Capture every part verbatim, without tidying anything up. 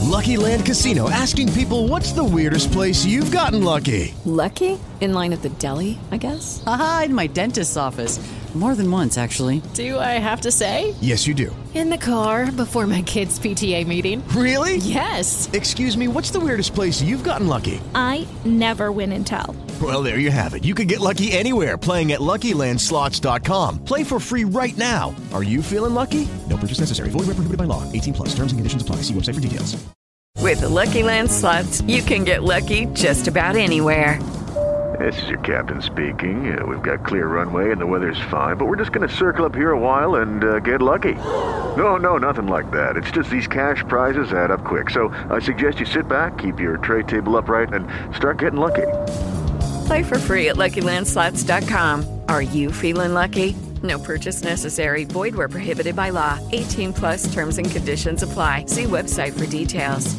Lucky Land Casino, asking people, what's the weirdest place you've gotten lucky? Lucky? In line at the deli, I guess? Aha, in my dentist's office. More than once, actually. Do I have to say? Yes, you do. In the car before my kids' P T A meeting. Really? Yes. Excuse me, what's the weirdest place you've gotten lucky? I never win and tell. Well, there you have it. You can get lucky anywhere, playing at Lucky Land Slots dot com. Play for free right now. Are you feeling lucky? No purchase necessary. Void where prohibited by law. eighteen plus. Terms and conditions apply. See website for details. With the Lucky Land Slots, you can get lucky just about anywhere. This is your captain speaking. Uh, we've got clear runway and the weather's fine, but we're just going to circle up here a while and uh, get lucky. No, no, nothing like that. It's just these cash prizes add up quick. So I suggest you sit back, keep your tray table upright, and start getting lucky. Play for free at Lucky Land Slots dot com. Are you feeling lucky? No purchase necessary. Void where prohibited by law. eighteen plus terms and conditions apply. See website for details.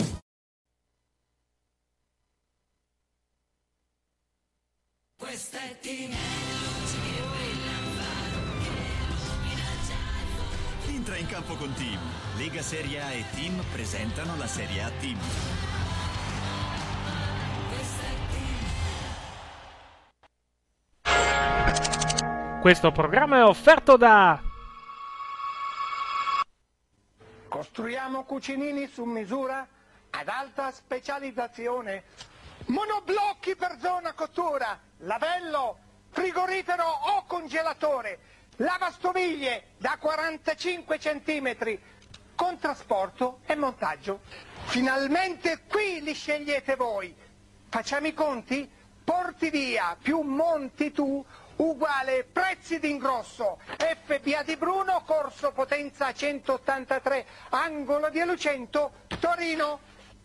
Entra in campo con Team. Lega Serie A e Team presentano la Serie A Team. Questo programma è offerto da Costruiamo cucinini su misura ad alta specializzazione, monoblocchi per zona cottura, lavello, frigorifero o congelatore, lavastoviglie da quarantacinque centimetri, con trasporto e montaggio. Finalmente qui li scegliete voi. Facciamo i conti? Porti via più monti tu uguale prezzi d'ingrosso. F B A di Bruno, corso Potenza centottantatré, angolo di Lucento, Torino.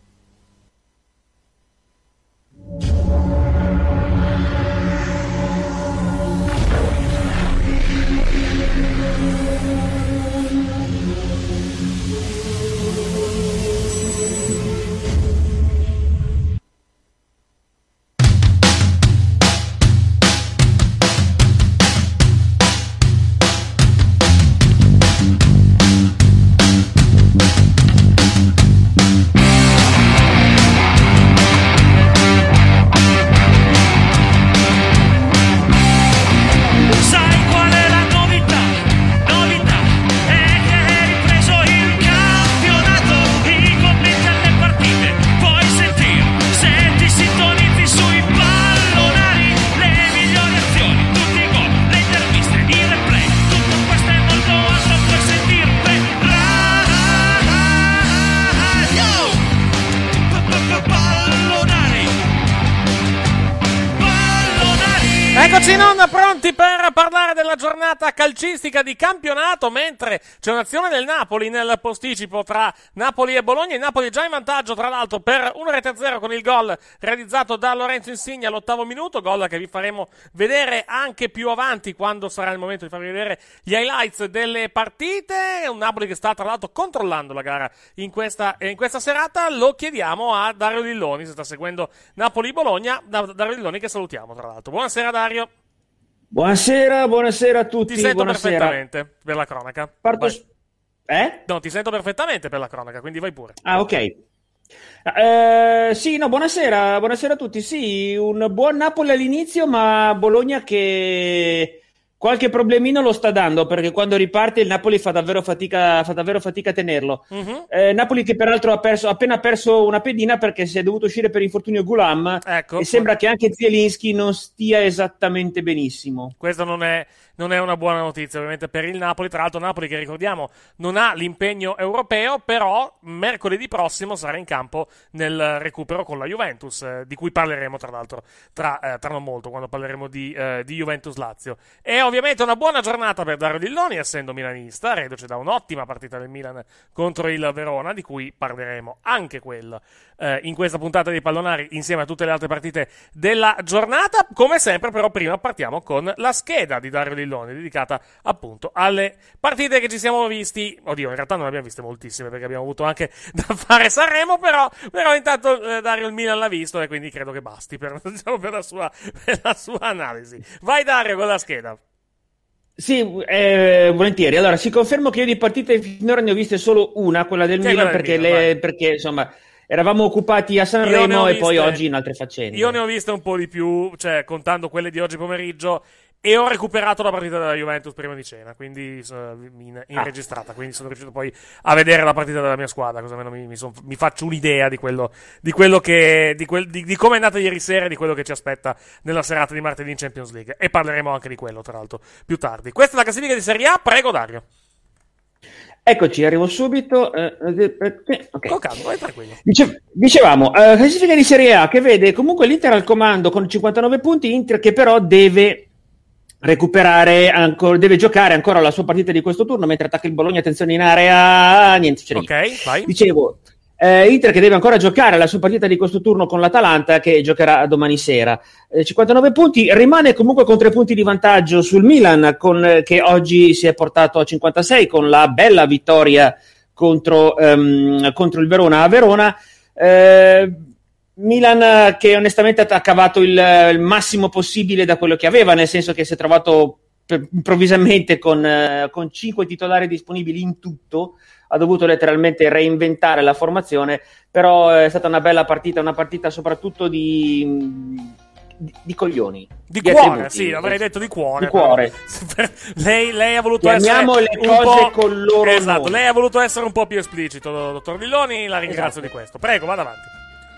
Eccoci non pronti per parlare della giornata calcistica di campionato, mentre c'è un'azione del Napoli nel posticipo tra Napoli e Bologna. Il Napoli è già in vantaggio, tra l'altro, per una rete a zero con il gol realizzato da Lorenzo Insigne all'ottavo minuto, gol che vi faremo vedere anche più avanti quando sarà il momento di farvi vedere gli highlights delle partite. Un Napoli che sta, tra l'altro, controllando la gara in questa, in questa serata. Lo chiediamo a Dario Lilloni, se sta seguendo Napoli-Bologna. Dario Lilloni che salutiamo, tra l'altro. Buonasera Dario. Buonasera, buonasera a tutti. Ti sento buonasera. perfettamente per la cronaca. Parto... Eh? No, ti sento perfettamente per la cronaca, quindi vai pure. Ah, ok. Eh, sì, no, buonasera, buonasera a tutti. Sì, un buon Napoli all'inizio, ma Bologna che qualche problemino lo sta dando, perché quando riparte il Napoli fa davvero fatica, fa davvero fatica a tenerlo. Uh-huh. Eh, Napoli che peraltro ha perso, appena perso una pedina perché si è dovuto uscire per infortunio Gulam, ecco, e sembra che anche Zielinski non stia esattamente benissimo. Questo non è, non è una buona notizia ovviamente per il Napoli. Tra l'altro Napoli che, ricordiamo, non ha l'impegno europeo, però mercoledì prossimo sarà in campo nel recupero con la Juventus, eh, di cui parleremo tra l'altro tra, eh, tra non molto, quando parleremo di, eh, di Juventus-Lazio. E ovviamente una buona giornata per Dario Lilloni, essendo milanista, reduce da un'ottima partita del Milan contro il Verona, di cui parleremo anche quella eh, in questa puntata di Pallonari, insieme a tutte le altre partite della giornata. Come sempre, però, prima partiamo con la scheda di Dario Lilloni, dedicata appunto alle partite che ci siamo visti. Oddio, in realtà non ne abbiamo viste moltissime, perché abbiamo avuto anche da fare Sanremo, però, però intanto eh, Dario il Milan l'ha visto, e quindi credo che basti per, diciamo, per, la, sua, per la sua analisi. Vai Dario con la scheda. Sì, eh, volentieri. Allora, si conferma che io di partite finora ne ho viste solo una, quella del sì, Milan, quella perché, del Milan, le, perché insomma eravamo occupati a Sanremo e poi oggi in altre faccende. Io ne ho viste un po' di più, cioè contando quelle di oggi pomeriggio, e ho recuperato la partita della Juventus prima di cena, quindi in, in ah. registrata, quindi sono riuscito poi a vedere la partita della mia squadra, così almeno mi, mi, son, mi faccio un'idea di quello, di quello che di, quel, di, di come è andata ieri sera e di quello che ci aspetta nella serata di martedì in Champions League, e parleremo anche di quello tra l'altro più tardi. Questa è la classifica di Serie A, prego Dario. Eccoci, arrivo subito. Eh, eh, okay. Con calma, vai tranquillo. Dice, dicevamo, eh, classifica di Serie A che vede comunque l'Inter al comando con cinquantanove punti, Inter che però deve recuperare ancora, deve giocare ancora la sua partita di questo turno, mentre attacca il Bologna, attenzione in area, niente, c'è ok, vai. Dicevo, eh, Inter che deve ancora giocare la sua partita di questo turno con l'Atalanta, che giocherà domani sera. Eh, cinquantanove punti, rimane comunque con tre punti di vantaggio sul Milan, con, eh, che oggi si è portato a cinquantasei con la bella vittoria contro, ehm, contro il Verona a Verona. Eh, Milan che onestamente ha cavato il, il massimo possibile da quello che aveva, nel senso che si è trovato per, improvvisamente con, eh, con cinque titolari disponibili in tutto, ha dovuto letteralmente reinventare la formazione, però è stata una bella partita, una partita soprattutto di, di, di coglioni. Di, di cuore, attributi, sì, avrei detto di cuore. Di cuore. lei, lei ha voluto Chiamiamo essere le un cose po'... con loro esatto, nomi. Lei ha voluto essere un po' più esplicito, dottor Villoni, la ringrazio esatto. di questo. Prego, vada avanti.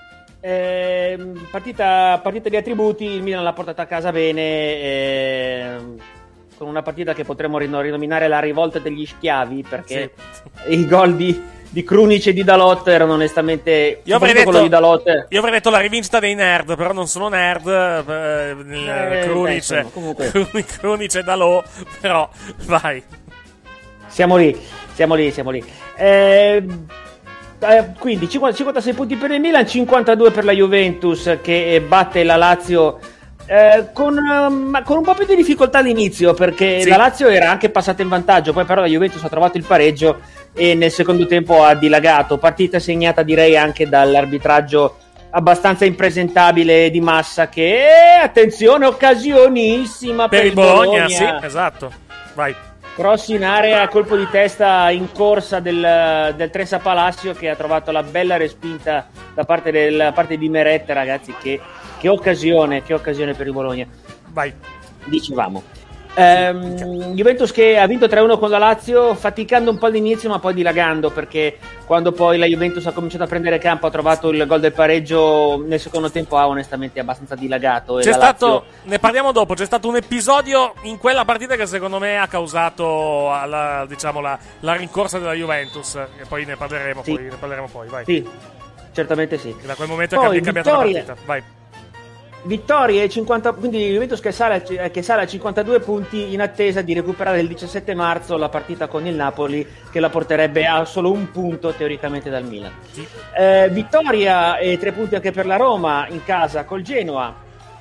Eh, partita, partita di attributi, il Milan l'ha portata a casa bene, eh, con una partita che potremmo rinominare la rivolta degli schiavi, perché sì. i gol di, di Krunic e di Dalot erano onestamente io avrei, detto, di Dalot. io avrei detto la rivincita dei nerd, però non sono nerd, eh, eh, Krunic, beh, comunque. Krunic e Dalot, però vai, siamo lì, siamo lì, siamo lì eh, Eh, quindi cinquantasei punti per il Milan, cinquantadue per la Juventus che batte la Lazio eh, con, um, con un po' più di difficoltà all'inizio, perché sì. la Lazio era anche passata in vantaggio, poi però la Juventus ha trovato il pareggio e nel secondo tempo ha dilagato. Partita segnata direi anche dall'arbitraggio abbastanza impresentabile di Massa, che attenzione, occasionissima per, per il Bologna, Bologna. Sì, esatto, vai. Cross in area, colpo di testa in corsa del, del Tressa Palacio, che ha trovato la bella respinta da parte, del, da parte di Meret, ragazzi, che, che occasione, che occasione per il Bologna. Vai. Dicevamo. Ehm, Juventus che ha vinto tre a uno con la Lazio, faticando un po' all'inizio ma poi dilagando, perché quando poi la Juventus ha cominciato a prendere campo, ha trovato il gol del pareggio, nel secondo tempo ha onestamente abbastanza dilagato. E c'è la stato, Lazio... ne parliamo dopo, c'è stato un episodio in quella partita che secondo me ha causato la, diciamo, la, la rincorsa della Juventus, e poi ne parleremo, sì. poi, ne parleremo poi, vai. Sì, certamente sì. E da quel momento poi, è cambiata vittoria... la partita, vai. Vittorie cinquanta, quindi Juventus che sale, che sale a cinquantadue punti in attesa di recuperare il diciassette marzo la partita con il Napoli, che la porterebbe a solo un punto teoricamente dal Milan. Sì. Eh, vittoria e tre punti anche per la Roma in casa col Genoa.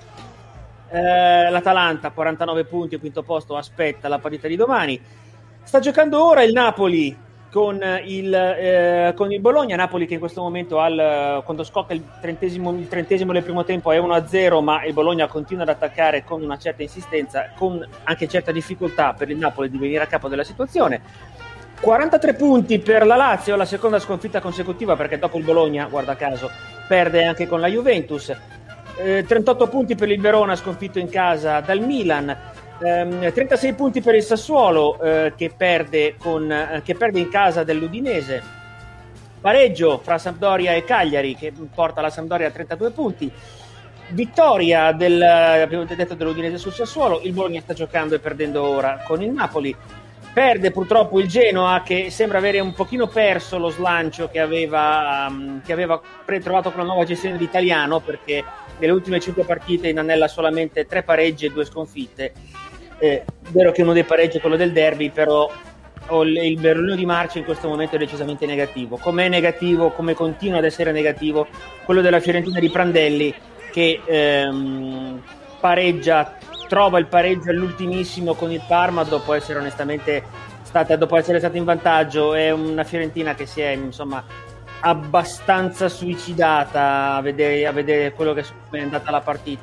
Eh, L'Atalanta quarantanove punti, quinto posto, aspetta la partita di domani. Sta giocando ora il Napoli con il, eh, con il Bologna, Napoli che in questo momento al, quando scocca il trentesimo, il trentesimo del primo tempo è uno a zero, ma il Bologna continua ad attaccare con una certa insistenza, con anche certa difficoltà per il Napoli di venire a capo della situazione. quarantatré punti per la Lazio, la seconda sconfitta consecutiva, perché dopo il Bologna, guarda caso, perde anche con la Juventus. eh, trentotto punti per il Verona, sconfitto in casa dal Milan. Um, trentasei punti per il Sassuolo, eh, che, perde con, eh, che perde in casa dell'Udinese. Pareggio fra Sampdoria e Cagliari, che porta la Sampdoria a trentadue punti. Vittoria del, abbiamo detto, dell'Udinese sul Sassuolo. Il Bologna sta giocando e perdendo ora con il Napoli. Perde purtroppo il Genoa, che sembra avere un pochino perso lo slancio che aveva, um, che aveva trovato con la nuova gestione di Italiano, perché nelle ultime cinque partite inanella solamente tre pareggi e due sconfitte. È vero che uno dei pareggi è quello del derby, però il Berlino di marcia in questo momento è decisamente negativo. Com'è negativo, come continua ad essere negativo quello della Fiorentina di Prandelli, che ehm, pareggia, trova il pareggio all'ultimissimo con il Parma dopo essere onestamente stata, dopo essere stata in vantaggio. È una Fiorentina che si è insomma abbastanza suicidata a vedere, a vedere quello che è andata la partita.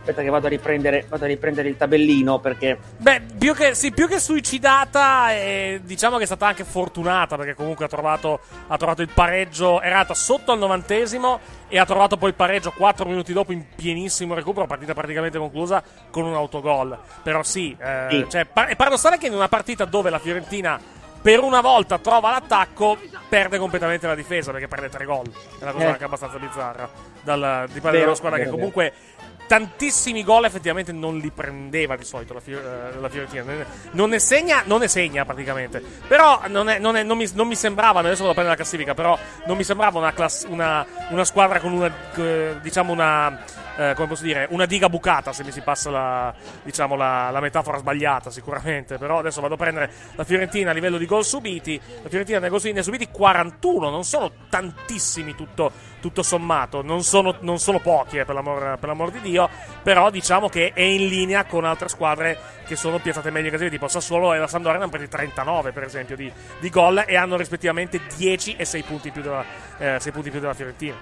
Aspetta che vado a riprendere, vado a riprendere il tabellino perché... Beh, più che, sì, più che suicidata, eh, diciamo che è stata anche fortunata, perché comunque ha trovato, ha trovato il pareggio, era andata sotto al novantesimo e ha trovato poi il pareggio quattro minuti dopo in pienissimo recupero, partita praticamente conclusa con un autogol. Però sì, eh, sì. Cioè, è paradossale che in una partita dove la Fiorentina per una volta trova l'attacco, perde completamente la difesa, perché perde tre gol. È una cosa eh. anche abbastanza bizzarra dal, di parte della squadra, vero, che comunque... Vero. Tantissimi gol effettivamente non li prendeva di solito la, Fior- la Fiorentina. Non ne segna, non ne segna praticamente. Però non, è, non, è, non, mi, non mi sembrava, adesso vado a prendere la classifica, però non mi sembrava una, class- una, una squadra con una, eh, diciamo una, eh, come posso dire, una diga bucata, se mi si passa la, diciamo la, la metafora sbagliata sicuramente. Però adesso vado a prendere la Fiorentina a livello di gol subiti. La Fiorentina ne ha subiti quarantuno, non sono tantissimi tutto, tutto sommato, non sono, non sono pochi eh, per, l'amor, per l'amor di Dio. Però diciamo che è in linea con altre squadre che sono piazzate meglio in casino, tipo Sassuolo e la Sampdoria hanno preso trentanove per esempio di, di gol e hanno rispettivamente dieci e sei punti più della, eh, sei punti più della Fiorentina.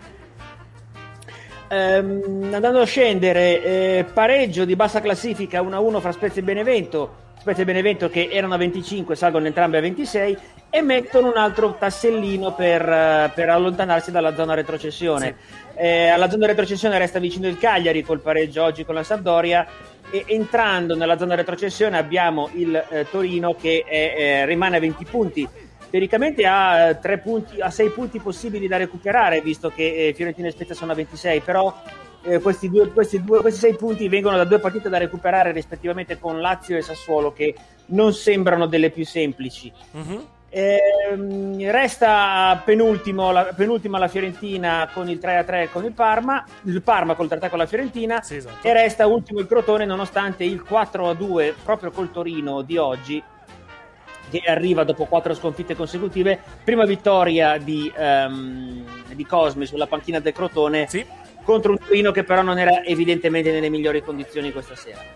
Um, andando a scendere, eh, pareggio di bassa classifica uno a uno fra Spezia e Benevento. Spezia e Benevento, che erano a venticinque, salgono entrambi a ventisei e mettono un altro tassellino per, uh, per allontanarsi dalla zona retrocessione. Sì. Eh, alla zona retrocessione resta vicino il Cagliari col pareggio oggi con la Sampdoria, e entrando nella zona retrocessione abbiamo il eh, Torino che è, eh, rimane a venti punti. Teoricamente ha eh, tre punti, ha sei punti possibili da recuperare, visto che eh, Fiorentina e Spezia sono a ventisei, però eh, questi, due, questi, due, questi sei punti vengono da due partite da recuperare rispettivamente con Lazio e Sassuolo, che non sembrano delle più semplici. Mm-hmm. Eh, resta penultimo la, penultima la Fiorentina con il tre a tre con il Parma, il Parma col tre a tre con la Fiorentina, sì, esatto. E resta ultimo il Crotone nonostante il quattro a due proprio col Torino di oggi, che arriva dopo quattro sconfitte consecutive. Prima vittoria di, um, di Cosmi sulla panchina del Crotone, sì, contro un Torino che però non era evidentemente nelle migliori condizioni questa sera.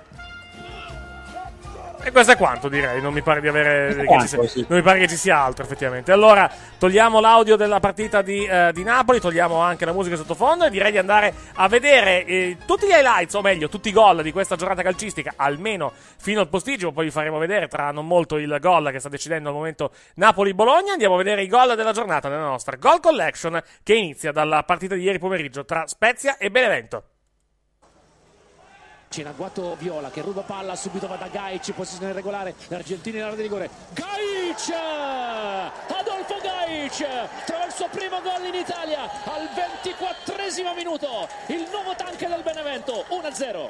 E questo è quanto, direi, non mi pare di avere che quanto, ci sia, sì. non mi pare che ci sia altro effettivamente. Allora, togliamo l'audio della partita di, eh, di Napoli, togliamo anche la musica sottofondo e direi di andare a vedere eh, tutti gli highlights, o meglio, tutti i gol di questa giornata calcistica, almeno fino al posticipo. Poi vi faremo vedere tra non molto il gol che sta decidendo al momento Napoli-Bologna. Andiamo a vedere i gol della giornata nella nostra Goal Collection, che inizia dalla partita di ieri pomeriggio tra Spezia e Benevento. C'è un agguato Viola che ruba palla, subito va da Gajic, posizione regolare, l'argentino in area di rigore. Gajic! Adolfo Gajic trova il suo primo gol in Italia al ventiquattresimo minuto, il nuovo tank del Benevento, uno a zero.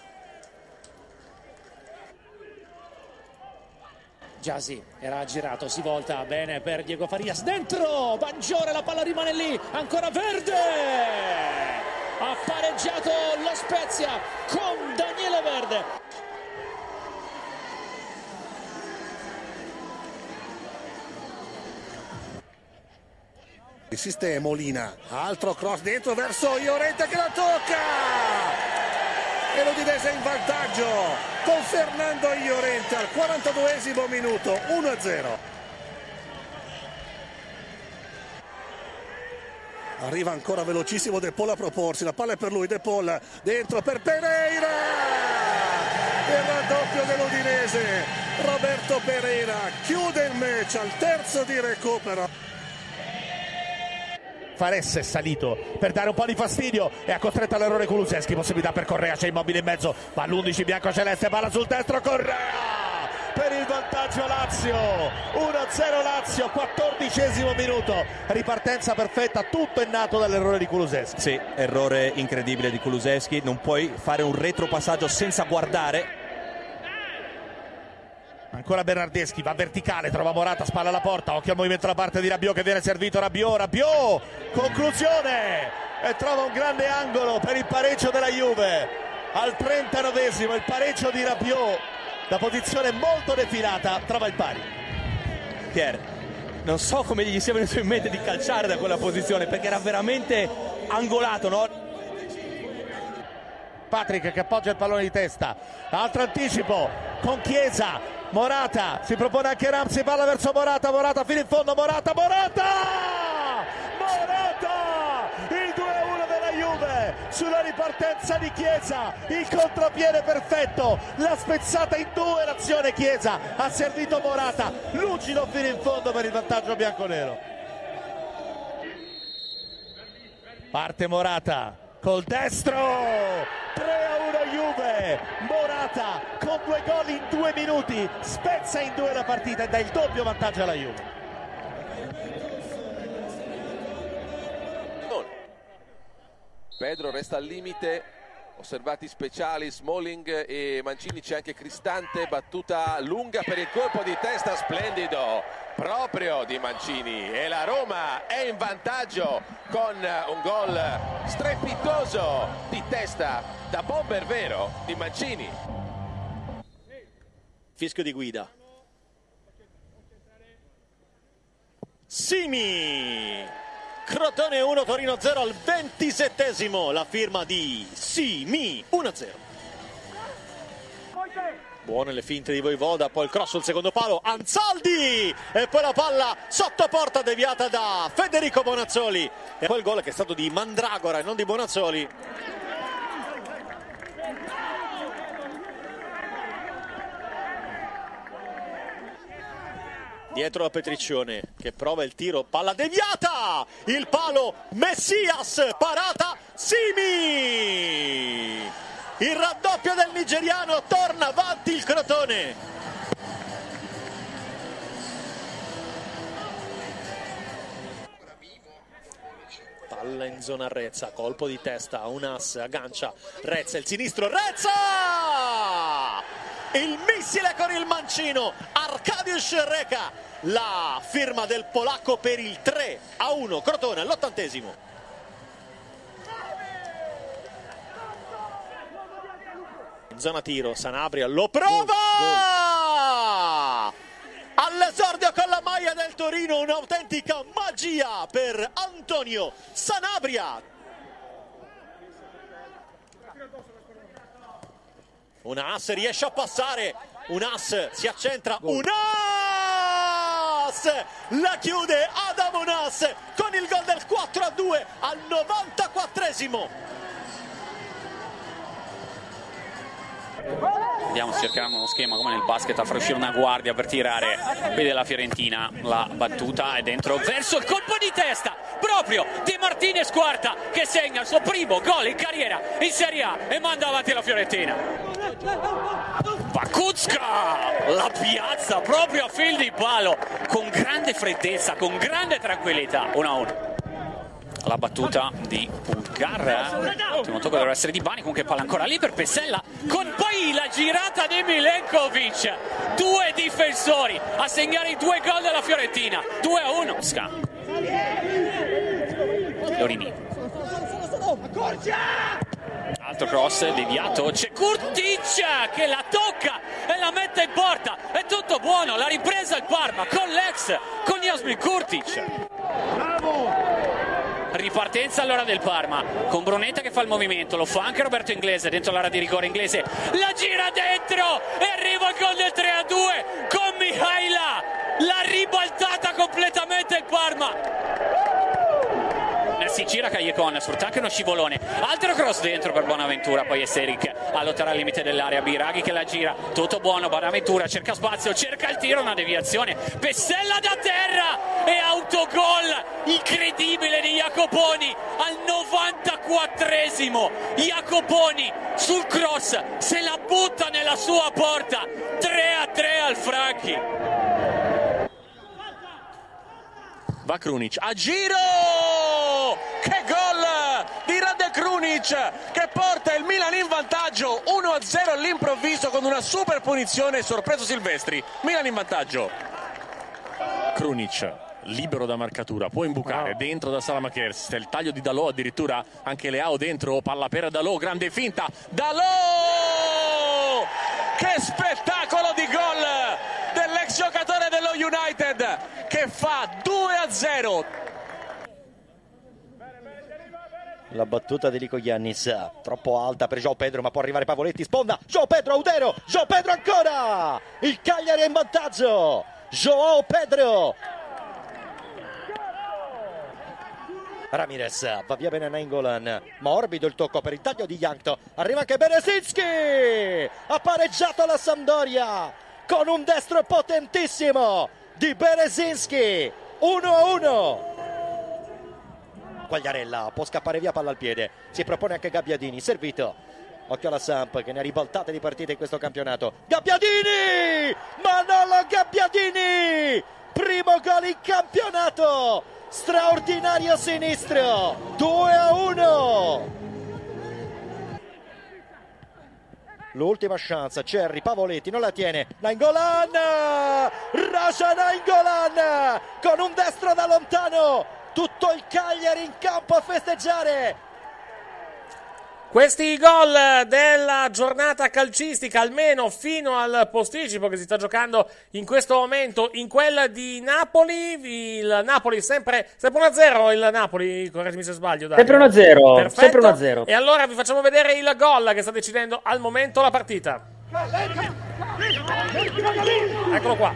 Giasi era girato, si volta bene per Diego Farias, dentro Bangiore, la palla rimane lì, ancora Verde. Ha pareggiato lo Spezia con Daniele Verde. Insiste Molina, altro cross dentro verso Llorente che la tocca e l'Udinese in vantaggio con Fernando Llorente al quarantaduesimo minuto, uno a zero. Arriva ancora velocissimo De Paul a proporsi, la palla è per lui, De Paul dentro per Pereira, il raddoppio dell'Udinese, Roberto Pereira chiude il match al terzo di recupero. Fares è salito per dare un po' di fastidio e ha costretto all'errore Kulusevski, possibilità per Correa, c'è Immobile in mezzo, va l'undici biancoceleste, palla sul destro, Correa per il vantaggio Lazio, uno a zero Lazio, quattordicesimo minuto, ripartenza perfetta, tutto è nato dall'errore di Kulusevski. Sì, errore incredibile di Kulusevski, non puoi fare un retropassaggio senza guardare. Ancora Bernardeschi, va verticale, trova Morata, spalla alla porta, occhio al movimento da parte di Rabiot che viene servito, Rabiot, Rabiot, conclusione e trova un grande angolo per il pareggio della Juve al trentanovesimo, il pareggio di Rabiot da posizione molto defilata, trova il pari. Pier, non so come gli sia venuto in mente di calciare da quella posizione perché era veramente angolato, no? Patrick che appoggia il pallone di testa, altro anticipo con Chiesa, Morata, si propone anche Ramsey, palla verso Morata, Morata fino in fondo, Morata, Morata! Morata! Il due a uno della Juve, sulla ripartenza di Chiesa, il contropiede perfetto, la spezzata in due, l'azione Chiesa, ha servito Morata, lucido fino in fondo per il vantaggio bianconero. Parte Morata col destro, tre a uno Juve. Morata con due gol in due minuti spezza in due la partita e dà il doppio vantaggio alla Juve. Pedro resta al limite, osservati speciali Smalling e Mancini, c'è anche Cristante, battuta lunga per il colpo di testa splendido proprio di Mancini e la Roma è in vantaggio con un gol strepitoso di testa da bomber vero di Mancini. Fischio di guida. Simi! Crotone uno, Torino zero al ventisettesimo, la firma di Simi, uno a zero. Buone le finte di Voivoda, poi il cross sul secondo palo, Anzaldi! E poi la palla sotto porta deviata da Federico Bonazzoli. E poi il gol che è stato di Mandragora e non di Bonazzoli. Dietro la Petriccione che prova il tiro, palla deviata, il palo Messias, parata Simi, il raddoppio del nigeriano, torna avanti il Crotone. Palla in zona Rezza, colpo di testa, un as, aggancia Rezza, il sinistro, Rezza! Il missile con il mancino, Arkadiusz Reka, la firma del polacco per il tre a uno, Crotone all'ottantesimo. In zona tiro, Sanabria lo prova! All'esordio con la maglia del Torino, un'autentica magia per Antonio Sanabria. Un as riesce a passare, un as si accentra, un as la chiude Adam Unas con il gol del quattro a due al novantaquattresimo. Vediamo se cerchiamo uno schema come nel basket a far uscire una guardia per tirare. Vede la Fiorentina, la battuta è dentro verso il colpo di testa proprio di Martinez Quarta che segna il suo primo gol in carriera in Serie A e manda avanti la Fiorentina. Bakutska la piazza proprio a fil di palo con grande freddezza, con grande tranquillità. uno a uno. La battuta di Pulgar, l'ultimo tocco dovrebbe essere di Bani, comunque palla ancora lì per Pessella con poi la girata di Milenkovic, due difensori a segnare i due gol della Fiorentina, due a uno. Lorini, altro cross deviato, c'è Kurtic che la tocca e la mette in porta, è tutto buono, la ripresa il Parma con l'ex, con Jasmin Kurtic. Ripartenza allora del Parma con Brunetta che fa il movimento, lo fa anche Roberto Inglese dentro l'area di rigore inglese, la gira dentro e arriva il gol del tre a due con Mihaila, l'ha ribaltata completamente il Parma. Si gira Callecon, sfrutta anche uno scivolone, altro cross dentro per Bonaventura, poi è Seric a lottare al limite dell'area, Biraghi che la gira, tutto buono, Bonaventura cerca spazio, cerca il tiro, una deviazione, Pessella da terra e autogol incredibile di Jacoponi al novantaquattresimo. Jacoponi sul cross se la butta nella sua porta, tre a tre al Franchi. Va Krunic a giro, che gol di Rade Krunic che porta il Milan in vantaggio uno a zero all'improvviso con una super punizione, sorpreso Silvestri. Milan in vantaggio. Krunic libero da marcatura, può imbucare, dentro da Salamakers, il taglio di Dalot, addirittura anche Leao dentro, palla per Dalot, grande finta, Dalot, che spettacolo di gol dell'ex giocatore dello United che fa due a zero. La battuta di Lico Giannis troppo alta per João Pedro, ma può arrivare Pavoletti, sponda João Pedro, Audero, João Pedro ancora, il Cagliari è in vantaggio, João Pedro. Ramirez va via bene Nainggolan, morbido il tocco per il taglio di Jankto, arriva anche Berezinski, ha pareggiato la Sampdoria con un destro potentissimo di Berezinski, uno a uno. Quagliarella può scappare via, palla al piede, si propone anche Gabbiadini, servito, occhio alla Samp che ne ha ribaltate di partite in questo campionato. Gabbiadini, Manolo Gabbiadini, primo gol in campionato, straordinario sinistro, due a uno. L'ultima chance, Cerri, Pavoletti non la tiene, Nainggolan, Raja Nainggolan con un destro da lontano, tutto il Cagliari in campo a festeggiare. Questi gol della giornata calcistica, almeno fino al posticipo che si sta giocando in questo momento in quella di Napoli. Il Napoli sempre, sempre uno a zero, il Napoli, correggimi se sbaglio. Dario. Sempre uno a zero, Perfetto. sempre uno a zero. E allora vi facciamo vedere il gol che sta decidendo al momento la partita. Eccolo qua.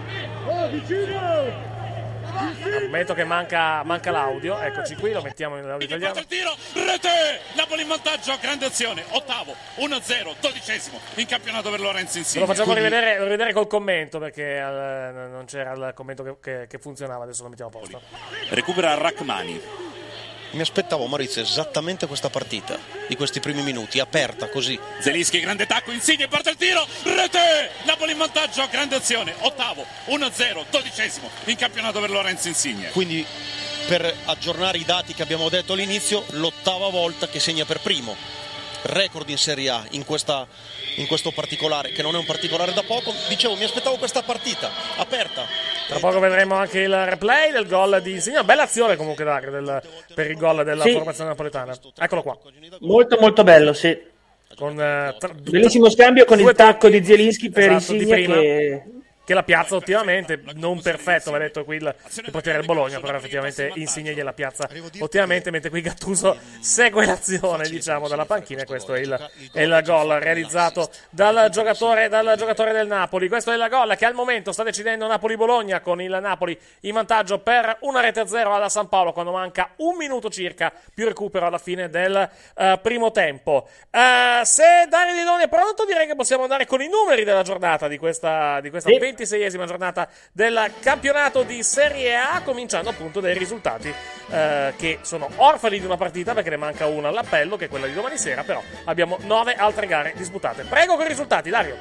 Ammetto che manca, manca l'audio, eccoci qui, lo mettiamo in audio italiano. Il tiro, rete, Napoli in vantaggio, grande azione, ottavo, uno a zero, dodicesimo in campionato per Lorenzo Insigne. Lo facciamo rivedere, rivedere col commento perché uh, non c'era il commento che, che, che funzionava, adesso lo mettiamo a posto. Recupera Rachmani. Mi aspettavo, Maurizio, esattamente questa partita, di questi primi minuti, aperta così. Zelinski, grande tacco, Insigne, parte il tiro, rete, Napoli in vantaggio, grande azione, ottavo, uno a zero, dodicesimo in campionato per Lorenzo Insigne. Quindi, per aggiornare i dati che abbiamo detto all'inizio, l'ottava volta che segna per primo. Record in Serie A in, questa, in questo particolare, che non è un particolare da poco. Dicevo, mi aspettavo questa partita, aperta. Tra poco vedremo anche il replay del gol di Insigne. Bella azione comunque Dario del, per il gol della sì. formazione napoletana. Eccolo qua. Molto molto bello, sì. Con, uh, tra, bellissimo scambio con il tacco di Zielinski per esatto, Insigne che... che la piazza ottimamente, non perfetto, va detto qui il, il portiere del Bologna, però effettivamente Insigne gliela piazza ottimamente, mentre qui Gattuso segue l'azione, diciamo, dalla panchina, e questo è il, è il gol realizzato dal giocatore, dal giocatore del Napoli. Questo è il gol che al momento sta decidendo Napoli-Bologna, con il Napoli in vantaggio per una rete a zero alla San Paolo, quando manca un minuto circa, più recupero alla fine del uh, primo tempo. Uh, se Dario Didoni è pronto, direi che possiamo andare con i numeri della giornata di questa, di questa sì. ventiseiesima giornata del campionato di Serie A, cominciando appunto dai risultati eh, che sono orfani di una partita perché ne manca una all'appello, che è quella di domani sera, però abbiamo nove altre gare disputate. Prego con i risultati, Dario.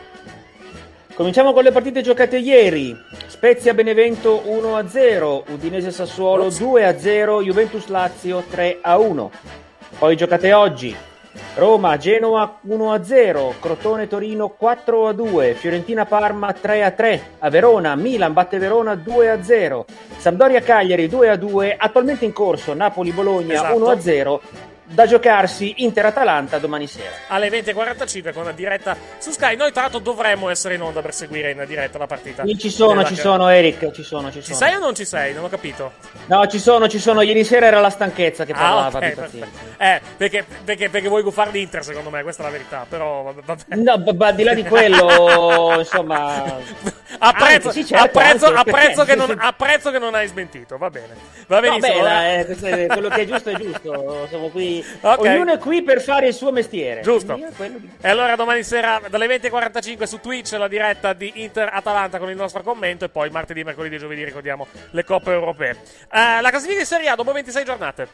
Cominciamo con le partite giocate ieri. Spezia Benevento uno a zero, Udinese Sassuolo due a zero, Juventus Lazio tre a uno. Poi giocate oggi. Roma Genoa uno a zero, Crotone Torino quattro a due, Fiorentina Parma tre a tre, a Verona Milan batte Verona due a zero, Sampdoria Cagliari due a due, attualmente in corso Napoli Bologna esatto. uno a zero, da giocarsi Inter-Atalanta domani sera alle venti e quarantacinque con la diretta su Sky. Noi tra l'altro dovremmo essere in onda per seguire in diretta la partita. Ci sono, ci sono Eric, ci sono, ci sono. Ci sei o non ci sei? Non ho capito. No, ci sono, ci sono. Ieri sera era la stanchezza che parlava. Ah, okay, eh, perché, perché, perché vuoi gufare l'Inter, secondo me, questa è la verità. Però vabbè. No, b- al di là di quello, insomma, apprezzo, anche, sì, certo, apprezzo, anche, apprezzo, che non, apprezzo che non hai smentito. Va bene, va benissimo. No, beh, eh, questo è, quello che è giusto è giusto. Siamo qui. Okay. Ognuno è qui per fare il suo mestiere. Giusto. Di... E allora domani sera dalle venti e quarantacinque su Twitch la diretta di Inter-Atalanta con il nostro commento, e poi martedì, mercoledì e giovedì ricordiamo le coppe europee. Uh, la classifica di Serie A dopo ventisei giornate.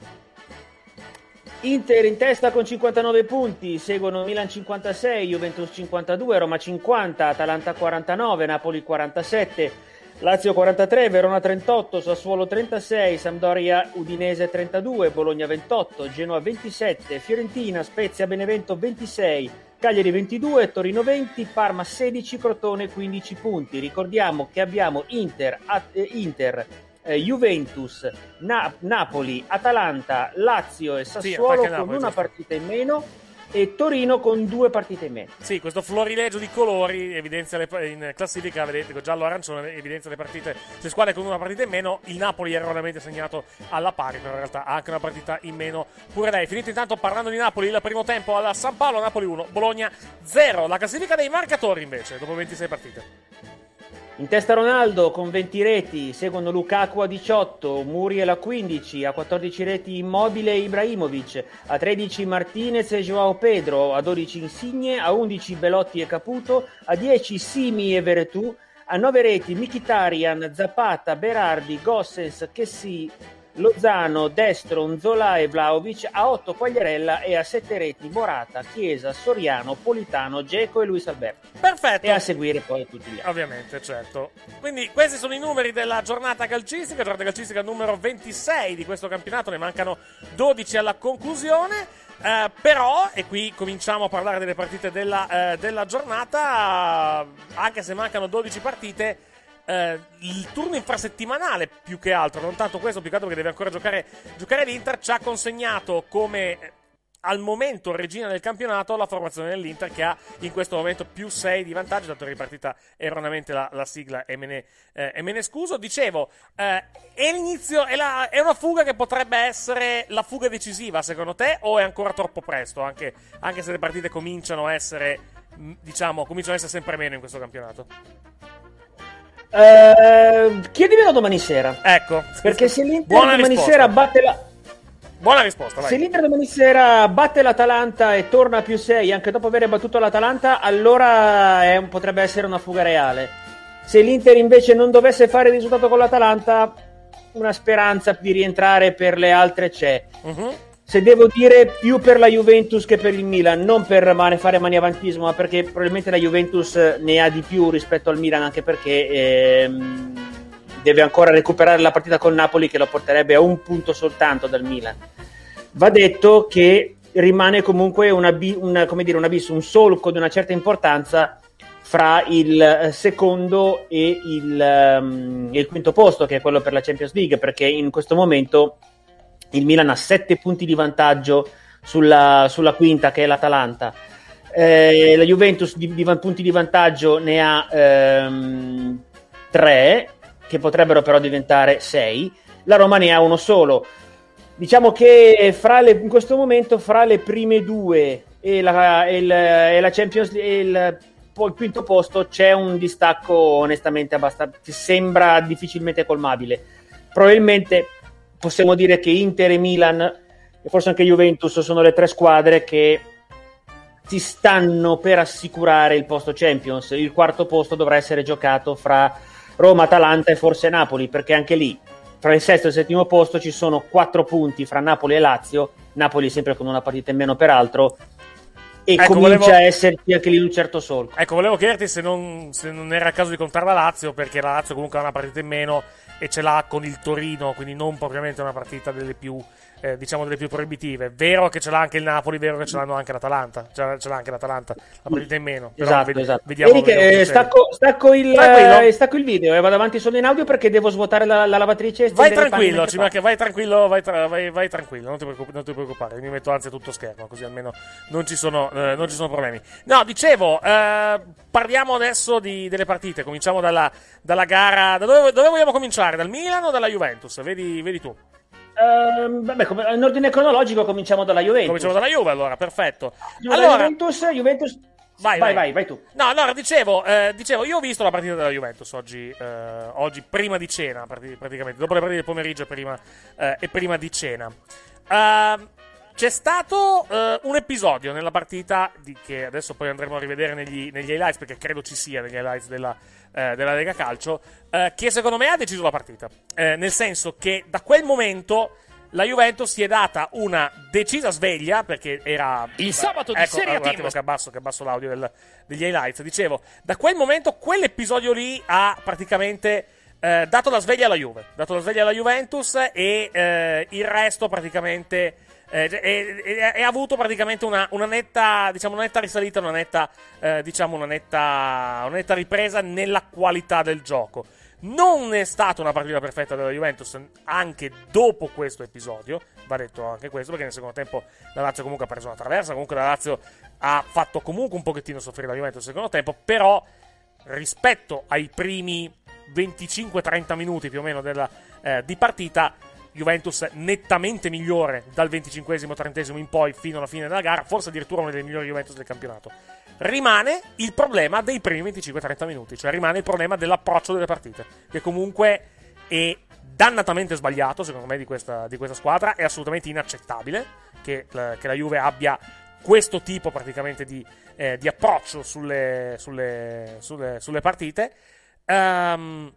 Inter in testa con cinquantanove punti, seguono Milan cinquantasei, Juventus cinquantadue, Roma cinquanta, Atalanta quarantanove, Napoli quarantasette, Lazio quarantatré, Verona trentotto, Sassuolo trentasei, Sampdoria Udinese trentadue, Bologna ventotto, Genoa ventisette, Fiorentina, Spezia Benevento ventisei, Cagliari ventidue, Torino venti, Parma sedici, Crotone quindici punti. Ricordiamo che abbiamo Inter, at, eh, Inter eh, Juventus, Na- Napoli, Atalanta, Lazio e Sassuolo sì, con Napoli, una partita in meno, e Torino con due partite in meno. Sì, questo florilegio di colori evidenzia le, in classifica, vedete, giallo-arancione evidenzia le partite, le squadre con una partita in meno. Il Napoli è erroneamente segnato alla pari, però in realtà ha anche una partita in meno pure lei. Finito intanto parlando di Napoli il primo tempo alla San Paolo, Napoli uno, Bologna zero. La classifica dei marcatori invece dopo ventisei partite. In testa Ronaldo con venti reti, seguono Lukaku a diciotto, Muriel a quindici, a quattordici reti Immobile e Ibrahimovic, a tredici Martinez e Joao Pedro, a dodici Insigne, a undici Belotti e Caputo, a dieci Simi e Veretout, a nove reti Mkhitaryan, Zapata, Berardi, Gossens, Kessie, Lozano, Destro, Nzola e Vlahovic, a otto Quagliarella e a sette reti Morata, Chiesa, Soriano, Politano, Dzeko e Luis Alberto. Perfetto. E a seguire poi tutti gli altri. Ovviamente, certo. Quindi questi sono i numeri della giornata calcistica, giornata calcistica numero ventisei di questo campionato, ne mancano dodici alla conclusione. Uh, però, e qui cominciamo a parlare delle partite della, uh, della giornata, uh, anche se mancano dodici partite, uh, il turno infrasettimanale più che altro, non tanto questo, più che altro perché deve ancora giocare, giocare l'Inter, ci ha consegnato come al momento regina del campionato la formazione dell'Inter, che ha in questo momento più sei di vantaggio, dato che è ripartita erroneamente la, la sigla e me ne, eh, e me ne scuso. Dicevo, eh, è l'inizio, è, la, è una fuga che potrebbe essere la fuga decisiva secondo te, o è ancora troppo presto, anche, anche se le partite cominciano a essere, diciamo, cominciano a essere sempre meno in questo campionato? Uh, chiedimelo domani sera. Ecco, perché se l'Inter buona domani risposta. sera batte la Buona risposta, vai. Se l'Inter domani sera batte l'Atalanta e torna a più sei anche dopo aver battuto l'Atalanta, allora è un, potrebbe essere una fuga reale. Se l'Inter invece non dovesse fare il risultato con l'Atalanta, una speranza di rientrare per le altre c'è. Uh-huh. Se devo dire, più per la Juventus che per il Milan, non per mani, fare maniavantismo, ma perché probabilmente la Juventus ne ha di più rispetto al Milan, anche perché ehm, deve ancora recuperare la partita con Napoli, che lo porterebbe a un punto soltanto dal Milan. Va detto che rimane comunque una, una, come dire, un abisso, un solco di una certa importanza fra il secondo e il, um, il quinto posto, che è quello per la Champions League, perché in questo momento il Milan ha sette punti di vantaggio sulla, sulla quinta, che è l'Atalanta. Eh, la Juventus di, di punti di vantaggio ne ha ehm, tre, che potrebbero però diventare sei. La Roma ne ha uno solo. Diciamo che fra le, in questo momento fra le prime due e la, e il, e la Champions League e il, il quinto posto c'è un distacco onestamente abbastanza, che sembra difficilmente colmabile. Probabilmente possiamo dire che Inter e Milan e forse anche Juventus sono le tre squadre che si stanno per assicurare il posto Champions. Il quarto posto dovrà essere giocato fra Roma, Atalanta e forse Napoli, perché anche lì fra il sesto e il settimo posto ci sono quattro punti fra Napoli e Lazio, Napoli sempre con una partita in meno peraltro, e ecco, comincia volevo... a esserci anche lì un certo solco. Ecco, volevo chiederti se non, se non era il caso di contare la Lazio, perché la Lazio comunque ha una partita in meno e ce l'ha con il Torino, quindi non propriamente una partita delle più, eh, diciamo, delle più proibitive. Vero che ce l'ha anche il Napoli, vero che ce l'hanno anche l'Atalanta, ce l'ha, ce l'ha anche l'Atalanta, la partita in meno. Però Esatto, vedi, esatto. Vediamo, Vedi che vediamo eh, stacco, stacco, il, eh, stacco il video e vado avanti solo in audio perché devo svuotare la, la lavatrice e vai stendere tranquillo, i ci panni manca, vai tranquillo, vai, tra, vai, vai tranquillo, non ti, preoccup- non ti preoccupare, mi metto anzi a tutto schermo, così almeno non ci sono, eh, non ci sono problemi. No, dicevo, eh, parliamo adesso di, delle partite, cominciamo dalla, dalla gara, da dove, dove vogliamo cominciare? Dal Milan o dalla Juventus? Vedi, vedi tu. Uh, vabbè, come, in ordine cronologico cominciamo dalla Juventus. Cominciamo dalla Juve, allora, perfetto. Allora, Juventus, Juventus... Vai, vai, vai, vai, vai tu. No, allora, dicevo, eh, dicevo, io ho visto la partita della Juventus oggi, eh, oggi prima di cena, praticamente, dopo le partite del pomeriggio e prima, eh, e prima di cena. Uh, c'è stato uh, un episodio nella partita, di, che adesso poi andremo a rivedere negli, negli highlights, perché credo ci sia negli highlights della... Eh, della Lega Calcio, eh, che secondo me ha deciso la partita, eh, nel senso che da quel momento la Juventus si è data una decisa sveglia, perché era il sabato di ecco, Serie A un attimo che abbasso, che abbasso l'audio del, degli highlights. Dicevo, da quel momento quell'episodio lì ha praticamente eh, dato la sveglia alla Juve, dato la sveglia alla Juventus, e eh, il resto praticamente E eh, ha avuto praticamente una, una netta, diciamo, una netta risalita, una netta, eh, diciamo, una netta, una netta ripresa nella qualità del gioco. Non è stata una partita perfetta della Juventus anche dopo questo episodio, va detto anche questo, perché nel secondo tempo la Lazio comunque ha preso una traversa, comunque la Lazio ha fatto comunque un pochettino soffrire la Juventus nel secondo tempo, però rispetto ai primi venticinque trenta minuti più o meno della, eh, di partita, Juventus nettamente migliore dal venticinquesimo trentesimo in poi fino alla fine della gara, forse addirittura una delle migliori Juventus del campionato. Rimane il problema dei primi venticinque trenta minuti, cioè rimane il problema dell'approccio delle partite, che comunque è dannatamente sbagliato secondo me di questa, di questa squadra. È assolutamente inaccettabile che la, che la Juve abbia questo tipo praticamente di, eh, di approccio sulle, sulle, sulle, sulle partite, um,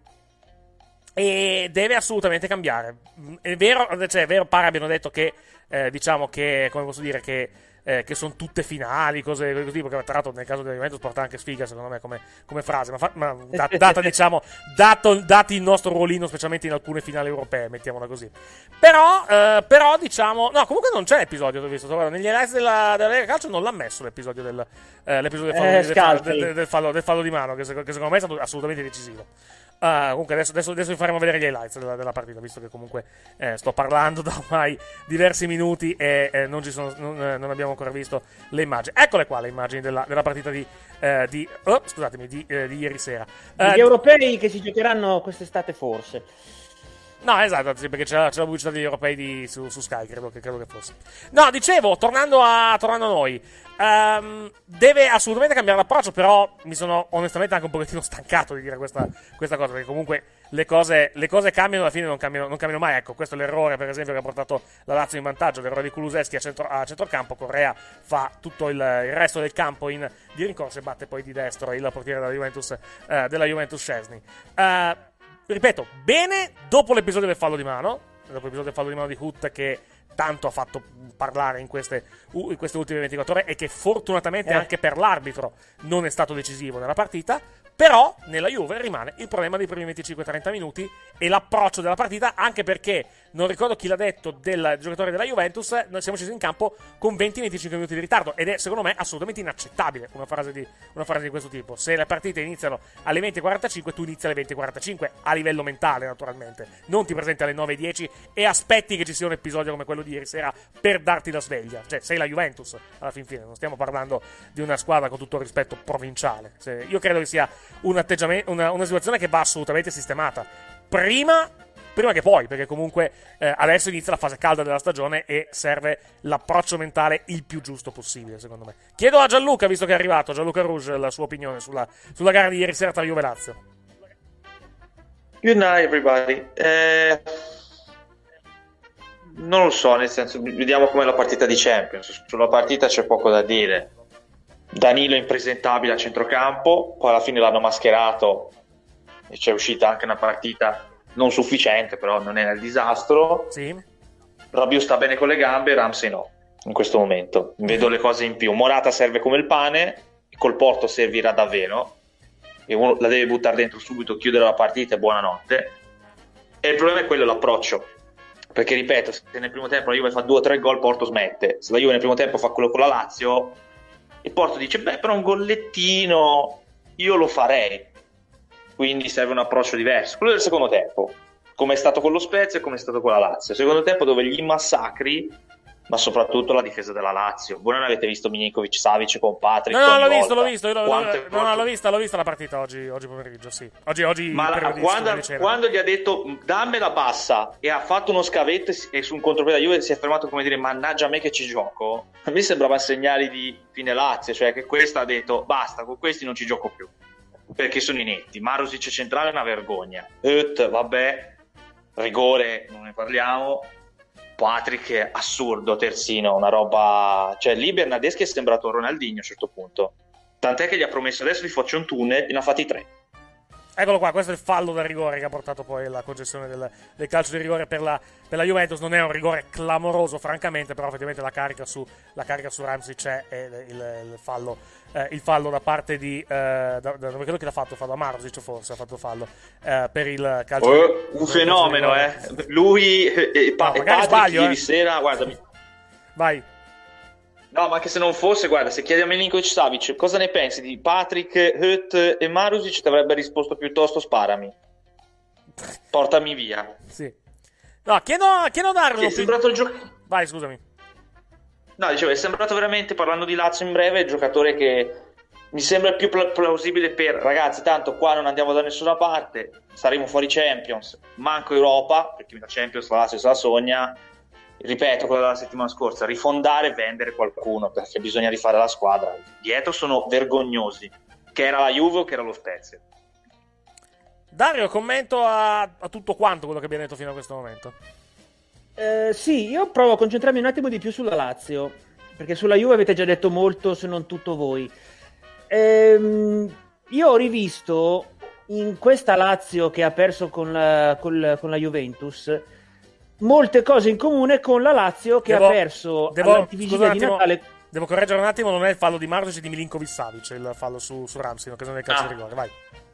e deve assolutamente cambiare. È vero, cioè è vero, pare abbiano detto che eh, diciamo che, come posso dire, che Eh, che sono tutte finali, cose così, perché tra l'altro nel caso della Juventus porta anche sfiga secondo me come, come frase, ma, fa, ma da, data diciamo dato, dati il nostro ruolino specialmente in alcune finali europee, mettiamola così. Però eh, però diciamo no, comunque non c'è l'episodio, ho visto, guarda, negli highlights della, della Lega Calcio non l'ha messo l'episodio del eh, l'episodio del fallo, eh, del, fallo, del, del, fallo, del fallo di mano, che, che secondo me è stato assolutamente decisivo. Uh, comunque adesso, adesso, adesso vi faremo vedere gli highlights della, della partita, visto che comunque eh, sto parlando da ormai diversi minuti e eh, non, ci sono, non, eh, non abbiamo ancora visto le immagini. Eccole qua le immagini della, della partita di, eh, di, oh, scusatemi, di, eh, di ieri sera. Gli uh, europei che si giocheranno quest'estate forse. No, esatto, sì, perché c'è la, c'è la pubblicità degli europei di, su, su Sky, credo che, credo che fosse. No, dicevo, tornando a, tornando a noi, um, deve assolutamente cambiare l'approccio, però mi sono onestamente anche un pochettino stancato di dire questa, questa cosa, perché comunque le cose, le cose cambiano, alla fine non cambiano, non cambiano mai. Ecco, questo è l'errore, per esempio, che ha portato la Lazio in vantaggio, l'errore di Kulusevski a, centro, a centrocampo. Correa fa tutto il, il resto del campo in, di rincorsa e batte poi di destro il portiere della Juventus, uh, della Juventus Szczesny. Uh, Ripeto, bene dopo l'episodio del fallo di mano, dopo l'episodio del fallo di mano di Hut, che tanto ha fatto parlare in queste, in queste ultime ventiquattro ore e che fortunatamente eh. anche per l'arbitro non è stato decisivo nella partita. Però nella Juve rimane il problema dei primi venticinque trenta minuti e l'approccio della partita, anche perché non ricordo chi l'ha detto del giocatore della Juventus, noi siamo scesi in campo con venti venticinque minuti di ritardo, ed è secondo me assolutamente inaccettabile una frase di, una frase di questo tipo. Se le partite iniziano alle venti e quarantacinque, tu inizi alle venti e quarantacinque a livello mentale, naturalmente, non ti presenti alle nove e dieci e aspetti che ci sia un episodio come quello di ieri sera per darti la sveglia. Cioè, sei la Juventus alla fin fine, non stiamo parlando di una squadra, con tutto il rispetto, provinciale. Se, io credo che sia un atteggiamento, una, una situazione che va assolutamente sistemata prima, prima che poi, perché comunque eh, adesso inizia la fase calda della stagione e serve l'approccio mentale il più giusto possibile, secondo me. Chiedo a Gianluca, visto che è arrivato, Gianluca Rouge, la sua opinione sulla, sulla gara di ieri sera tra Juve e Lazio. Good night everybody. Eh, non lo so, nel senso, vediamo com'è la partita di Champions. Sulla partita c'è poco da dire. Danilo impresentabile a centrocampo, poi alla fine l'hanno mascherato e c'è uscita anche una partita non sufficiente, però non è nel disastro. Sì. Rabiot sta bene con le gambe, Ramsey no, in questo momento. Vedo le cose in più. Morata serve come il pane, col Porto servirà davvero, e uno la deve buttare dentro subito, chiudere la partita e buonanotte. E il problema è quello, l'approccio. Perché ripeto, se nel primo tempo la Juve fa due o tre gol, Porto smette. Se la Juve nel primo tempo fa quello con la Lazio, il Porto dice, beh, però un gollettino io lo farei. Quindi serve un approccio diverso. Quello del secondo tempo, come è stato con lo Spezia e come è stato con la Lazio. Secondo tempo dove gli massacri, ma soprattutto la difesa della Lazio. Voi non avete visto Milinkovic Savic con Patrick? No, no, l'ho visto, l'ho visto. Io l'ho, no, no, l'ho vista, l'ho vista la partita oggi, oggi pomeriggio, sì. Oggi, oggi ma la, quando, quando gli ha detto dammela bassa e ha fatto uno scavetto e su un contropiede da Juve si è fermato come dire mannaggia a me che ci gioco, a me sembrava segnali di fine Lazio, cioè che questa ha detto basta, con questi non ci gioco più perché sono inetti. Marusic centrale è una vergogna. Ut, vabbè, rigore non ne parliamo. Patrick è assurdo, terzino, una roba, cioè lì Bernardeschi è sembrato Ronaldinho a un certo punto, tant'è che gli ha promesso adesso vi faccio un tunnel e ne ha fatti tre. Eccolo qua, questo è il fallo da rigore che ha portato poi alla concessione del, del calcio di rigore per la, per la Juventus. Non è un rigore clamoroso francamente, però effettivamente la carica su, la carica su Ramsey c'è, e il, il, fallo, eh, il fallo da parte di eh, da, da, credo che l'ha fatto fallo a Marusic, forse ha fatto fallo eh, per il calcio oh, di, un fenomeno eh lui e, pa- no, e Patrick sbaglio, ieri eh. sera, guardami, vai. No, ma anche se non fosse, guarda, se chiedi a Milinkovic Savic cosa ne pensi di Patrick, Hut e Marusic, ti avrebbe risposto piuttosto sparami, portami via. Sì. No, chiedo, chiedo darlo. È sembrato il gioco. Vai, scusami. No, dicevo, è sembrato veramente, parlando di Lazio in breve, il giocatore che mi sembra il più pl- plausibile per ragazzi, tanto qua non andiamo da nessuna parte, saremo fuori Champions, manco Europa, perché la Champions la Lazio se la sogna, ripeto quello della settimana scorsa, rifondare e vendere qualcuno, perché bisogna rifare la squadra, dietro sono vergognosi, che era la Juve o che era lo Spezia. Dario, commento a, a tutto quanto quello che abbiamo detto fino a questo momento. Eh, sì, io provo a concentrarmi un attimo di più sulla Lazio, perché sulla Juve avete già detto molto, se non tutto voi. Ehm, io ho rivisto in questa Lazio che ha perso con la, col, con la Juventus molte cose in comune con la Lazio che devo, ha perso devo, all'antivigilia di attimo, Natale. Devo correggere un attimo, non è il fallo di Marusic e di Milinkovic-Savic, il fallo su, su Ramsey in occasione del calcio Ah. di rigore. Vai.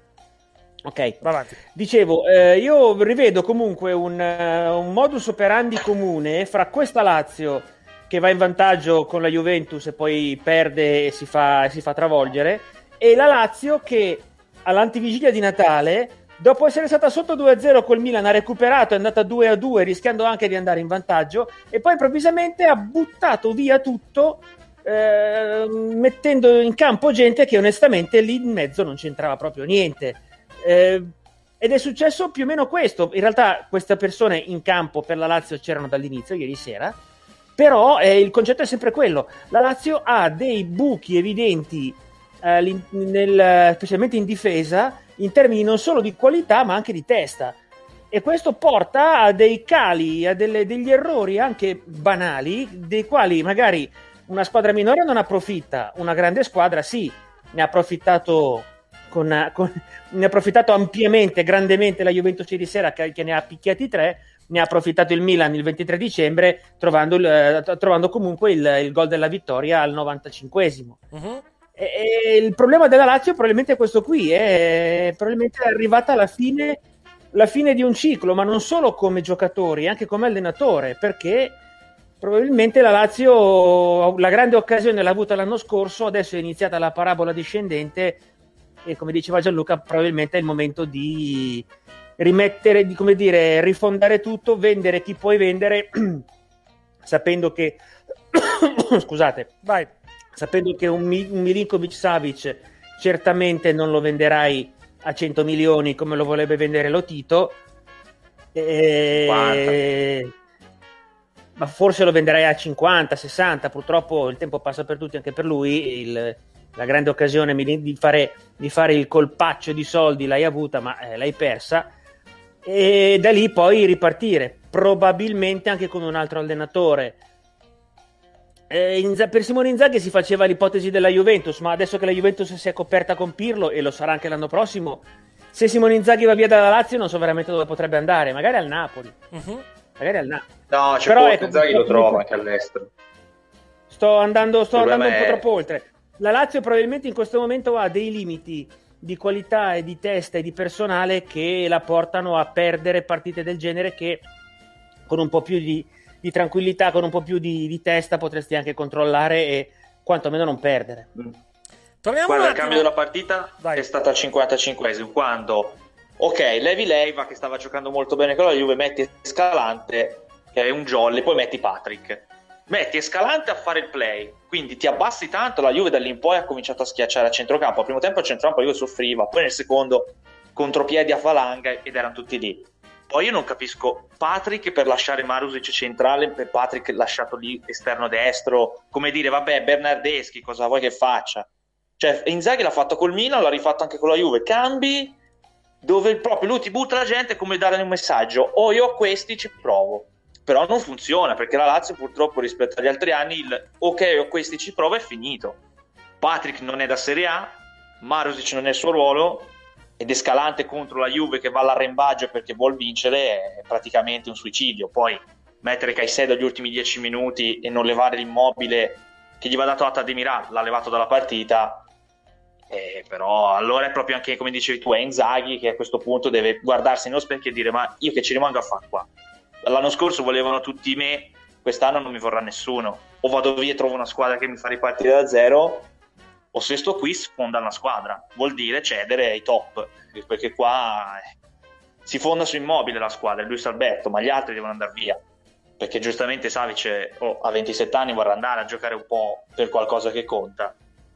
Ok, Va avanti. Dicevo, eh, io rivedo comunque un, uh, un modus operandi comune fra questa Lazio che va in vantaggio con la Juventus e poi perde e si fa, si fa travolgere, e la Lazio che all'antivigilia di Natale, dopo essere stata sotto due a zero col Milan, ha recuperato, è andata due a due rischiando anche di andare in vantaggio, e poi improvvisamente ha buttato via tutto, eh, mettendo in campo gente che onestamente lì in mezzo non c'entrava proprio niente. Eh, ed è successo più o meno questo. In realtà queste persone in campo per la Lazio c'erano dall'inizio, ieri sera, però eh, il concetto è sempre quello: la Lazio ha dei buchi evidenti eh, nel, specialmente in difesa, in termini non solo di qualità ma anche di testa, e questo porta a dei cali, a delle, degli errori anche banali, dei quali magari una squadra minore non approfitta, una grande squadra sì, ne ha approfittato Con, con, ne ha approfittato ampiamente, grandemente la Juventus ieri sera, che, che ne ha picchiati tre, ne ha approfittato il Milan il ventitré dicembre trovando, il, eh, trovando comunque il, il gol della vittoria al novantacinquesimo. Uh-huh. E, e il problema della Lazio probabilmente è questo qui, è probabilmente è arrivata alla fine, la fine di un ciclo, ma non solo come giocatori, anche come allenatore, perché probabilmente la Lazio la grande occasione l'ha avuta l'anno scorso, adesso è iniziata la parabola discendente. E come diceva Gianluca, probabilmente è il momento di rimettere, di come dire, rifondare tutto, vendere chi puoi vendere, sapendo che scusate, vai, sapendo che un, un Milinkovic-Savic certamente non lo venderai a cento milioni come lo volrebbe vendere lo Tito, e... ma forse lo venderai a cinquanta, sessanta, purtroppo il tempo passa per tutti, anche per lui. Il La grande occasione di fare, di fare il colpaccio di soldi l'hai avuta, ma eh, l'hai persa, e da lì poi ripartire, probabilmente anche con un altro allenatore. Eh, Inza- per Simone Inzaghi si faceva l'ipotesi della Juventus, ma adesso che la Juventus si è coperta con Pirlo, e lo sarà anche l'anno prossimo, se Simone Inzaghi va via dalla Lazio non so veramente dove potrebbe andare, magari al Napoli. Uh-huh. Magari al Napoli. No, c'è Però poi ecco, Inzaghi lo trova anche all'estero. Sto andando, sto andando un po' è... troppo oltre. La Lazio probabilmente in questo momento ha dei limiti di qualità e di testa e di personale che la portano a perdere partite del genere che con un po' più di, di tranquillità, con un po' più di, di testa potresti anche controllare e quantomeno non perdere. Mm. Guarda, il cambio della partita Vai. È stato al cinquantacinquesimo, quando ok, levi Leiva che stava giocando molto bene con la Juve, metti Escalante che è un jolly, poi metti Patrick, metti Escalante a fare il play, quindi ti abbassi tanto. La Juve da lì in poi ha cominciato a schiacciare a centrocampo. Al primo tempo a centrocampo la Juve soffriva, poi nel secondo contropiedi a valanga ed erano tutti lì. Poi io non capisco Patrick per lasciare Marusic centrale, per Patrick lasciato lì esterno destro, come dire vabbè Bernardeschi cosa vuoi che faccia? Cioè Inzaghi l'ha fatto col Milan, l'ha rifatto anche con la Juve, cambi dove proprio lui ti butta la gente, come dare un messaggio: o io a questi ci provo. Però non funziona, perché la Lazio purtroppo rispetto agli altri anni il ok o questi ci prova è finito. Patrick non è da Serie A, Marusic non è il suo ruolo, ed Escalante contro la Juve che va all'arrembaggio perché vuol vincere è praticamente un suicidio. Poi mettere Caicedo agli ultimi dieci minuti e non levare l'Immobile che gli va dato a Tademirat, l'ha levato dalla partita, eh, però allora è proprio anche come dicevi tu, è Inzaghi che a questo punto deve guardarsi nello specchio e dire: ma io che ci rimango a fare qua? L'anno scorso volevano tutti me, quest'anno non mi vorrà nessuno. O vado via e trovo una squadra che mi fa ripartire da zero, o se sto qui sfonda una squadra. Vuol dire cedere ai top, perché qua eh, si fonda su Immobile la squadra, Luis Alberto, ma gli altri devono andare via, perché giustamente Savic oh, a ventisette anni vorrà andare a giocare un po' per qualcosa che conta.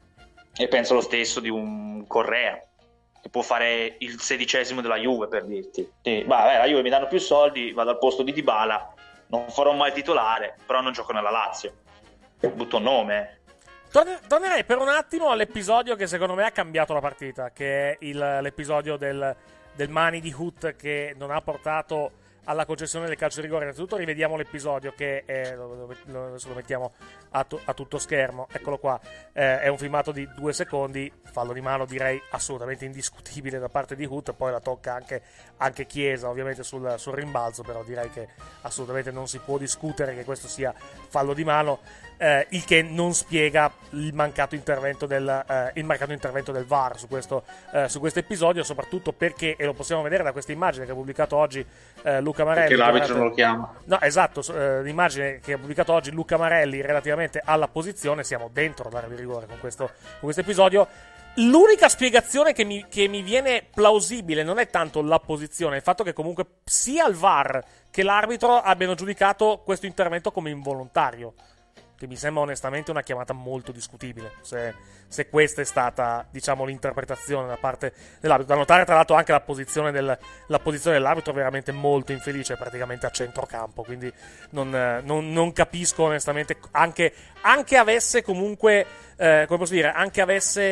E penso lo stesso di un Correa, che può fare il sedicesimo della Juve, per dirti. E, vabbè, la Juve mi danno più soldi, vado al posto di Dybala, non farò mai titolare, però non gioco nella Lazio. Butto un nome. Torne- tornerei per un attimo all'episodio che secondo me ha cambiato la partita, che è il, l'episodio del, del Mani di Hut che non ha portato alla concessione del calcio di rigore. Innanzitutto rivediamo l'episodio, che è, lo, lo, adesso lo mettiamo a, tu, a tutto schermo, eccolo qua. Eh, è un filmato di due secondi, fallo di mano direi assolutamente indiscutibile da parte di Hut, poi la tocca anche, anche Chiesa ovviamente sul, sul rimbalzo, però direi che assolutamente non si può discutere che questo sia fallo di mano, eh, il che non spiega il mancato intervento del, eh, il mancato intervento del V A R su questo, eh, su questo episodio, soprattutto perché, e lo possiamo vedere da questa immagine che ha pubblicato oggi eh, Luca Marelli, perché l'arbitro guardate, non lo chiama. No, esatto, eh, l'immagine che ha pubblicato oggi Luca Marelli relativamente alla posizione, siamo dentro l'area di rigore con questo, con questo episodio. L'unica spiegazione che mi, che mi viene plausibile non è tanto la posizione, il fatto che comunque sia il V A R che l'arbitro abbiano giudicato questo intervento come involontario, che mi sembra onestamente una chiamata molto discutibile, se, se questa è stata, diciamo, l'interpretazione da parte dell'arbitro. Da notare tra l'altro anche la posizione, del, la posizione dell'arbitro veramente molto infelice, praticamente a centrocampo, quindi non, non, non capisco onestamente, anche, anche avesse comunque, eh, come posso dire, anche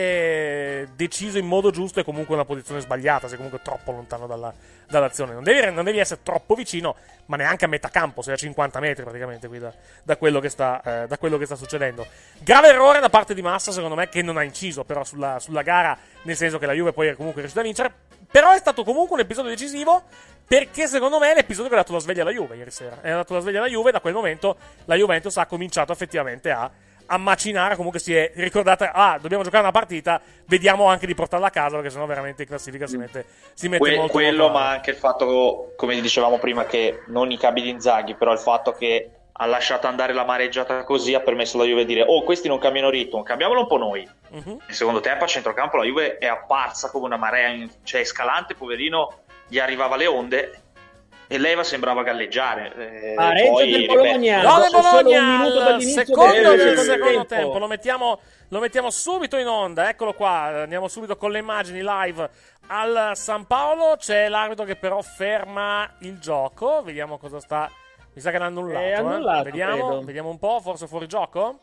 avesse deciso in modo giusto, è comunque una posizione sbagliata, sei comunque troppo lontano dalla, dall'azione, non devi, non devi essere troppo vicino, ma neanche a metà campo, sei a cinquanta metri praticamente qui da, da quello che sta, eh, da quello che sta succedendo. Grave errore da parte di Massa, secondo me, che non ha inciso però sulla, sulla gara, nel senso che la Juve poi è comunque riuscita a vincere, però è stato comunque un episodio decisivo, perché secondo me è l'episodio che ha dato la sveglia alla Juve ieri sera, è dato la sveglia alla Juve, da quel momento la Juventus ha cominciato effettivamente a a macinare, comunque si è ricordata, ah, dobbiamo giocare una partita, vediamo anche di portarla a casa, perché sennò veramente in classifica si mette, si mette que- molto quello molto ma anche il fatto, come dicevamo prima, che non i capi di Inzaghi, però il fatto che ha lasciato andare la mareggiata così ha permesso alla Juve di dire, oh, questi non cambiano ritmo, cambiamolo un po' noi. Uh-huh. Nel secondo tempo a centrocampo la Juve è apparsa come una marea, cioè Scalante, poverino, gli arrivava le onde e Leva sembrava galleggiare. Eh, Pareggio poi, del Bologna, no, del Bologna, il secondo del del secondo tempo. tempo, lo mettiamo, lo mettiamo subito in onda, eccolo qua, andiamo subito con le immagini live al San Paolo, c'è l'arbitro che però ferma il gioco, vediamo cosa sta, mi sa che l'ha annullato, è annullato, eh. vediamo, credo. vediamo un po', forse fuori gioco?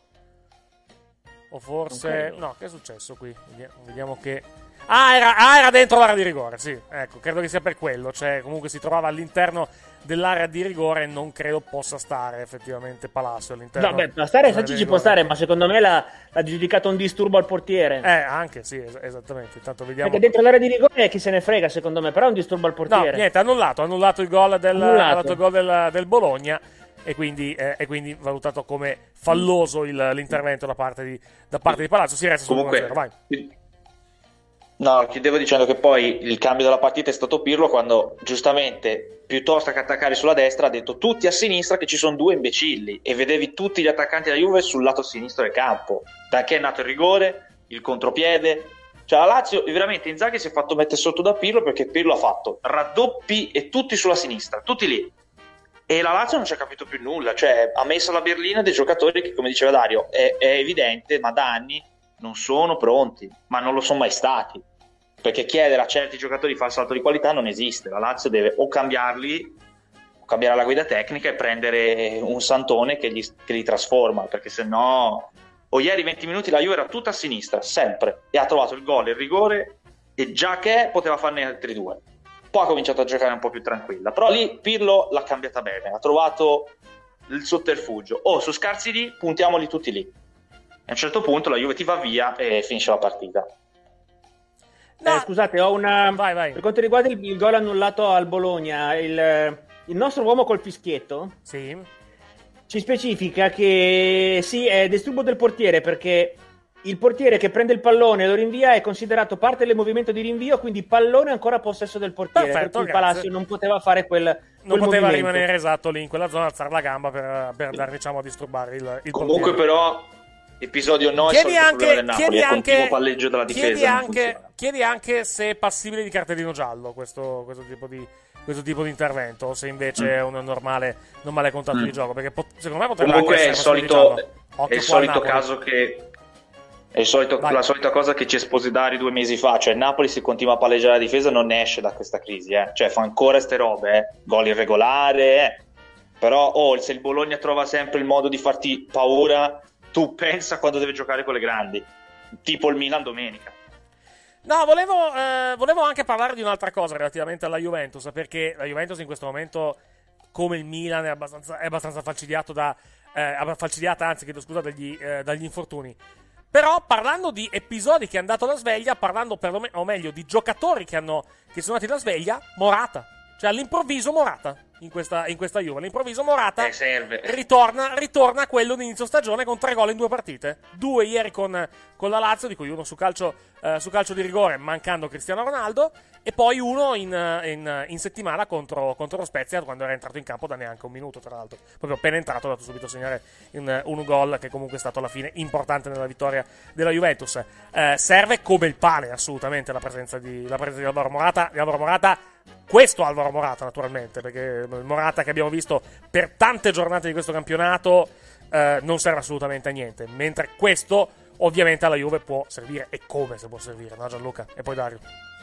O forse, Okay. no, che è successo qui? Vediamo, vediamo che... Ah era, ah, era dentro l'area di rigore, sì, ecco, credo che sia per quello, cioè comunque si trovava all'interno dell'area di rigore e non credo possa stare effettivamente Palacio all'interno. No, beh, ma stare dell'area Sacchi di ci può rigore. stare, ma secondo me l'ha, l'ha giudicato un disturbo al portiere. Eh, anche, sì, es- esattamente, intanto vediamo... Perché dentro l'area di rigore chi se ne frega, secondo me, però è un disturbo al No, portiere. niente, annullato, annullato il gol del, Annullato. annullato il gol del, del Bologna e quindi, eh, e quindi valutato come falloso il, l'intervento da parte di, da parte di Palazzo. Si resta su Comunque, uno a zero, vai. No, chiudevo dicendo che poi il cambio della partita è stato Pirlo quando giustamente, piuttosto che attaccare sulla destra, ha detto tutti a sinistra che ci sono due imbecilli e vedevi tutti gli attaccanti della Juve sul lato sinistro del campo. Da che è nato il rigore, il contropiede. Cioè la Lazio, veramente Inzaghi si è fatto mettere sotto da Pirlo perché Pirlo ha fatto raddoppi e tutti sulla sinistra, tutti lì. E la Lazio non ci ha capito più nulla, cioè ha messo la berlina dei giocatori che, come diceva Dario, è, è evidente, ma da anni non sono pronti, ma non lo sono mai stati, perché chiedere a certi giocatori di fare salto di qualità non esiste. La Lazio deve o cambiarli, o cambiare la guida tecnica e prendere un Santone che, gli, che li trasforma, perché se no, o ieri venti minuti la Juve era tutta a sinistra, sempre, e ha trovato il gol e il rigore, e già che poteva farne altri due. Poi ha cominciato a giocare un po' più tranquilla, però lì Pirlo l'ha cambiata bene, ha trovato il sotterfugio, oh, su scarsi lì, puntiamoli tutti lì. A un certo punto la Juve ti va via e finisce la partita. Eh, scusate, ho una. Vai, vai. Per quanto riguarda il, il gol annullato al Bologna, il, il nostro uomo col fischietto sì. ci specifica che sì, è disturbo del portiere perché il portiere che prende il pallone e lo rinvia è considerato parte del movimento di rinvio, quindi pallone ancora a possesso del portiere. Perfetto, per cui grazie. Palacio non poteva fare quel, quel Non poteva movimento. rimanere esatto lì in quella zona, alzare la gamba per, per andare, diciamo, a disturbare il, il Comunque portiere. però episodio no, Chiedi è anche, del Napoli, chiedi è continuo anche, palleggio della difesa. chiedi non anche, funziona. chiedi anche se è passibile di cartellino giallo questo, questo, tipo, di, questo tipo di intervento, o se invece Mm. è un normale, normale contatto Mm. di gioco, perché pot- secondo me potrebbe Comunque anche è il essere passibile di solito, giallo. è Occhio il qua al solito Napoli. caso che È il solito, la solita cosa che ci esposi Dari due mesi fa, cioè il Napoli se continua a palleggiare la difesa non ne esce da questa crisi, eh. Cioè fa ancora ste robe, eh. Gol irregolare, eh. Però oh, se il Bologna trova sempre il modo di farti paura, tu pensa quando deve giocare con le grandi, tipo il Milan domenica. No, volevo, eh, volevo anche parlare di un'altra cosa relativamente alla Juventus, perché la Juventus in questo momento, come il Milan, è abbastanza, è abbastanza falcidiato da, eh, falcidiata, anzi, chiedo scusa, dagli, eh, dagli infortuni. Però parlando di episodi che hanno dato la sveglia, parlando per lo me- o meglio di giocatori che, hanno, che sono dati la sveglia, Morata. Cioè all'improvviso Morata in questa, in questa Juve. All'improvviso Morata eh, serve. ritorna, ritorna a quello di inizio stagione con tre gol in due partite. Due ieri con, con la Lazio, di cui uno su calcio, eh, su calcio di rigore, mancando Cristiano Ronaldo, e poi uno in, in, in settimana contro, contro lo Spezia, quando era entrato in campo da neanche un minuto, tra l'altro. Proprio appena entrato ha dato subito segnare in, un gol che comunque è stato alla fine importante nella vittoria della Juventus. Eh, serve come il pane assolutamente la presenza di, la presenza di Alvaro Morata. Di Alvaro Morata Questo Alvaro Morata, naturalmente, perché il Morata che abbiamo visto per tante giornate di questo campionato eh, non serve assolutamente a niente, mentre questo ovviamente alla Juve può servire, e come se può servire, no Gianluca? E poi Dario.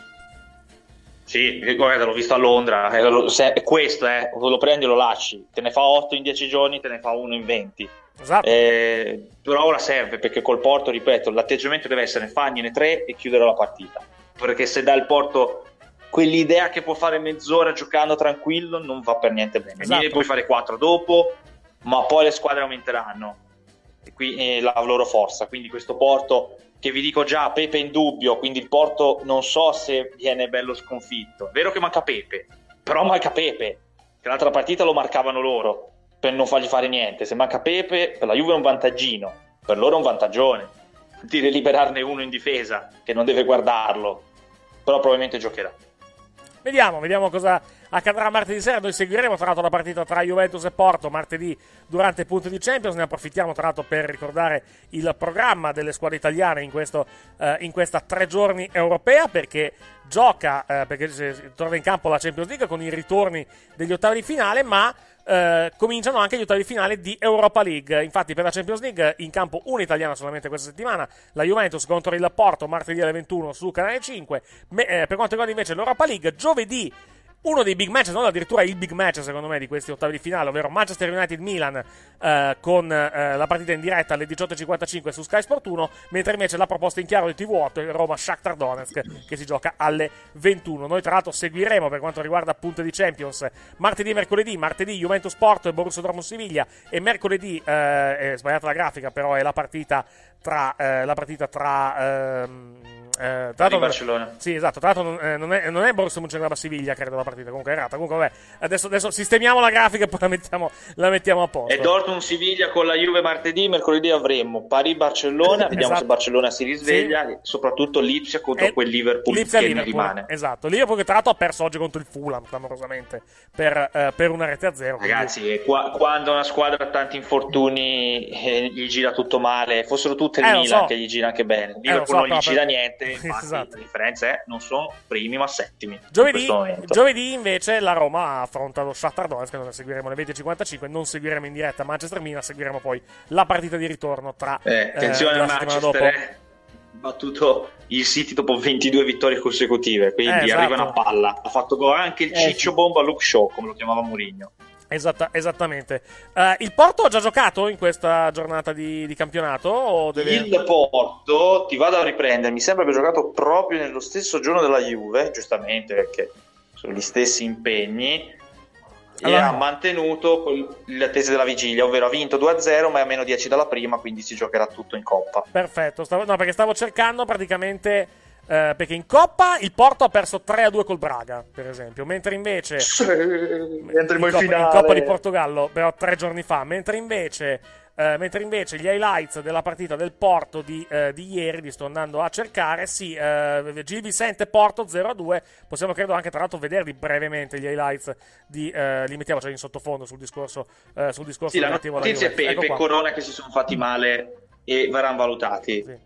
Sì, guarda, l'ho visto a Londra, è questo, eh, lo prendi e lo lasci, te ne fa otto in dieci giorni, te ne fa uno in venti. Esatto. Eh, però ora serve, perché col Porto, ripeto, l'atteggiamento deve essere fagliene tre e chiudere la partita, perché se dà il Porto quell'idea che può fare mezz'ora giocando tranquillo non va per niente bene. Esatto. E puoi fare quattro dopo, ma poi le squadre aumenteranno e qui è la loro forza, quindi questo Porto, che vi dico già, Pepe in dubbio, quindi il Porto non so se viene bello sconfitto. È vero che manca Pepe, però manca Pepe, che l'altra partita lo marcavano loro per non fargli fare niente. Se manca Pepe, per la Juve è un vantaggino, per loro è un vantaggione, dire liberarne uno in difesa che non deve guardarlo, però probabilmente giocherà. Vediamo, vediamo cosa accadrà martedì sera. Noi seguiremo tra l'altro la partita tra Juventus e Porto martedì durante i punti di Champions. Ne approfittiamo tra l'altro per ricordare il programma delle squadre italiane in, questo, eh, in questa tre giorni europea, perché gioca, eh, perché torna in campo la Champions League con i ritorni degli ottavi di finale, ma Uh, cominciano anche gli ottavi di finale di Europa League. Infatti per la Champions League in campo una italiana solamente questa settimana, la Juventus contro il Porto martedì alle ventuno su Canale cinque. Me, eh, per quanto riguarda invece l'Europa League, giovedì uno dei big match, non addirittura il big match secondo me di questi ottavi di finale, ovvero Manchester United-Milan eh, con eh, la partita in diretta alle diciotto e cinquantacinque su Sky Sport uno, mentre invece la proposta in chiaro di T V otto è Roma-Shakhtar Donetsk, che si gioca alle ventuno. Noi tra l'altro seguiremo per quanto riguarda punte di Champions martedì e mercoledì, martedì Juventus-Porto e Borussia Dortmund-Siviglia, e mercoledì, eh, è sbagliata la grafica, però è la partita tra eh, la partita tra ehm, Eh, tra di Barcellona. Sì, esatto. Tra l'altro non, eh, non è, non è Borussia Mönchengladbach Siviglia, credo, la partita. Comunque è errata. Comunque, vabbè, adesso, adesso sistemiamo la grafica e poi la mettiamo, la mettiamo a posto. E Dortmund Siviglia con la Juve martedì, mercoledì avremo Paris Barcellona, vediamo esatto. se Barcellona si risveglia, sì. E soprattutto Lipsia contro e quel Liverpool Lipsia che Liverpool, ne rimane. Esatto. Liverpool che tra l'altro ha perso oggi contro il Fulham, clamorosamente, per, eh, per una rete a zero. Ragazzi, quindi... qua, quando una squadra ha tanti infortuni eh, gli gira tutto male, fossero tutte il eh, Milan so. che gli gira anche bene. Liverpool so, non gli per... gira niente, infatti esatto. La differenza è non sono primi ma settimi. Giovedì, giovedì invece la Roma affronta lo Shakhtar Donetsk, noi seguiremo alle venti e cinquantacinque, non seguiremo in diretta Manchester Milan, seguiremo poi la partita di ritorno tra eh, attenzione, eh, Manchester è battuto il City dopo ventidue vittorie consecutive, quindi eh, esatto. arriva una palla, ha fatto gol anche il eh, ciccio sì. bomba Luke Shaw, come lo chiamava Mourinho. Esatta, esattamente. Uh, il Porto ha già giocato in questa giornata di, di campionato? O deve... Il Porto, ti vado a riprendere, mi sembra abbia giocato proprio nello stesso giorno della Juve, giustamente perché sono gli stessi impegni, allora... e ha mantenuto l'attesa della vigilia, ovvero ha vinto due a zero ma è a meno dieci dalla prima, quindi si giocherà tutto in Coppa. Perfetto, stavo, no, perché stavo cercando praticamente... Uh, perché in Coppa il Porto ha perso tre a due col Braga, per esempio, mentre invece sì, in, Coppa, in Coppa di Portogallo, però tre giorni fa, mentre invece uh, mentre invece gli highlights della partita del Porto di, uh, di ieri, li sto andando a cercare, sì, uh, Gil Vicente Porto zero a due, possiamo credo anche tra l'altro vederli brevemente gli highlights di, uh, li mettiamo già in sottofondo sul discorso uh, sul discorso sì, la notizia è Pepe e Corona che si sono fatti male e verranno valutati. Sì.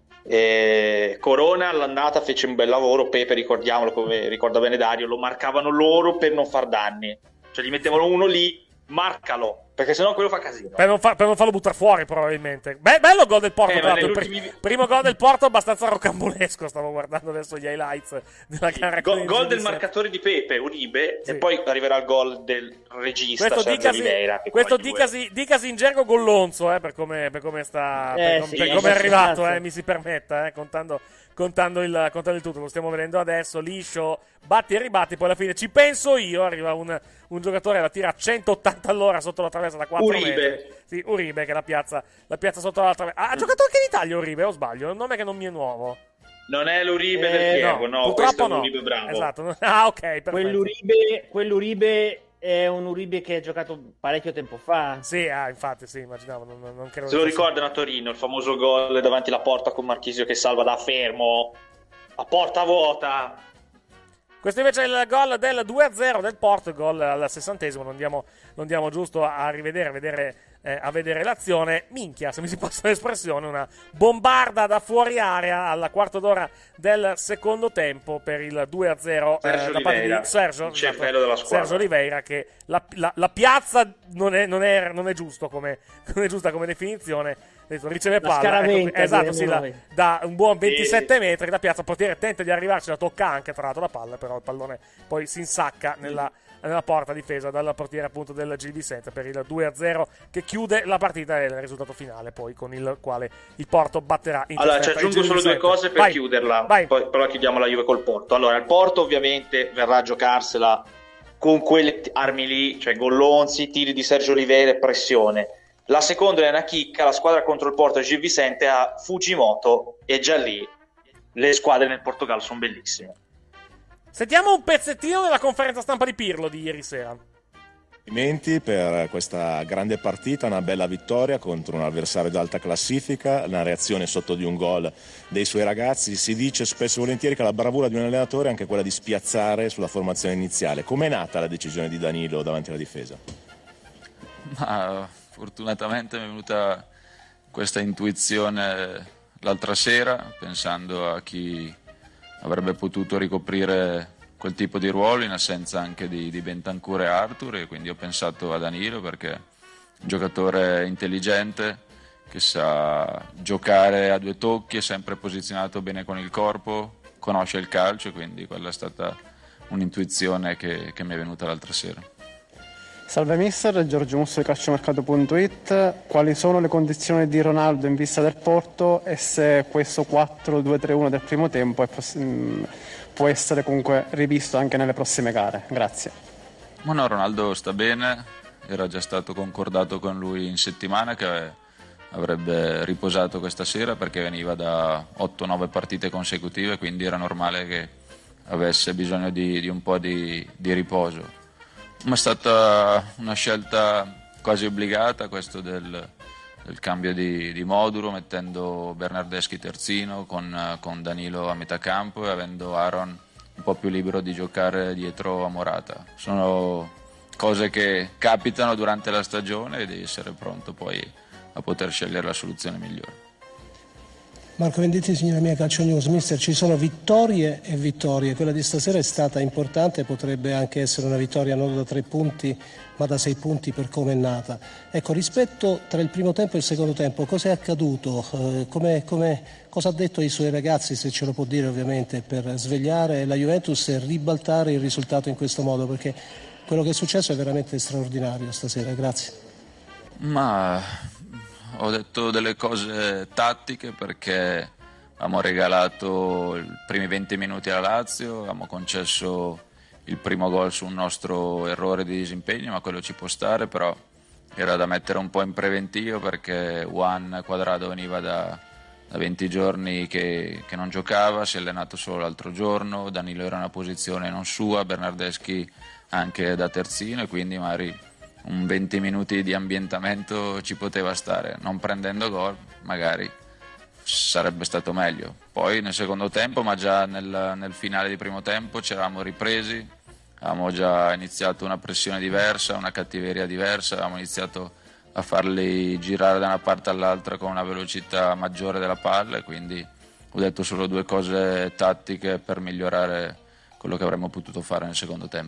E Corona all'andata fece un bel lavoro, Pepe ricordiamolo, come ricorda bene Dario, lo marcavano loro per non far danni, cioè gli mettevano uno lì, marcalo, perché sennò quello fa casino. Per non, fa, per non farlo buttare fuori, probabilmente. Be- bello il gol del Porto, Eh, tra ma l'altro. negli ultimi- Pr- primo gol del Porto abbastanza rocambolesco. Stavo guardando adesso gli highlights della gara. Go- con il gol G del D marcatore di Pepe, Uribe, Sì. e poi arriverà il gol del regista Questo Sergio dicasi, Oliveira. che questo poi due- dicasi, dicasi in gergo gollonzo, eh, per come, per come sta, Eh, per, com- sì, per sì, come è sì, arrivato, cazzo. eh, mi si permetta, eh, contando, contando, il, contando il tutto. Lo stiamo vedendo adesso, liscio, batti e ribatti, poi alla fine ci penso io, arriva un, un giocatore, la tira a centottanta all'ora sotto la traversa da quattro Uribe. metri. Sì, Uribe che la piazza, la piazza sotto la traversa. Ah, ha giocato anche in Italia Uribe, o sbaglio? È un nome che non mi è nuovo. Non è l'Uribe Eh, del no, Chievo, no, purtroppo questo è no. l'Uribe bravo. Esatto. Ah, ok, perfetto. Quell'Uribe, quell'Uribe è un Uribe che ha giocato parecchio tempo fa. Sì, ah, infatti, sì, immaginavo, non, non credo Se lo che fosse- ricordano a Torino, il famoso gol davanti alla porta con Marchisio che salva da fermo, a porta vuota. Questo invece è il gol del due a zero del Porto, il gol al sessantesimo, non diamo, non diamo giusto a rivedere, a vedere, eh, a vedere l'azione. Minchia, se mi si passa l'espressione, una bombarda da fuori area al quarto d'ora del secondo tempo per il due a zero eh, Sergio da parte Oliveira, di Sergio, il cervello della squadra. Sergio Oliveira, che la, la- la piazza non è, non è, non è giusto come, non è giusta come definizione. Detto, riceve La palla, scaraventa, ecco, esatto, diremo sì, la- noi. da un buon Sì, ventisette sì. metri da piazza, il portiere tenta di arrivarci, la tocca anche tra l'altro la palla, però il pallone poi si insacca nella, nella porta difesa dal portiere appunto del Gil Vicente per il due a zero che chiude la partita e il risultato finale poi con il quale il Porto batterà in Allora, ci trasferta il aggiungo Gil solo due Vicente. cose per Vai. chiuderla, Vai. poi però chiudiamo la Juve col Porto. Allora, il Porto ovviamente verrà a giocarsela con quelle t- armi lì, cioè gollonzi, tiri di Sergio Oliveira e pressione. La seconda è una chicca, la squadra contro il Porto Gil Vicente ha Fujimoto e già lì le squadre nel Portogallo sono bellissime. Sentiamo un pezzettino della conferenza stampa di Pirlo di ieri sera. Complimenti per questa grande partita, una bella vittoria contro un avversario d'alta classifica, una reazione sotto di un gol dei suoi ragazzi. Si dice spesso e volentieri che la bravura di un allenatore è anche quella di spiazzare sulla formazione iniziale. Com'è nata la decisione di Danilo davanti alla difesa? Ma fortunatamente mi è venuta questa intuizione l'altra sera, pensando a chi avrebbe potuto ricoprire quel tipo di ruolo in assenza anche di, di Bentancur e Arthur, e quindi ho pensato a Danilo perché è un giocatore intelligente che sa giocare a due tocchi, è sempre posizionato bene con il corpo, conosce il calcio, quindi quella è stata un'intuizione che, che mi è venuta l'altra sera. Salve mister, Giorgio Musso di calciomercato punto it. Quali sono le condizioni di Ronaldo in vista del Porto e se questo quattro due tre uno del primo tempo è poss- mh, può essere comunque rivisto anche nelle prossime gare? Grazie. Ma no, Ronaldo sta bene, era già stato concordato con lui in settimana che avrebbe riposato questa sera perché veniva da otto nove partite consecutive, quindi era normale che avesse bisogno di, di un po' di, di riposo. Ma è stata una scelta quasi obbligata questo del, del cambio di, di modulo, mettendo Bernardeschi terzino con, con Danilo a metà campo e avendo Aaron un po' più libero di giocare dietro a Morata. Sono cose che capitano durante la stagione e devi essere pronto poi a poter scegliere la soluzione migliore. Marco Venditti, signora mia, Calcio News. Mister, ci sono vittorie e vittorie. Quella di stasera è stata importante, potrebbe anche essere una vittoria non da tre punti ma da sei punti per come è nata. Ecco, rispetto tra il primo tempo e il secondo tempo, cosa è accaduto? Eh, come, come, cosa ha detto ai suoi ragazzi, se ce lo può dire ovviamente, per svegliare la Juventus e ribaltare il risultato in questo modo? Perché quello che è successo è veramente straordinario stasera. Grazie. Ma ho detto delle cose tattiche perché abbiamo regalato i primi venti minuti alla Lazio, abbiamo concesso il primo gol su un nostro errore di disimpegno, ma quello ci può stare, però era da mettere un po' in preventivo perché Juan Quadrado veniva da, da venti giorni che, che non giocava, si è allenato solo l'altro giorno, Danilo era in una posizione non sua, Bernardeschi anche da terzino, e quindi magari un venti minuti di ambientamento ci poteva stare, non prendendo gol magari sarebbe stato meglio. Poi nel secondo tempo, ma già nel, nel finale di primo tempo ci eravamo ripresi, avevamo già iniziato una pressione diversa, una cattiveria diversa, avevamo iniziato a farli girare da una parte all'altra con una velocità maggiore della palla, e quindi ho detto solo due cose tattiche per migliorare quello che avremmo potuto fare nel secondo tempo.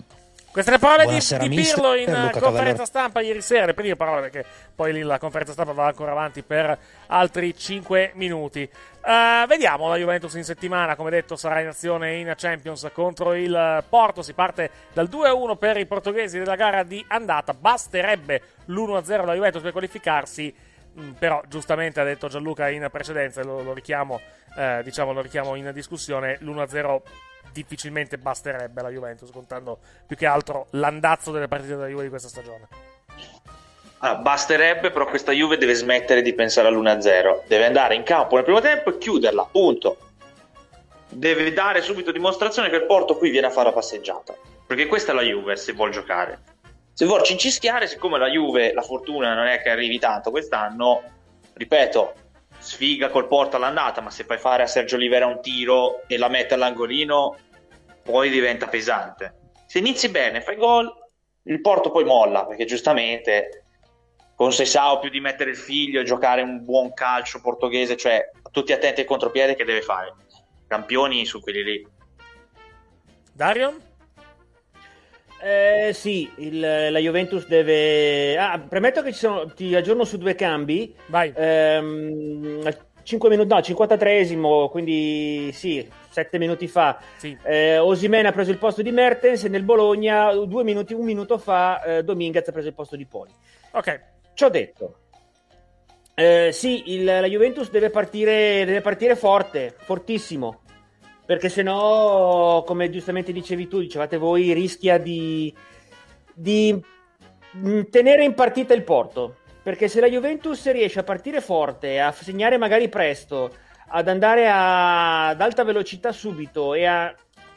Queste le parole di, Buonasera, di mister. Pirlo in Luca conferenza Cavallero. stampa ieri sera, le prime parole, perché poi lì la conferenza stampa va ancora avanti per altri cinque minuti. Uh, vediamo la Juventus in settimana, come detto sarà in azione in Champions contro il Porto, si parte dal due a uno per i portoghesi della gara di andata, basterebbe l'uno a zero alla Juventus per qualificarsi, mh, però giustamente ha detto Gianluca in precedenza, lo, lo richiamo, eh, diciamo lo richiamo in discussione, l'uno a zero difficilmente basterebbe alla Juventus, contando più che altro l'andazzo delle partite della Juve di questa stagione. Allora, basterebbe, però questa Juve deve smettere di pensare all'uno a zero, deve andare in campo nel primo tempo e chiuderla, punto. Deve dare subito dimostrazione che il Porto qui viene a fare la passeggiata, perché questa è la Juve se vuol giocare. Se vuol cincischiare, siccome la Juve, la fortuna non è che arrivi tanto quest'anno, ripeto, sfiga col Porto all'andata, ma se fai fare a Sergio Oliveira un tiro e la mette all'angolino, poi diventa pesante. Se inizi bene, fai gol, il Porto poi molla, perché giustamente con Seisao più di mettere il figlio e giocare un buon calcio portoghese, cioè tutti attenti al contropiede che deve fare. Campioni su quelli lì. Dario? Eh, sì, il, la Juventus deve... Ah, premetto che ci sono, ti aggiorno su due cambi. Vai. Ehm, cinque minuti, no, cinquantatreesimo, quindi sì, sette minuti fa. Sì. Eh, Osimhen ha preso il posto di Mertens e nel Bologna, due minuti, un minuto fa, eh, Dominguez ha preso il posto di Poli. Ok. Ciò detto, eh, sì, il, la Juventus deve partire, deve partire forte, fortissimo. Perché sennò, come giustamente dicevi tu, dicevate voi, rischia di, di tenere in partita il Porto. Perché se la Juventus riesce a partire forte, a segnare magari presto, ad andare a, ad alta velocità subito e a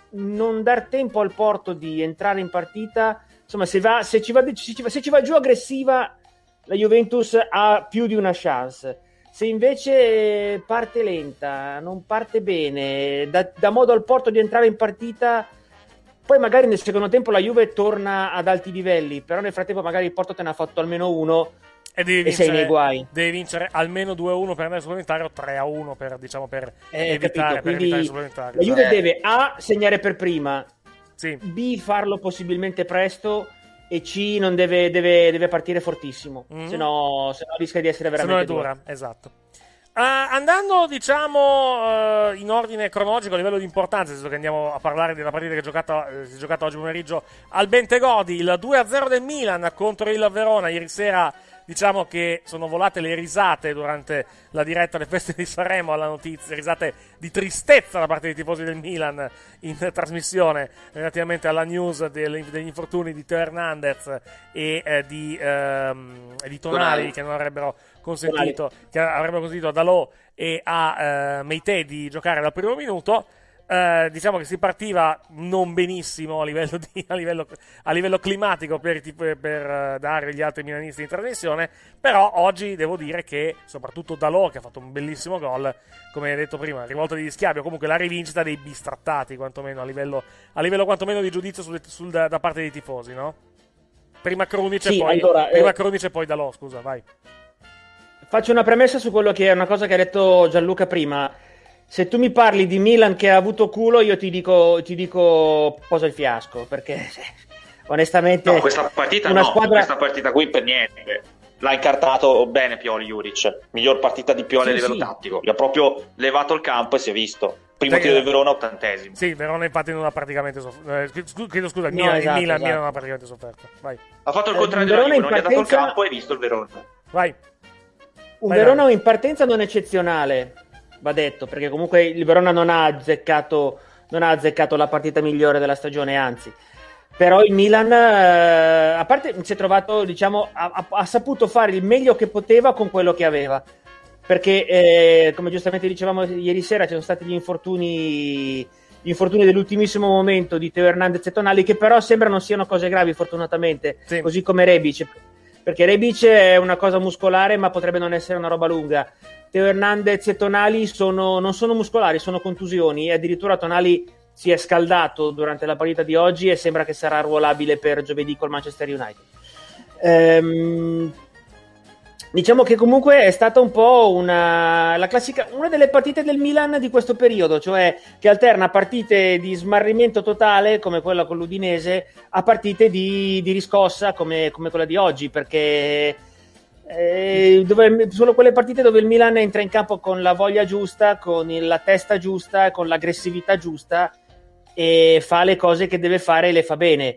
non dar tempo al Porto di entrare in partita, insomma, se, va, se, ci, va, se, ci, va, se ci va giù aggressiva, la Juventus ha più di una chance. Se invece parte lenta, non parte bene, dà, dà modo al Porto di entrare in partita, poi magari nel secondo tempo la Juve torna ad alti livelli, però nel frattempo magari il Porto te ne ha fatto almeno uno e, devi e vincere, sei nei guai. Devi vincere almeno due a uno per andare al supplementario, tre a uno per, diciamo, per, eh, evitare, capito, per quindi evitare il supplementario. La Juve eh. deve A, segnare per prima, sì. B, farlo possibilmente presto, e C non deve, deve, deve partire fortissimo, mm-hmm. se no rischia di essere veramente dura. dura. Esatto. Uh, andando, diciamo, uh, in ordine cronologico a livello di importanza, nel senso che andiamo a parlare della partita che è giocata, eh, si è giocata oggi pomeriggio al Bentegodi, il due a zero del Milan contro il Verona. Ieri sera, diciamo che sono volate le risate durante la diretta alle feste di Sanremo alla notizia, risate di tristezza da parte dei tifosi del Milan in trasmissione relativamente alla news degli, degli infortuni di Teo Hernandez e eh, di, ehm, di Tonali, Tonali che non avrebbero consentito Tonali. che avrebbero consentito a Dalot e a eh, Meite di giocare dal primo minuto. Uh, diciamo che si partiva non benissimo a livello, di, a livello, a livello climatico per, per, per uh, Dario e gli altri milanisti in trasmissione, però oggi devo dire che soprattutto Dalot, che ha fatto un bellissimo gol, come hai detto prima, rivolta di Schiavio, comunque la rivincita dei bistrattati quantomeno a livello, a livello quantomeno di giudizio sul, sul, da, da parte dei tifosi, no? Prima Krunic sì, e poi, allora, prima eh... Krunic e poi Dalot, scusa, vai. Faccio una premessa su quello che è una cosa che ha detto Gianluca prima. Se tu mi parli di Milan che ha avuto culo, io ti dico, ti dico posa il fiasco, perché onestamente no, questa partita una no, squadra... questa partita qui per niente. L'ha incartato bene Pioli Juric, miglior partita di Pioli sì, a livello sì. tattico, gli ha proprio levato il campo e si è visto. Primo tiro del Verona, ottantesimo. Sì, Verona infatti non ha praticamente sofferto. Eh, chiedo scusa, il no, Milan, esatto, il Milan, esatto. Milan non ha praticamente sofferto. Vai. Ha fatto il contrario della Juve, non gli ha dato il campo e hai visto il Verona. Vai. Un Vai, Verona vai. in partenza non eccezionale, va detto, perché comunque il Verona non ha azzeccato, non ha azzeccato la partita migliore della stagione, anzi. Però il Milan, eh, a parte si è trovato, diciamo, ha, ha saputo fare il meglio che poteva con quello che aveva. Perché, eh, come giustamente dicevamo ieri sera, ci sono stati gli infortuni, gli infortuni dell'ultimissimo momento di Teo Hernandez e Tonali, che però sembra non siano cose gravi, fortunatamente, sì. Così come Rebic. Perché Rebic è una cosa muscolare, ma potrebbe non essere una roba lunga. Teo Hernandez e Tonali sono, non sono muscolari, sono contusioni, e addirittura Tonali si è scaldato durante la partita di oggi e sembra che sarà arruolabile per giovedì col Manchester United. Ehm, Diciamo che comunque è stata un po' una, la classica, una delle partite del Milan di questo periodo, cioè che alterna partite di smarrimento totale come quella con l'Udinese a partite di, di riscossa come, come quella di oggi, perché eh, dove, sono quelle partite dove il Milan entra in campo con la voglia giusta, con il, la testa giusta, con l'aggressività giusta e fa le cose che deve fare e le fa bene.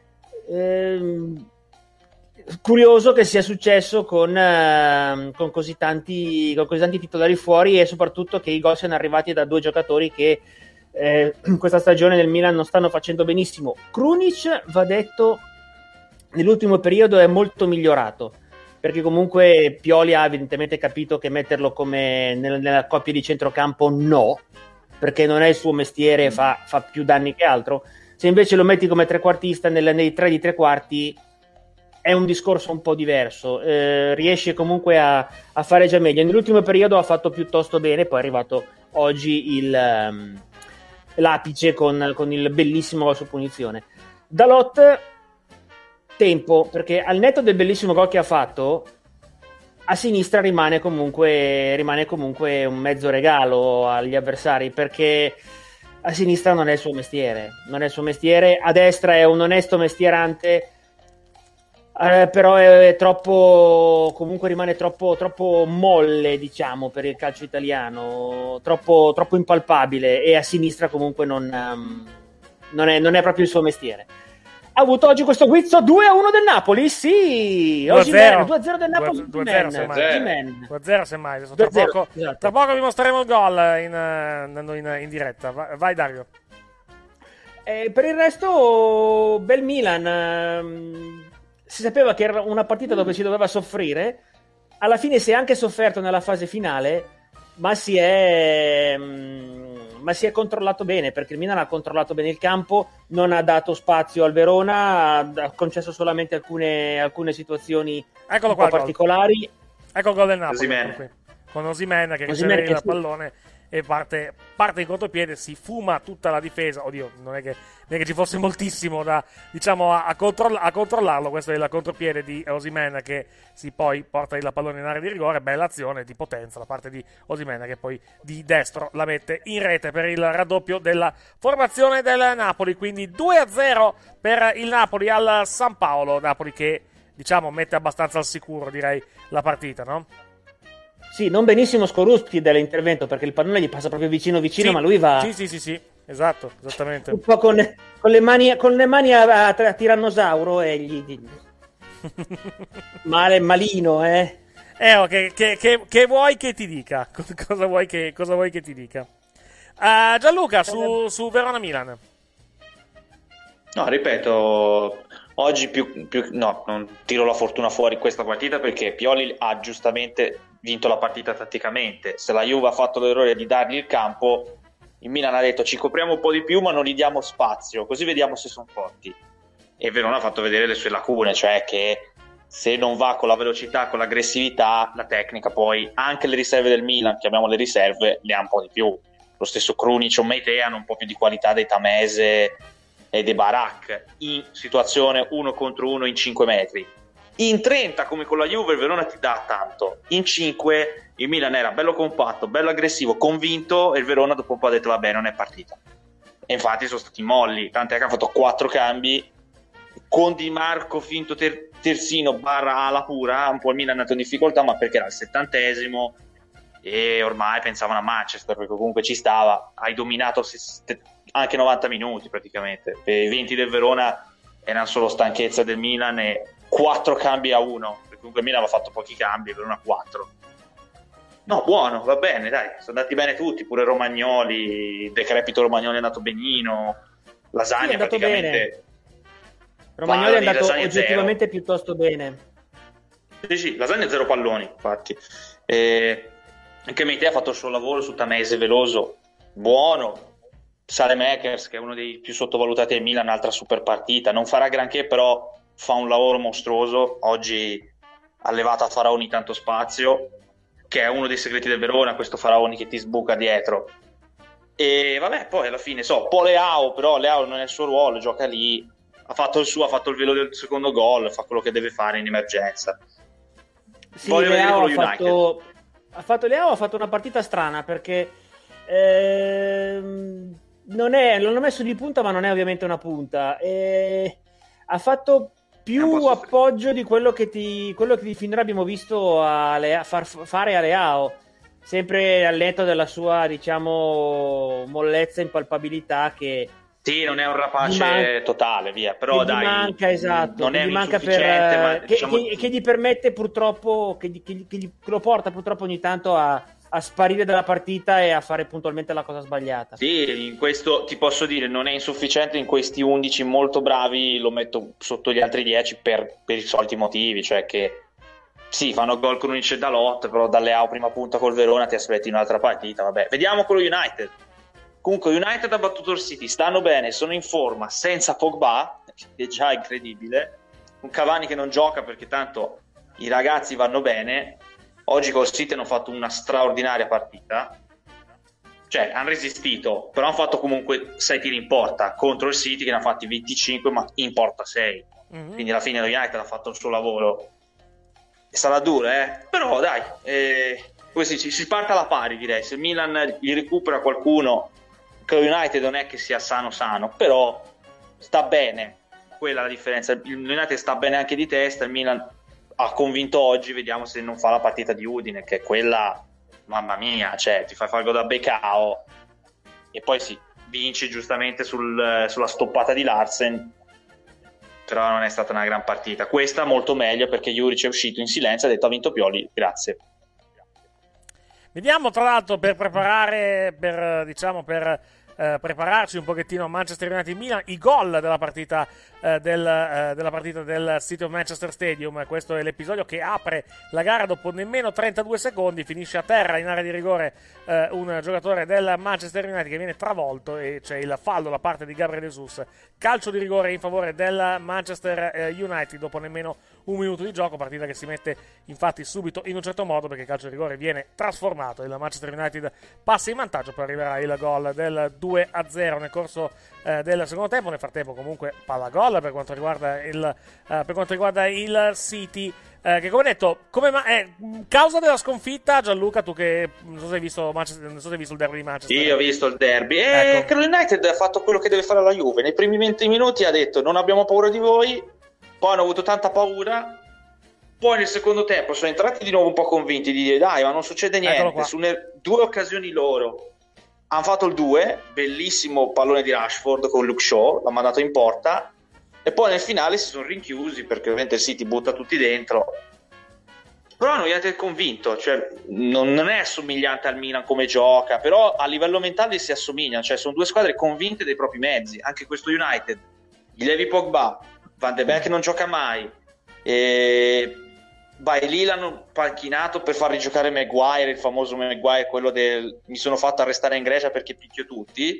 Ehm, Curioso che sia successo con, uh, con, così tanti, con così tanti titolari fuori e soprattutto che i gol siano arrivati da due giocatori che eh, questa stagione nel Milan non stanno facendo benissimo. Krunic, va detto, nell'ultimo periodo è molto migliorato, perché comunque Pioli ha evidentemente capito che metterlo come nel, nella coppia di centrocampo no, perché non è il suo mestiere, fa, fa più danni che altro. Se invece lo metti come trequartista nel, nei tre di tre quarti è un discorso un po' diverso, eh, riesce comunque a, a fare già meglio. Nell'ultimo periodo ha fatto piuttosto bene, poi è arrivato oggi il, um, l'apice con, con il bellissimo gol su punizione. Dalot, tempo, perché al netto del bellissimo gol che ha fatto, a sinistra rimane comunque, rimane comunque un mezzo regalo agli avversari, perché a sinistra non è il suo mestiere, non è il suo mestiere, a destra è un onesto mestierante, Eh, però è troppo, comunque rimane troppo, troppo molle, diciamo, per il calcio italiano, troppo, troppo impalpabile, e a sinistra comunque non, um, non, è, non è proprio il suo mestiere. Ha avuto oggi questo guizzo due a uno del Napoli? Sì, due a zero due a zero del Napoli. due a zero semmai. due a zero semmai. Adesso tra, poco, esatto. tra poco vi mostreremo il gol in, in, in diretta. Vai, vai Dario. Eh, per il resto, bel Milan. Ehm, si sapeva che era una partita dove si doveva soffrire, alla fine si è anche sofferto nella fase finale, ma si è mh, ma si è controllato bene, perché il Milan ha controllato bene il campo, non ha dato spazio al Verona, ha concesso solamente alcune, alcune situazioni Eccolo un qua, po' particolari. Ecco il gol del Napoli, Osimhen. con Osimhen che Osimhen riceve che il sì. pallone e parte, parte in contropiede, si fuma tutta la difesa. Oddio, non è che, non è che ci fosse moltissimo da, diciamo, a, a, controll- a controllarlo. Questo è il contropiede di Osimhen che si poi porta il pallone in area di rigore. Bella azione di potenza da parte di Osimhen, che poi di destro la mette in rete per il raddoppio della formazione del Napoli. Quindi due a zero per il Napoli al San Paolo. Napoli che, diciamo, mette abbastanza al sicuro, direi, la partita, no? Sì, non benissimo Skorupski dell'intervento, perché il pallone gli passa proprio vicino vicino, Sì, ma lui va Sì, sì, sì, sì, esatto, esattamente. un po' con, con le mani, con le mani a, a, a tirannosauro e gli, gli... male malino, eh. Eh, oh, che, che, che, che vuoi che ti dica? Cosa vuoi che, cosa vuoi che ti dica? Uh, Gianluca, su, su Verona-Milan. No, ripeto, oggi più, più no, non tiro la fortuna fuori questa partita, perché Pioli ha giustamente vinto la partita tatticamente. Se la Juve ha fatto l'errore di dargli il campo, il Milan ha detto ci copriamo un po' di più ma non gli diamo spazio, così vediamo se sono forti. E Verona ha fatto vedere le sue lacune, cioè che se non va con la velocità, con l'aggressività, la tecnica, poi anche le riserve del Milan, chiamiamole riserve, le ha un po' di più. Lo stesso Krunic o Meite hanno un po' più di qualità dei Tamese e dei Barak in situazione uno contro uno in cinque metri. In trenta, come con la Juve, il Verona ti dà tanto. In cinque il Milan era bello compatto, bello aggressivo, convinto, e il Verona dopo un po' ha detto vabbè, non è partita. E infatti sono stati molli, tant'è che hanno fatto quattro cambi con Di Marco finto ter- terzino barra ala pura. Un po' il Milan è andato in difficoltà, ma perché era il settantesimo e ormai pensavano a Manchester, perché comunque ci stava. Hai dominato anche novanta minuti praticamente. E i venti del Verona erano solo stanchezza del Milan e quattro cambi a uno, perché comunque il Milan aveva fatto pochi cambi, per una quattro. No, buono, va bene, dai, sono andati bene tutti, pure Romagnoli, decrepito Romagnoli è andato benino, Lasagna Sì, è andato praticamente... bene. Romagnoli è palloni, andato Lasagna oggettivamente piuttosto bene. Sì, sì, Lasagna zero palloni, infatti. E anche Meite ha fatto il suo lavoro su Tamese, veloso, buono. Saelemaekers, che è uno dei più sottovalutati del Milan, un'altra super partita, non farà granché, però fa un lavoro mostruoso. Oggi ha levato a Faraoni tanto spazio, che è uno dei segreti del Verona, questo Faraoni che ti sbuca dietro. E vabbè, poi alla fine so, un po' Leao, però Leao non è il suo ruolo, gioca lì, ha fatto il suo, ha fatto il velo del secondo gol, fa quello che deve fare in emergenza. Sì, Voglio vedere Leao con ha lo United. fatto, ha fatto Leao ha fatto una partita strana perché ehm, non è, l'hanno messo di punta, ma non è ovviamente una punta. E ha fatto più appoggio di quello che ti quello che finora abbiamo visto a Lea, far, fare a Leao, sempre al netto della sua, diciamo, mollezza e impalpabilità, che Sì, non è un rapace man- totale, via, però che dai, gli manca, esatto, non che è gli manca per, insufficiente, ma che, diciamo che- che gli permette purtroppo, che, gli- che gli- che gli- che lo porta purtroppo ogni tanto a, a sparire dalla partita e a fare puntualmente la cosa sbagliata. Sì, in questo ti posso dire, non è insufficiente, in questi undici molto bravi lo metto sotto gli altri dieci per, per i soliti motivi, cioè che sì, fanno gol con Unice e Dalot, però dalle A prima punta col Verona ti aspetti un'altra partita, vabbè. Vediamo con lo United. Comunque United ha battuto il City, stanno bene, sono in forma, senza Pogba, che è già incredibile, un Cavani che non gioca perché tanto i ragazzi vanno bene. Oggi col City hanno fatto una straordinaria partita, cioè hanno resistito, però hanno fatto comunque sei tiri in porta contro il City che ne ha fatti venticinque, ma in porta sei. Mm-hmm. Quindi alla fine lo United ha fatto il suo lavoro. E sarà dura, eh? Però dai, eh, così si, si parte alla pari, direi. Se il Milan gli recupera qualcuno, che lo United non è che sia sano sano, però sta bene, quella è la differenza. Il United sta bene anche di testa, il Milan ha convinto oggi, vediamo se non fa la partita di Udine, che è quella, mamma mia, cioè ti fai fare il gol da Becao e poi si vince giustamente sul, sulla stoppata di Larsen, però non è stata una gran partita. Questa molto meglio perché Juric è uscito in silenzio e ha detto: ha vinto Pioli, grazie. Vediamo tra l'altro, per preparare, per diciamo per eh, prepararci un pochettino a Manchester United Milan, i gol della partita eh, del, eh, della partita del City of Manchester Stadium. Questo è l'episodio che apre la gara dopo nemmeno trentadue secondi, finisce a terra in area di rigore eh, un giocatore del Manchester United che viene travolto e c'è il fallo da parte di Gabriel Jesus. Calcio di rigore in favore del Manchester eh, United dopo nemmeno un minuto di gioco, partita che si mette infatti subito in un certo modo perché il calcio di rigore viene trasformato, il Manchester United passa in vantaggio, poi arriverà il gol del due a zero nel corso eh, del secondo tempo. Nel frattempo comunque palla gol per quanto riguarda il, eh, per quanto riguarda il City, eh, che come detto, come ma- è causa della sconfitta. Gianluca, tu che non so se hai visto, Manchester, non so se hai visto il derby di Manchester. Io ho visto il derby e Ecco. che lo United ha fatto quello che deve fare la Juve. Nei primi venti minuti ha detto: non abbiamo paura di voi. Poi hanno avuto tanta paura, poi nel secondo tempo sono entrati di nuovo un po' convinti di dire: dai, ma non succede niente. Sulle due occasioni loro hanno fatto il due, bellissimo pallone di Rashford con Luke Shaw, l'ha mandato in porta, e poi nel finale si sono rinchiusi perché ovviamente il City butta tutti dentro. Però hanno United convinto, cioè non, non è assomigliante al Milan come gioca, però a livello mentale si assomigliano, cioè sono due squadre convinte dei propri mezzi. Anche questo United, gli levi Pogba, Van de Beek non gioca mai, e Bailly l'hanno panchinato per far rigiocare Maguire, il famoso Maguire, quello del mi sono fatto arrestare in Grecia perché picchio tutti,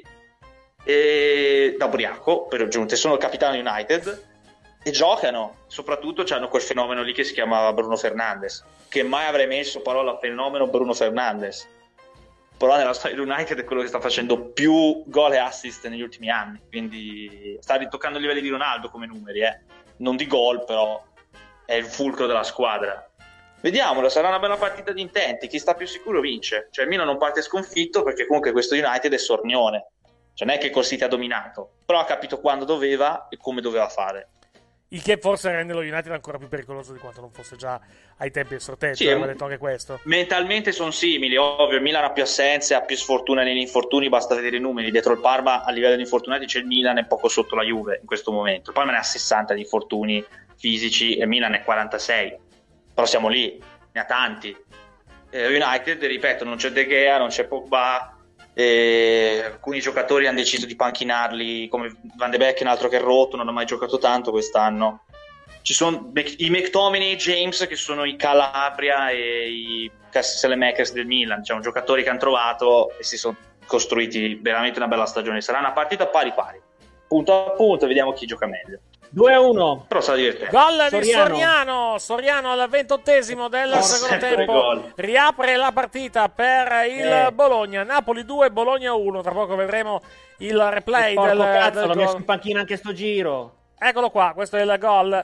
e da ubriaco per giunte, sono il capitano United e giocano, soprattutto hanno quel fenomeno lì che si chiamava Bruno Fernandes, che mai avrei messo parola fenomeno Bruno Fernandes, però nella storia dell'United è quello che sta facendo più gol e assist negli ultimi anni, quindi sta ritoccando i livelli di Ronaldo come numeri, eh. Non di gol, però è il fulcro della squadra. Vediamolo, sarà una bella partita di intenti, chi sta più sicuro vince. Cioè il Milan non parte sconfitto perché comunque questo United è sornione, cioè non è che col City ha dominato, però ha capito quando doveva e come doveva fare. Il che forse rende lo United ancora più pericoloso di quanto non fosse già ai tempi del sorteggio, Sì, aveva detto anche questo. Mentalmente sono simili, ovvio, il Milan ha più assenze, ha più sfortuna negli infortuni, basta vedere i numeri. Dietro il Parma a livello di infortunati c'è il Milan, è poco sotto la Juve in questo momento. Il Parma ne ha sessanta di infortuni fisici e il Milan è quarantasei, però siamo lì, ne ha tanti. eh, United, ripeto, non c'è De Gea, non c'è Pogba, e alcuni giocatori hanno deciso di panchinarli, come Van de Beek, un altro che è rotto, non ha mai giocato tanto quest'anno. Ci sono i McTominay e i James che sono i Calabria e i Salemaker del Milan, diciamo, giocatori che hanno trovato e si sono costruiti veramente una bella stagione. Sarà una partita pari pari, punto a punto, vediamo chi gioca meglio. due a uno. Però sarà divertente. Gol di Soriano. Soriano, Soriano al ventottesimo del Oh, secondo sempre tempo, gol. riapre la partita per il Eh. Bologna. Napoli due, Bologna uno. Tra poco vedremo il replay Porco del, cazzo, del l'ho messo gol. in panchina anche sto giro. Eccolo qua, questo è il gol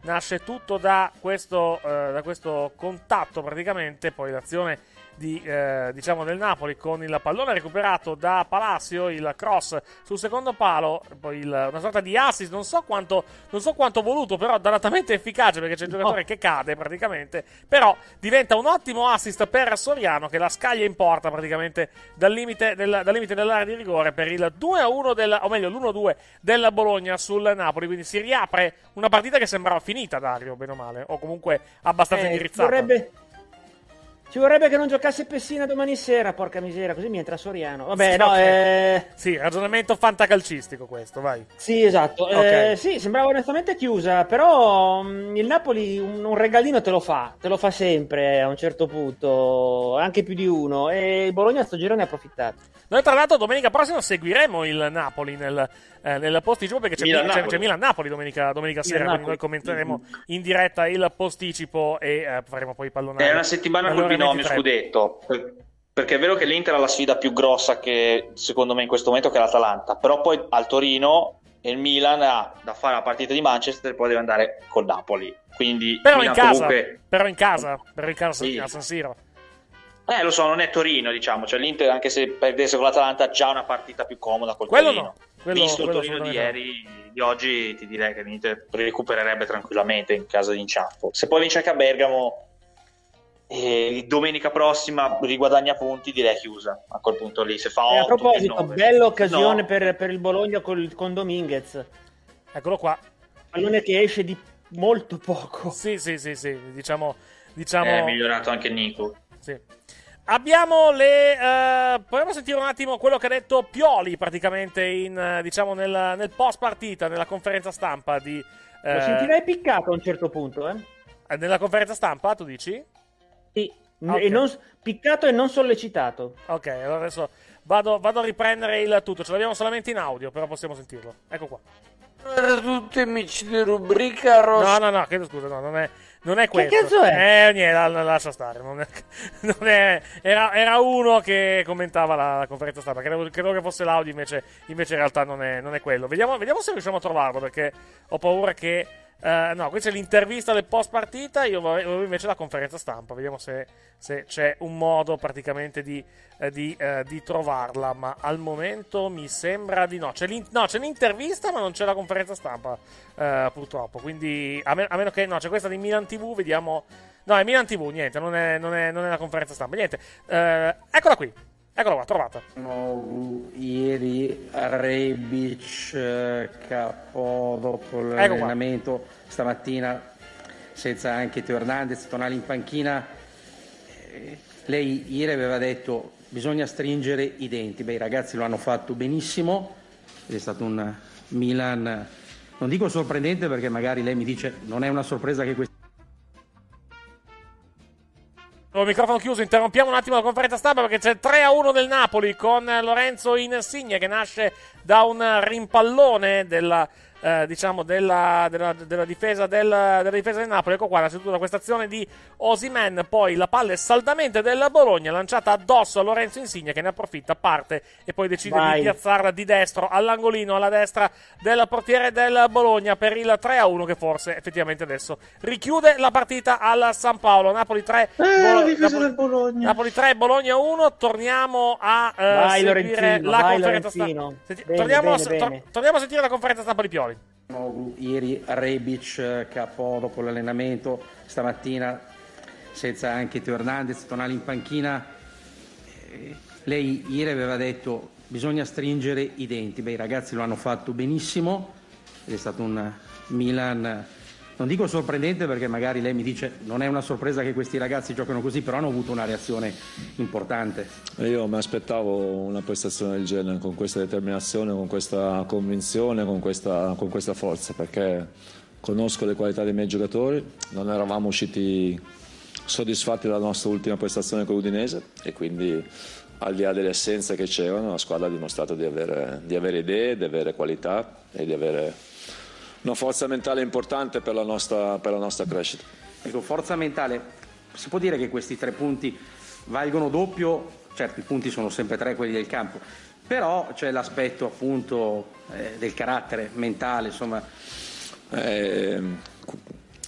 nasce tutto da questo, eh, da questo contatto praticamente, poi l'azione di, eh, diciamo del Napoli con il pallone recuperato da Palacio, il cross sul secondo palo, poi il, una sorta di assist, non so quanto non so quanto voluto, però dannatamente efficace, perché c'è il giocatore no. che cade praticamente, però diventa un ottimo assist per Soriano, che la scaglia in porta praticamente dal limite, del, dal limite dell'area di rigore per il due a uno del, o meglio l'uno a due del Bologna sul Napoli. Quindi si riapre una partita che sembrava finita, Dario, bene o male, o comunque abbastanza eh, indirizzata. Vorrebbe... Ci vorrebbe che non giocasse Pessina domani sera, porca miseria, così mi entra Soriano. Vabbè, sì, no, okay. eh... Sì, ragionamento fantacalcistico questo, vai. Sì, esatto. Okay. Eh, sì, sembrava onestamente chiusa, però mh, il Napoli un, un regalino te lo fa, te lo fa sempre a un certo punto, anche più di uno, e il Bologna sto giro ne ha approfittato. Noi tra l'altro domenica prossima seguiremo il Napoli nel, eh, nel posticipo, perché c'è Milan-Napoli, c'è, c'è Milan-Napoli domenica, domenica sera, Milan quindi noi commenteremo in diretta il posticipo e eh, faremo poi pallonare. È una settimana col binomio scudetto, perché è vero che l'Inter ha la sfida più grossa che secondo me in questo momento, che è l'Atalanta, però poi al Torino e il Milan ha da fare la partita di Manchester e poi deve andare col Napoli, quindi però Milan in casa, comunque... però in casa, però in casa sì. a San Siro. Eh, lo so, non è Torino, diciamo, cioè l'Inter, anche se perdesse con l'Atalanta, ha già una partita più comoda col quello Torino. No. Quello, Visto il quello Torino di ieri, di oggi, ti direi che l'Inter recupererebbe tranquillamente in caso di inciampo. Se poi vince anche a Bergamo, e domenica prossima riguadagna punti, direi chiusa a quel punto lì. Se fa otto, e a proposito, nove. Bella occasione no. per, per il Bologna col, con Dominguez. Eccolo qua. Pallone che esce di molto poco. Sì, sì, sì, sì. Diciamo, diciamo... È migliorato anche Nico. Sì. Abbiamo le. Uh, proviamo a sentire un attimo quello che ha detto Pioli praticamente in, uh, diciamo nel, nel post partita, nella conferenza stampa di. Uh, Lo sentirei piccato a un certo punto, eh? Nella conferenza stampa, tu dici? Sì, okay. e non, piccato e non sollecitato. Ok, allora adesso vado, vado a riprendere il tutto. Ce l'abbiamo solamente in audio, però possiamo sentirlo. Ecco qua. Per tutti amici di rubrica rossa. No, no, no, chiedo scusa, no, non è, non è questo. Che cazzo è? Eh, niente, lascia stare. Non è, non è, era, era uno che commentava la, la conferenza stampa. Credo, credo che fosse l'audio, invece, invece in realtà non è, non è quello. Vediamo, vediamo se riusciamo a trovarlo, perché ho paura che. Uh, no, questa è l'intervista del post partita. Io volevo invece la conferenza stampa. Vediamo se, se c'è un modo praticamente di, eh, di, eh, di trovarla. Ma al momento mi sembra di no. C'è, no, c'è l'intervista, ma non c'è la conferenza stampa, uh, purtroppo. Quindi, a, me, a meno che no, c'è questa di Milan ti vu. Vediamo. No, è Milan ti vu. Niente, non è, non è, non è la conferenza stampa. Niente, uh, eccola qui. Eccola qua, trovata. No, ieri Rebic capo dopo l'allenamento, stamattina senza anche Teo Hernandez, Tonali in panchina. Eh, lei ieri aveva detto bisogna stringere i denti. Beh, i ragazzi lo hanno fatto benissimo, è stato un Milan, non dico sorprendente perché magari lei mi dice non è una sorpresa che questo. Il microfono chiuso, interrompiamo un attimo la conferenza stampa perché c'è tre a uno del Napoli con Lorenzo Insigne che nasce da un rimpallone della, eh, diciamo della, della, della, difesa del, della difesa del Napoli. Ecco qua, innanzitutto da questa azione di Osimhen, poi la palla è saldamente del Bologna lanciata addosso a Lorenzo Insigne che ne approfitta, parte e poi decide Vai. di piazzarla di destro all'angolino alla destra del portiere del Bologna per il tre a uno che forse effettivamente adesso richiude la partita al San Paolo. Napoli tre, eh, Bolo- difesa Napoli, del Bologna. Napoli tre, Bologna uno. Torniamo a uh, Vai, seguire Lorenzino, la vai, conferenza stampa. Senti, bene, torniamo, bene, a, bene. to- torniamo a sentire la conferenza stampa di Pioli. No, ieri Rebic capo dopo l'allenamento, stamattina senza anche Teo Hernandez, Tonali in panchina. Eh, lei ieri aveva detto bisogna stringere i denti. Beh, i ragazzi lo hanno fatto benissimo, ed è stato un Milan, non dico sorprendente perché magari lei mi dice non è una sorpresa che questi ragazzi giocano così, però hanno avuto una reazione importante. Io mi aspettavo una prestazione del genere, con questa determinazione, con questa convinzione, con questa, con questa forza, perché conosco le qualità dei miei giocatori, non eravamo usciti soddisfatti dalla nostra ultima prestazione con l'Udinese e quindi al di là delle assenze che c'erano la squadra ha dimostrato di avere, di avere idee, di avere qualità e di avere una forza mentale importante per la nostra, per la nostra crescita. Ecco, forza mentale, si può dire che questi tre punti valgono doppio, certo i punti sono sempre tre quelli del campo, però c'è l'aspetto appunto eh, del carattere mentale, insomma. Eh,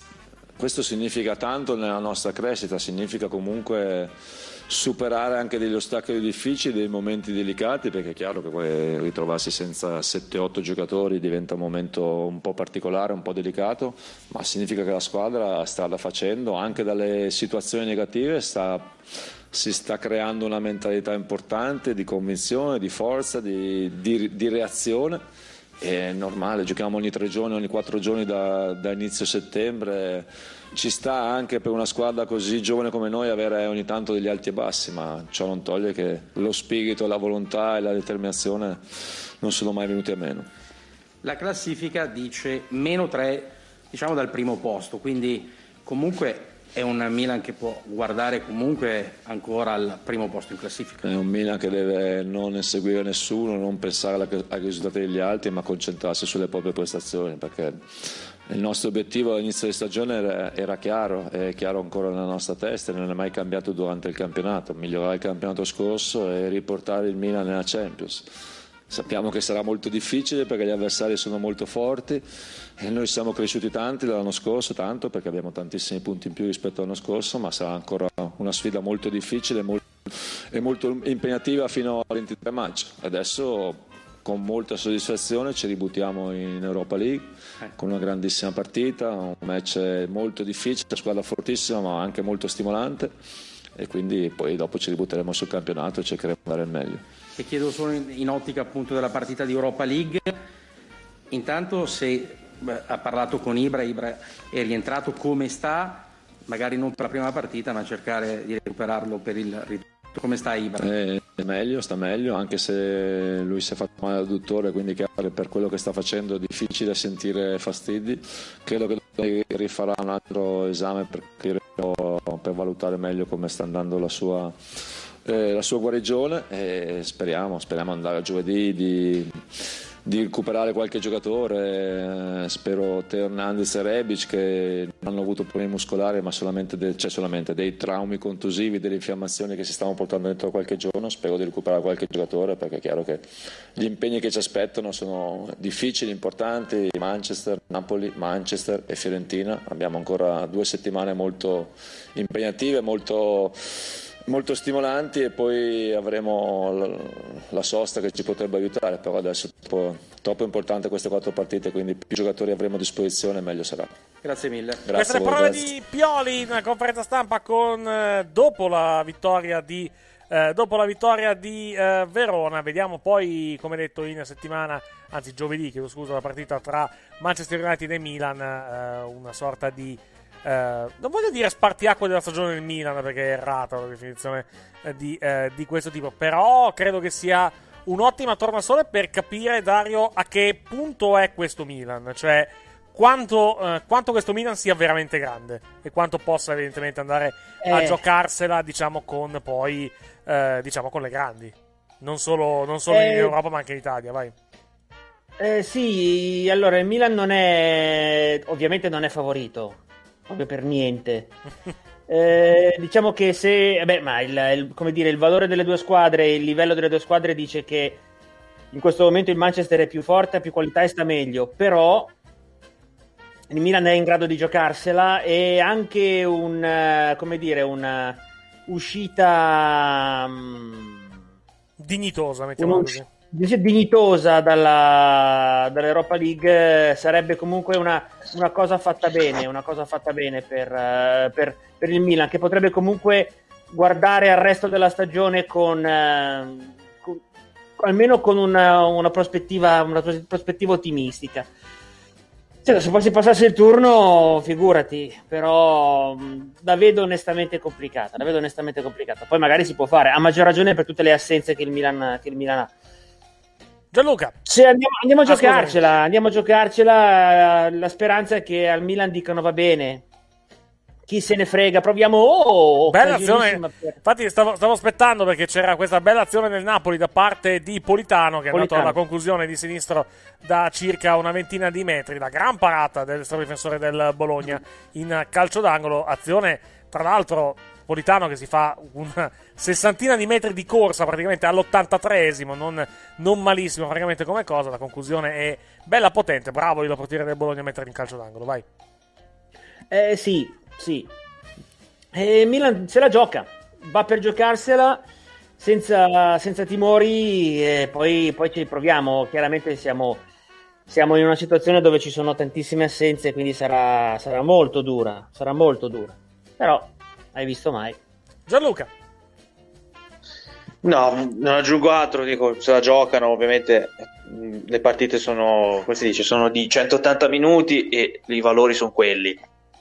questo significa tanto nella nostra crescita, significa comunque superare anche degli ostacoli difficili, dei momenti delicati, perché è chiaro che poi ritrovarsi senza sette otto giocatori diventa un momento un po' particolare, un po' delicato, ma significa che la squadra strada facendo, anche dalle situazioni negative sta, si sta creando una mentalità importante di convinzione, di forza, di, di, di reazione. È normale, giochiamo ogni tre giorni, ogni quattro giorni da, da inizio settembre, ci sta anche per una squadra così giovane come noi avere ogni tanto degli alti e bassi, ma ciò non toglie che lo spirito, la volontà e la determinazione non sono mai venuti a meno. La classifica dice meno tre, diciamo, dal primo posto, quindi comunque è un Milan che può guardare comunque ancora al primo posto in classifica. È un Milan che deve non inseguire nessuno, non pensare ai risultati degli altri, ma concentrarsi sulle proprie prestazioni, perché il nostro obiettivo all'inizio di stagione era, era chiaro, è chiaro ancora nella nostra testa, non è mai cambiato durante il campionato: migliorare il campionato scorso e riportare il Milan nella Champions. Sappiamo che sarà molto difficile perché gli avversari sono molto forti e noi siamo cresciuti tanti dall'anno scorso, tanto perché abbiamo tantissimi punti in più rispetto all'anno scorso, ma sarà ancora una sfida molto difficile molto, e molto impegnativa fino al ventitré maggio. Adesso con molta soddisfazione ci ributtiamo in Europa League con una grandissima partita, un match molto difficile, squadra fortissima ma anche molto stimolante, e quindi poi dopo ci ributteremo sul campionato e cercheremo di dare il meglio. E chiedo solo in, in ottica appunto della partita di Europa League, intanto se beh, ha parlato con Ibra, Ibra è rientrato, come sta, magari non per la prima partita ma cercare di recuperarlo per il ritorno. Come sta Ibra? Eh, meglio, sta meglio, anche se lui si è fatto male all'adduttore, quindi che per quello che sta facendo è difficile sentire fastidi. Credo che rifarà un altro esame per, per valutare meglio come sta andando la sua, eh, la sua guarigione, e speriamo, speriamo andare a giovedì di, di recuperare qualche giocatore. Spero Teo Hernandez e Rebic, che non hanno avuto problemi muscolari ma solamente, de, cioè solamente dei traumi contusivi, delle infiammazioni che si stavano portando dentro qualche giorno. Spero di recuperare qualche giocatore, perché è chiaro che gli impegni che ci aspettano sono difficili, importanti. Manchester, Napoli, Manchester e Fiorentina, abbiamo ancora due settimane molto impegnative, molto molto stimolanti, e poi avremo la sosta che ci potrebbe aiutare, però adesso è troppo, troppo importante queste quattro partite, quindi più giocatori avremo a disposizione meglio sarà. Grazie mille. Grazie. Queste le parole di Pioli in conferenza stampa con eh, dopo la vittoria di eh, dopo la vittoria di eh, Verona. Vediamo poi, come detto, in settimana, anzi giovedì, chiedo scusa, la partita tra Manchester United e Milan, eh, una sorta di Uh, non voglio dire spartiacque della stagione del Milan, perché è errata la definizione uh, di, uh, di questo tipo, però credo che sia un'ottima tornasole per capire, Dario, a che punto è questo Milan, cioè quanto, uh, quanto questo Milan sia veramente grande e quanto possa evidentemente andare eh. a giocarsela, diciamo, con poi uh, diciamo con le grandi, non solo, non solo eh. in Europa ma anche in Italia, vai. Eh, sì, allora il Milan non è, ovviamente non è favorito, proprio per niente. Eh, diciamo che se beh, ma il, il, come dire, il valore delle due squadre, il livello delle due squadre dice che in questo momento il Manchester è più forte, ha più qualità e sta meglio, però il Milan è in grado di giocarsela, e anche un, come dire, una uscita um, dignitosa, mettiamo così, dignitosa dalla, dall'Europa League sarebbe comunque una, una cosa fatta bene, una cosa fatta bene per, uh, per, per il Milan, che potrebbe comunque guardare al resto della stagione con, uh, con almeno con una, una prospettiva una prospettiva ottimistica. Cioè, se poi si passasse il turno, figurati, però mh, la vedo onestamente complicata, la vedo onestamente complicata. Poi magari si può fare, a maggior ragione per tutte le assenze che il Milan, che il Milan ha. Gianluca, se andiamo, andiamo a ah, giocarcela, scusami. andiamo a giocarcela. La speranza è che al Milan dicano va bene, chi se ne frega, proviamo. Oh, bella azione. Per... Infatti, stavo, stavo aspettando, perché c'era questa bella azione del Napoli da parte di Politano, che è Politano. andato alla conclusione di sinistro da circa una ventina di metri. La gran parata del difensore del Bologna in calcio d'angolo. Azione, tra l'altro, Politano che si fa una sessantina di metri di corsa praticamente all'ottantatreesimo, non, non malissimo praticamente come cosa. La conclusione è bella potente, bravo il portiere del Bologna a mettere in calcio d'angolo, vai. Eh sì, sì. E Milan se la gioca, va per giocarsela senza, senza timori e poi, poi ci proviamo. Chiaramente siamo, siamo in una situazione dove ci sono tantissime assenze, quindi sarà, sarà molto dura, sarà molto dura. Però, hai visto mai. Gianluca. No, non aggiungo altro, dico, se la giocano, ovviamente le partite sono, come si dice, sono di centottanta minuti e i valori sono quelli.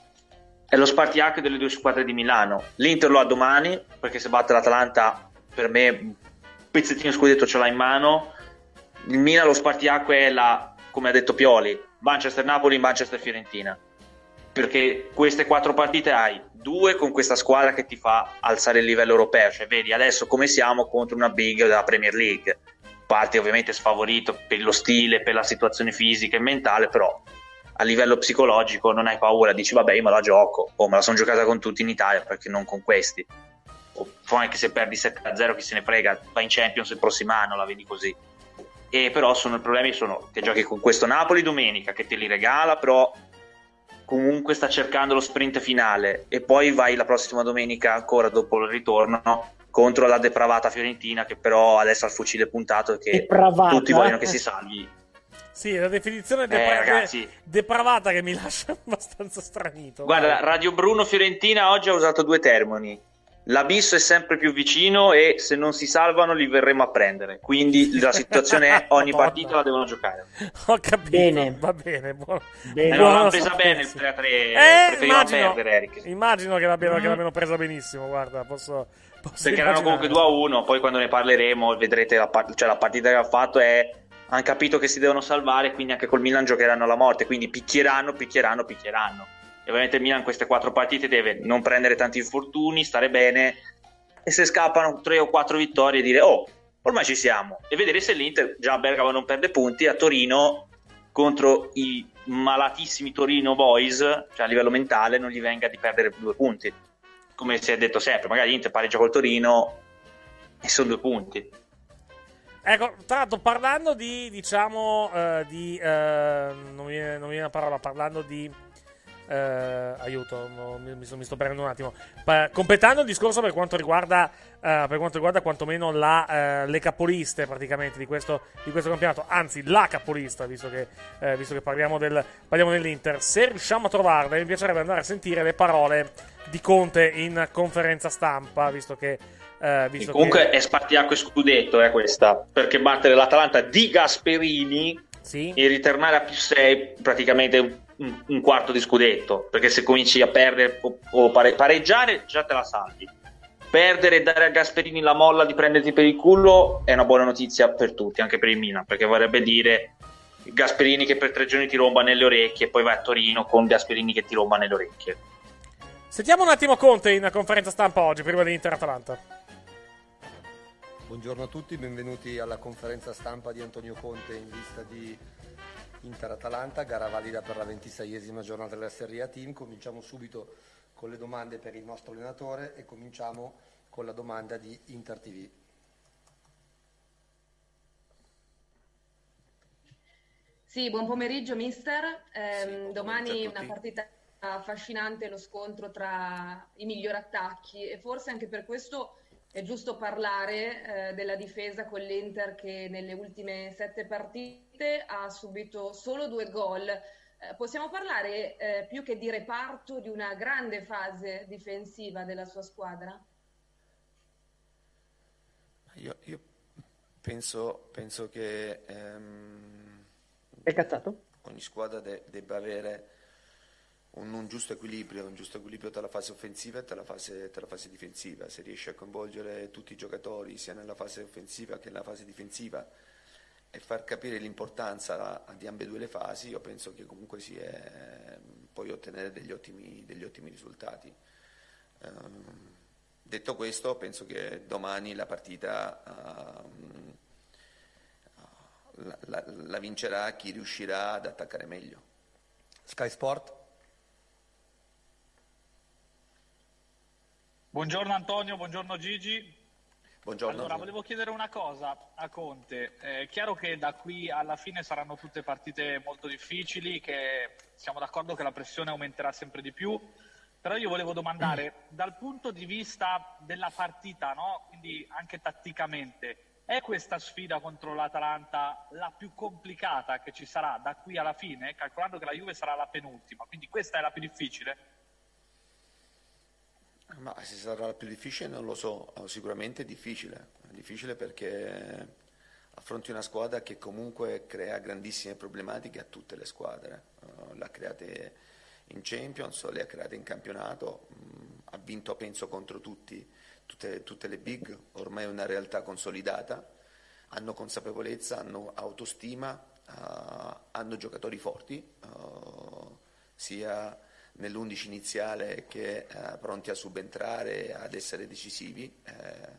È lo spartiacque delle due squadre di Milano. L'Inter lo ha domani, perché se batte l'Atalanta, per me un pezzettino scudetto ce l'ha in mano. Il Milan lo spartiacque è la, come ha detto Pioli, Manchester-Napoli, Manchester-Fiorentina, perché queste quattro partite hai due con questa squadra che ti fa alzare il livello europeo, cioè vedi adesso come siamo contro una big della Premier League, parti ovviamente sfavorito per lo stile, per la situazione fisica e mentale, però a livello psicologico non hai paura, dici vabbè io me la gioco, o me la sono giocata con tutti in Italia, perché non con questi, o poi anche se perdi sette a zero chi se ne frega, vai in Champions il prossimo anno, la vedi così. E però sono i problemi sono che giochi con questo Napoli domenica che te li regala, però comunque sta cercando lo sprint finale, e poi vai la prossima domenica ancora dopo il ritorno contro la depravata Fiorentina, che però adesso ha il fucile puntato e che depravata. Tutti vogliono che si salvi. Sì, la definizione Eh, depra- ragazzi. depravata che mi lascia abbastanza stranito. Guarda, Radio Bruno Fiorentina oggi ha usato due termini. L'abisso è sempre più vicino e se non si salvano li verremo a prendere. Quindi la situazione è ogni partita la devono giocare. Ho capito. Bene. Va bene. Buono. Eh, non l'hanno presa bene il tre a tre. Eh, Preferivano immagino, perdere, Eric. immagino che l'abbiano, Mm. che l'abbiano presa benissimo. Guarda, posso, posso Perché erano immaginare. comunque due a uno. Poi quando ne parleremo vedrete la, par- cioè, la partita che ha fatto è... hanno capito che si devono salvare, quindi anche col Milan giocheranno alla morte, quindi picchieranno, picchieranno, picchieranno. E ovviamente il Milan queste quattro partite deve non prendere tanti infortuni, stare bene, e se scappano tre o quattro vittorie dire oh, ormai ci siamo, e vedere se l'Inter, già a Bergamo non perde punti, a Torino contro i malatissimi Torino Boys, cioè a livello mentale non gli venga di perdere due punti, come si è detto sempre, magari l'Inter pareggia col Torino e sono due punti. Ecco, tra l'altro parlando di, diciamo, eh, di, eh, non, mi viene, non mi viene la parola, parlando di, eh, aiuto, no, mi, mi, sto, mi sto prendendo un attimo, pa- completando il discorso per quanto riguarda, eh, per quanto riguarda quantomeno la, eh, le capoliste praticamente di questo, di questo campionato, anzi la capolista, visto che, eh, visto che parliamo, del, parliamo dell'Inter, se riusciamo a trovarla, mi piacerebbe andare a sentire le parole di Conte in conferenza stampa, visto che Uh, visto comunque che... è spartiacque scudetto eh, questa, perché battere l'Atalanta di Gasperini sì. e ritornare a più sei praticamente un, un quarto di scudetto, perché se cominci a perdere o, o pare, pareggiare già te la salvi, perdere e dare a Gasperini la molla di prenderti per il culo è una buona notizia per tutti, anche per il Milan, perché vorrebbe dire Gasperini che per tre giorni ti romba nelle orecchie e poi vai a Torino con Gasperini che ti romba nelle orecchie. Sentiamo un attimo Conte in conferenza stampa oggi prima dell'Inter-Atalanta. Buongiorno a tutti, benvenuti alla conferenza stampa di Antonio Conte in vista di Inter-Atalanta, gara valida per la ventiseiesima giornata della Serie A Team. Cominciamo subito con le domande per il nostro allenatore e cominciamo con la domanda di Inter T V. Sì, buon pomeriggio mister. Eh, sì, domani una partita affascinante, lo scontro tra i migliori attacchi, e forse anche per questo è giusto parlare eh, della difesa con l'Inter che nelle ultime sette partite ha subito solo due gol. Eh, possiamo parlare eh, più che di reparto di una grande fase difensiva della sua squadra? Io, io penso, penso che ehm, è cazzato? Ogni squadra de- debba avere un, un giusto equilibrio, un giusto equilibrio tra la fase offensiva e tra la fase, tra la fase difensiva. Se riesce a coinvolgere tutti i giocatori sia nella fase offensiva che nella fase difensiva e far capire l'importanza di ambedue le fasi, io penso che comunque si è, puoi ottenere degli ottimi, degli ottimi risultati. Um, detto questo, penso che domani la partita um, la, la, la vincerà chi riuscirà ad attaccare meglio. Sky Sport. Buongiorno Antonio, buongiorno Gigi. Buongiorno. Allora, volevo chiedere una cosa a Conte. È chiaro che da qui alla fine saranno tutte partite molto difficili, che siamo d'accordo che la pressione aumenterà sempre di più, però io volevo domandare, dal punto di vista della partita, no? Quindi anche tatticamente, è questa sfida contro l'Atalanta la più complicata che ci sarà da qui alla fine, calcolando che la Juve sarà la penultima, quindi questa è la più difficile? Ma se sarà la più difficile non lo so, sicuramente è difficile, è difficile perché affronti una squadra che comunque crea grandissime problematiche a tutte le squadre, uh, l'ha create in Champions, le ha create in campionato, mh, ha vinto penso contro tutti, tutte, tutte le big, ormai è una realtà consolidata, hanno consapevolezza, hanno autostima, uh, hanno giocatori forti, uh, sia nell'undici iniziale che eh, pronti a subentrare, ad essere decisivi. Eh,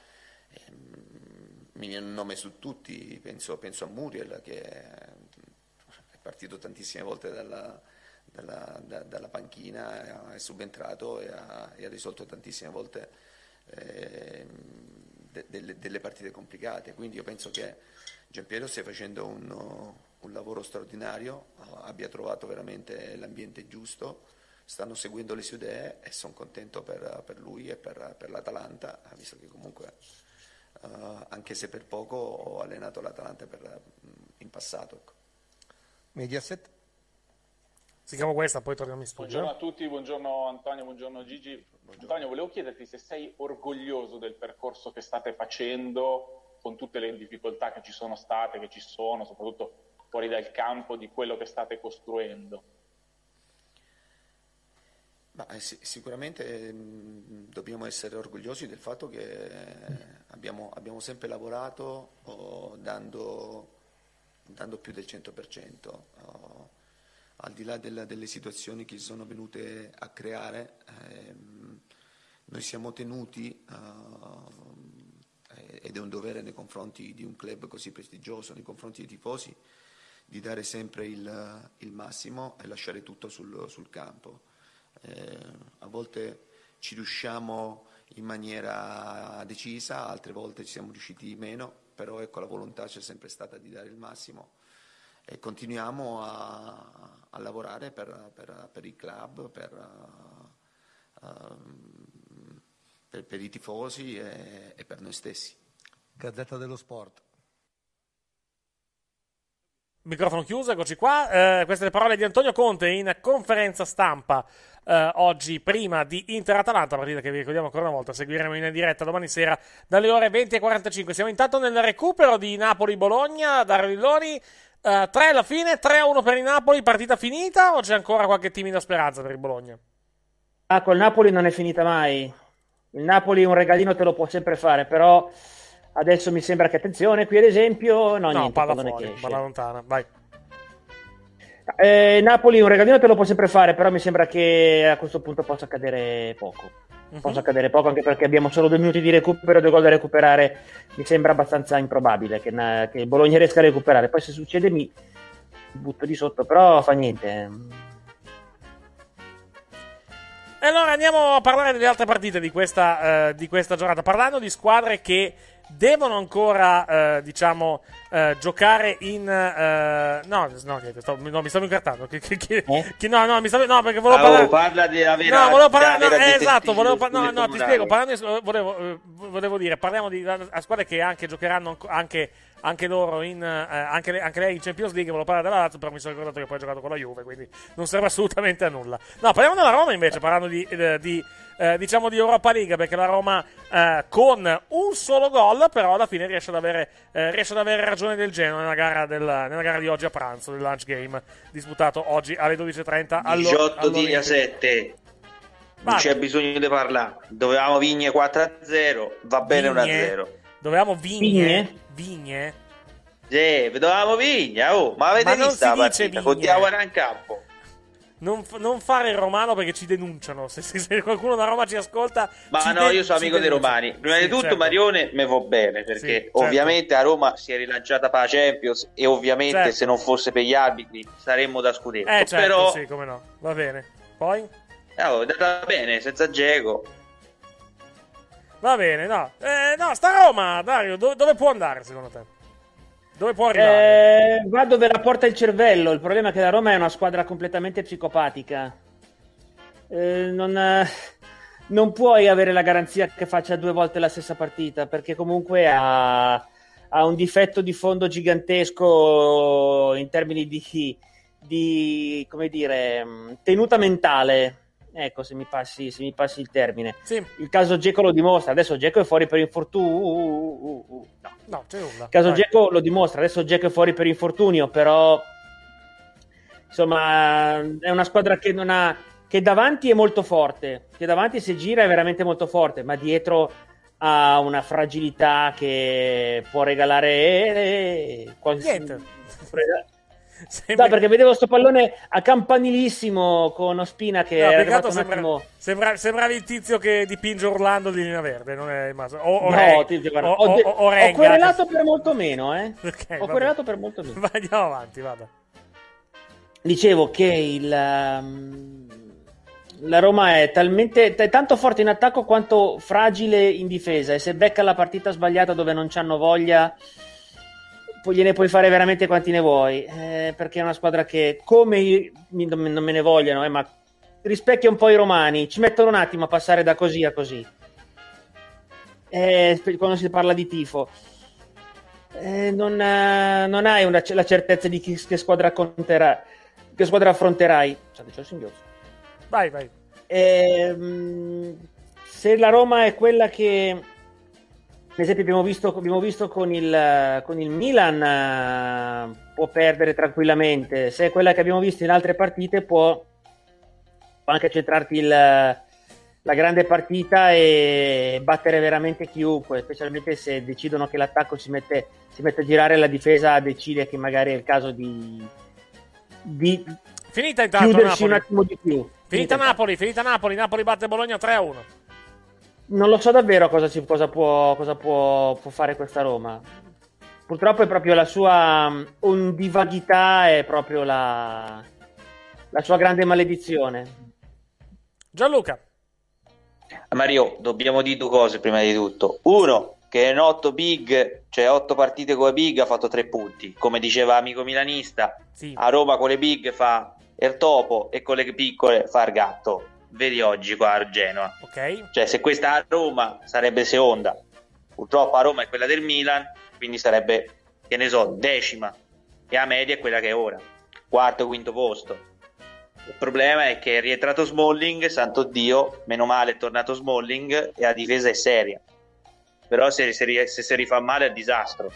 ehm, mi viene un nome su tutti, penso, penso a Muriel che è partito tantissime volte dalla, dalla, da, dalla panchina, è subentrato e ha, e ha risolto tantissime volte eh, de, delle, delle partite complicate, quindi io penso che Giampiero stia facendo un, un lavoro straordinario, abbia trovato veramente l'ambiente giusto, stanno seguendo le sue idee e sono contento per, per lui e per, per l'Atalanta, visto che comunque uh, anche se per poco ho allenato l'Atalanta per, in passato. Ecco. Mediaset. Seguiamo questa, poi torniamo in studio. Buongiorno a tutti, buongiorno Antonio, buongiorno Gigi. Buongiorno. Antonio, volevo chiederti se sei orgoglioso del percorso che state facendo, con tutte le difficoltà che ci sono state, che ci sono, soprattutto fuori dal campo, di quello che state costruendo. Ma, eh, sì, sicuramente mh, dobbiamo essere orgogliosi del fatto che abbiamo, abbiamo sempre lavorato oh, dando, dando più del cento per cento. Oh, al di là della, delle situazioni che si sono venute a creare, ehm, noi siamo tenuti... Uh, ed è un dovere nei confronti di un club così prestigioso, nei confronti dei tifosi, di dare sempre il, il massimo e lasciare tutto sul, sul campo. Eh, a volte ci riusciamo in maniera decisa, altre volte ci siamo riusciti meno, però ecco, la volontà c'è sempre stata di dare il massimo e continuiamo a, a lavorare per, per, per il club, per, uh, per, per i tifosi e, e per noi stessi. Gazzetta dello Sport. Microfono chiuso, eccoci qua. Eh, queste le parole di Antonio Conte in conferenza stampa eh, oggi prima di Inter-Atalanta, partita che vi ricordiamo ancora una volta, seguiremo in diretta domani sera dalle ore venti e quarantacinque. Siamo intanto nel recupero di Napoli-Bologna, Dario Lilloni, eh, tre alla fine, tre a uno per il Napoli, partita finita o c'è ancora qualche timida speranza per il Bologna? Ah, col Napoli non è finita mai. Il Napoli un regalino te lo può sempre fare, però... Adesso mi sembra che, attenzione, qui ad esempio... No, no niente, palla fuori, fuori, palla lontana, vai. Eh, Napoli un regalino te lo può sempre fare, però mi sembra che a questo punto possa accadere poco. Uh-huh. Possa accadere poco, anche perché abbiamo solo due minuti di recupero, due gol da recuperare. Mi sembra abbastanza improbabile che, che Bologna riesca a recuperare. Poi se succede mi butto di sotto, però fa niente. E allora andiamo a parlare delle altre partite di questa, uh, di questa giornata, parlando di squadre che devono ancora, eh, diciamo, eh, giocare in... Eh, no, no, niente, sto, no, mi stavo incartando. Che, che, che, eh? che, no, no, mi stavo... No, perché volevo parlare... Oh, parla della vera... No, volevo parlare... No, eh, esatto, volevo parlare... No, no, ti spiego, parlando di, volevo, eh, volevo dire, parliamo di a squadre che anche giocheranno anche... anche loro in eh, anche, le, anche lei in Champions League. Volevo parlare della Lazio, però mi sono ricordato che poi ha giocato con la Juve, quindi non serve assolutamente a nulla. No, parliamo della Roma invece, parlando di, eh, di eh, diciamo di Europa League, perché la Roma eh, con un solo gol però alla fine riesce ad avere eh, riesce ad avere ragione del Genoa nella gara, del, nella gara di oggi a pranzo, del lunch game disputato oggi alle dodici e trenta diciotto a sette. Non c'è bisogno di parlare, dovevamo vincere quattro a zero, va bene uno a zero. Dovevamo vigne? Vigne? Sì, dovevamo vigne, oh, ma avete ma visto la partita? Con Diawara in campo. Non, f- non fare il romano perché ci denunciano. Se, se, se qualcuno da Roma ci ascolta. Ma ci no, de- io sono amico dei romani. Prima sì, di tutto, certo. Marione mi va bene perché sì, certo. ovviamente a Roma si è rilanciata per la Champions e ovviamente certo. se non fosse per gli arbitri saremmo da scudetto. Eh, certo, però sì, come no, va bene. Poi? Eh, oh, è andata bene senza Dzeko. Va bene, no. Eh, no, sta Roma, Dario, dove, dove può andare secondo te? Dove può arrivare? Eh, va dove la porta il cervello. Il problema è che la Roma è una squadra completamente psicopatica. Eh, non, non puoi avere la garanzia che faccia due volte la stessa partita, perché comunque ha, ha un difetto di fondo gigantesco in termini di, di come dire, tenuta mentale. Ecco, se mi passi, se mi passi il termine. Sì. Il caso Dzeko lo dimostra. Adesso Dzeko è fuori per infortunio. Uh, uh, uh, uh. No, no, c'è nulla. Il caso Vai. Dzeko lo dimostra. Adesso Dzeko è fuori per infortunio, però insomma è una squadra che non ha, che davanti è molto forte, che davanti se gira è veramente molto forte, ma dietro ha una fragilità che può regalare eh, qualsiasi... Niente. No, perché vedevo sto pallone a campanilissimo con Ospina che no, è peccato, arrivato un sembra, attimo... sembra, sembravi il tizio che dipinge Orlando di linea verde, non è rimasto. O, o no, Re, tizio, guarda, o, ho, de- o, o ho querelato per molto meno, eh. Okay, ho querelato per molto meno. Vai, andiamo avanti, vada. Dicevo che il, um, la Roma è talmente è tanto forte in attacco quanto fragile in difesa, e se becca la partita sbagliata dove non c'hanno voglia, poi gliene puoi fare veramente quanti ne vuoi, eh, perché è una squadra che, come io, non me ne vogliono, eh, ma rispecchia un po' i romani, ci mettono un attimo a passare da così a così, eh, quando si parla di tifo. Eh, non, eh, non hai una, la certezza di chi, che squadra conterà, che squadra affronterai. C'è il singhiozzo. Vai, vai. Eh, se la Roma è quella che, per esempio, abbiamo visto, abbiamo visto con il, con il Milan, uh, può perdere tranquillamente. Se è quella che abbiamo visto in altre partite, può, può anche centrarti il, la grande partita e battere veramente chiunque, specialmente se decidono che l'attacco si mette, si mette a girare, la difesa decide che magari è il caso di, di finita intanto chiudersi Napoli. un attimo di più. Finita, Finita Napoli, finita Napoli, Napoli batte Bologna tre a uno. Non lo so davvero cosa, si, cosa, può, cosa può, può fare questa Roma. Purtroppo è proprio la sua um, ondivagità, è proprio la, la sua grande maledizione. Gianluca. Mario, dobbiamo dire due cose prima di tutto. Uno, che in otto big, cioè otto partite con le big, ha fatto tre punti. Come diceva amico milanista, sì. A Roma con le big fa il topo e con le piccole fa il gatto. Vedi oggi qua a Genoa. Ok. Cioè, se questa a Roma sarebbe seconda, purtroppo a Roma è quella del Milan, quindi sarebbe, che ne so, decima, e a media è quella che è ora, quarto, quinto posto. Il problema è che è rientrato Smalling, santo Dio, meno male è tornato Smalling e la difesa è seria, però se, se, se si rifà male è disastro.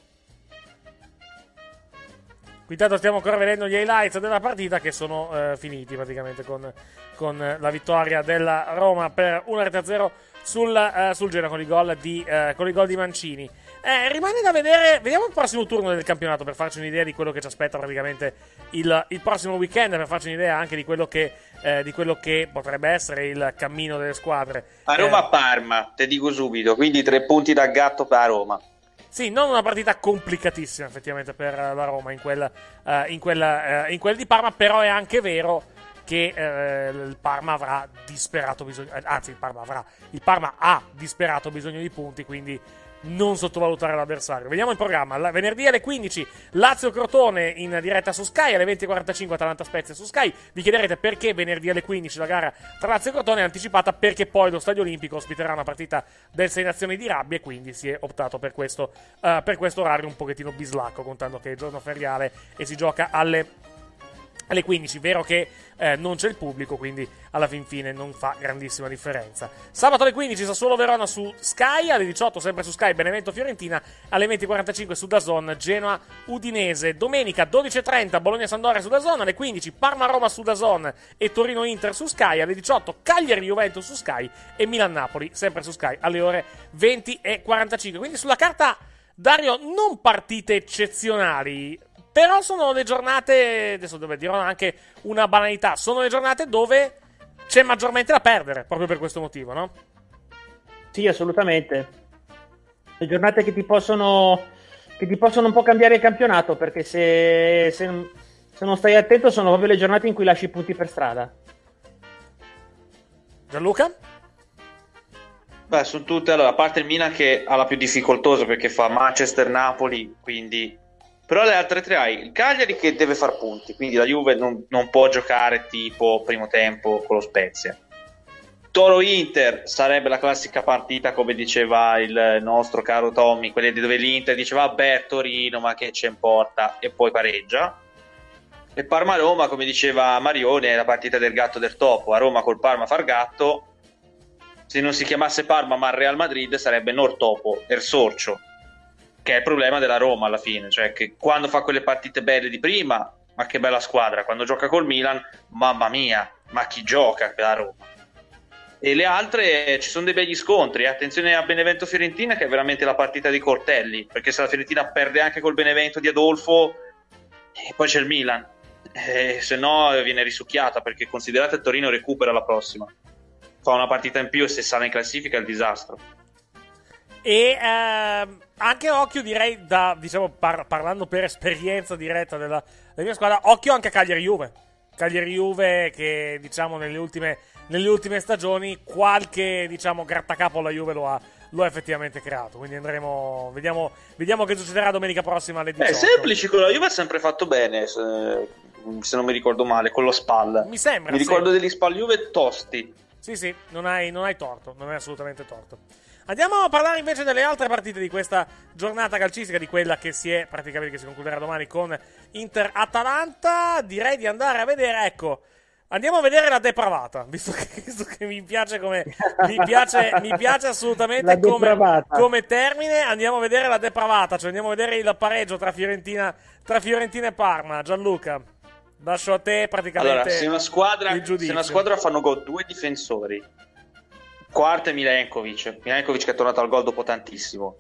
Qui intanto stiamo ancora vedendo gli highlights della partita, che sono eh, finiti praticamente con, con la vittoria della Roma per uno a zero sul, eh, sul Genoa con i gol di, eh, con i gol di Mancini. Eh, rimane da vedere, vediamo il prossimo turno del campionato per farci un'idea di quello che ci aspetta praticamente il, il prossimo weekend, per farci un'idea anche di quello che, eh, di quello che potrebbe essere il cammino delle squadre. A Roma-Parma, te dico subito, quindi tre punti da gatto per Roma. Sì, non una partita complicatissima effettivamente per la Roma in quel, uh, in quel, uh, in quel di Parma, però è anche vero che uh, il Parma avrà disperato bisogno, anzi il Parma avrà, il Parma ha disperato bisogno di punti, quindi non sottovalutare l'avversario. Vediamo il programma. La, venerdì alle quindici Lazio-Crotone in diretta su Sky, alle venti e quarantacinque Atalanta-Spezia su Sky. Vi chiederete perché venerdì alle quindici la gara tra Lazio e Crotone è anticipata, perché poi lo Stadio Olimpico ospiterà una partita del Sei Nazioni di Rabbia e quindi si è optato per questo, uh, per questo orario un pochettino bislacco, contando che è giorno feriale e si gioca alle alle quindici. Vero che eh, non c'è il pubblico, quindi alla fin fine non fa grandissima differenza. Sabato alle quindici Sassuolo-Verona su Sky, alle diciotto sempre su Sky Benevento-Fiorentina, alle venti e quarantacinque su DAZN Genoa-Udinese. Domenica dodici e trenta Bologna-Sampdoria su DAZN, alle quindici Parma-Roma su DAZN e Torino-Inter su Sky, alle diciotto Cagliari-Juventus su Sky e Milan-Napoli sempre su Sky alle ore venti e quarantacinque. Quindi sulla carta, Dario, non partite eccezionali, però sono le giornate, adesso dove dirò anche una banalità, sono le giornate dove c'è maggiormente da perdere, proprio per questo motivo, no? Sì, assolutamente. Le giornate che ti possono, che ti possono un po' cambiare il campionato, perché se, se, se non stai attento sono proprio le giornate in cui lasci punti per strada. Gianluca? Beh, sono tutte, allora, a parte il Milan che ha la più difficoltosa perché fa Manchester-Napoli, quindi... Però le altre tre hai il Cagliari che deve far punti, quindi la Juve non, non può giocare tipo primo tempo con lo Spezia. Toro-Inter sarebbe la classica partita, come diceva il nostro caro Tommy, quelle dove l'Inter diceva vabbè Torino ma che c'è in porta, e poi pareggia. E Parma-Roma, come diceva Marione, è la partita del gatto del topo. A Roma col Parma far gatto, se non si chiamasse Parma ma Real Madrid sarebbe Nor Topo, Er Sorcio, che è il problema della Roma alla fine, cioè che quando fa quelle partite belle di prima, ma che bella squadra, quando gioca col Milan, mamma mia, ma chi gioca per la Roma? E le altre ci sono dei begli scontri, attenzione a Benevento-Fiorentina che è veramente la partita di coltelli, perché se la Fiorentina perde anche col Benevento di Adolfo, e poi c'è il Milan, e se no viene risucchiata, perché considerate il Torino recupera la prossima, fa una partita in più e se sale in classifica è il disastro. E ehm, anche occhio, direi, da diciamo par- parlando per esperienza diretta della, della mia squadra, occhio anche a Cagliari-Juve. Cagliari-Juve che diciamo nelle ultime, nelle ultime stagioni qualche diciamo grattacapo alla Juve lo ha, lo ha effettivamente creato, quindi andremo, vediamo, vediamo che succederà domenica prossima alle diciotto. Eh, Semplici con la Juve ha sempre fatto bene, se, se non mi ricordo male, con lo Spal. Mi sembra. Mi ricordo sì. degli Spal Juve tosti. Sì, sì, non hai, non hai torto, non hai assolutamente torto. Andiamo a parlare invece delle altre partite di questa giornata calcistica, di quella che si è praticamente che si concluderà domani con Inter-Atalanta. Direi di andare a vedere, ecco, andiamo a vedere la depravata, visto che, visto che mi piace come mi piace, mi piace assolutamente come, come termine. Andiamo a vedere la depravata, cioè andiamo a vedere il pareggio tra Fiorentina, tra Fiorentina e Parma. Gianluca, lascio a te praticamente. Allora, se una squadra, il giudizio. se una squadra fanno gol due difensori, quarto è Milenkovic, Milenkovic che è tornato al gol dopo tantissimo,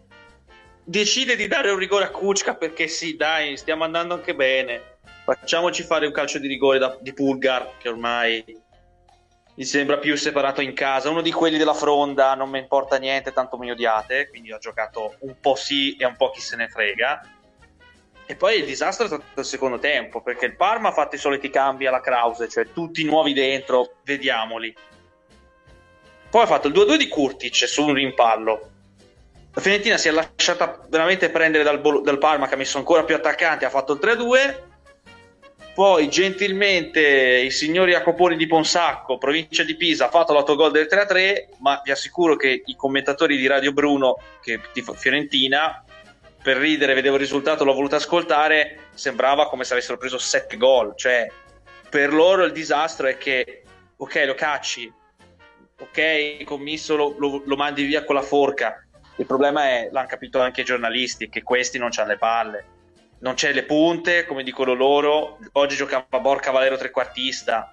decide di dare un rigore a Kučka perché sì, dai, stiamo andando anche bene, facciamoci fare un calcio di rigore da, di Pulgar, che ormai mi sembra più separato in casa, uno di quelli della fronda, non mi importa niente, tanto mi odiate, quindi ho giocato un po' sì e un po' chi se ne frega. E poi il disastro è stato il secondo tempo, perché il Parma ha fatto i soliti cambi alla Krause, cioè tutti nuovi dentro, vediamoli. Poi ha fatto il due a due di Kurtic su un rimpallo. La Fiorentina si è lasciata veramente prendere dal, dal Parma, che ha messo ancora più attaccanti, ha fatto il tre a due. Poi gentilmente i signori Jacoponi di Ponsacco, provincia di Pisa, ha fatto l'autogol del tre a tre, ma vi assicuro che i commentatori di Radio Bruno, che di Fiorentina, per ridere, vedevo il risultato, l'ho voluto ascoltare, sembrava come se avessero preso sette gol. Cioè, per loro il disastro è che, ok, lo cacci, ok, commisso, lo, lo, lo mandi via con la forca. Il problema è, l'hanno capito anche i giornalisti, che questi non c'hanno le palle, non c'è le punte, come dicono loro. Oggi giocava Borca Valero trequartista,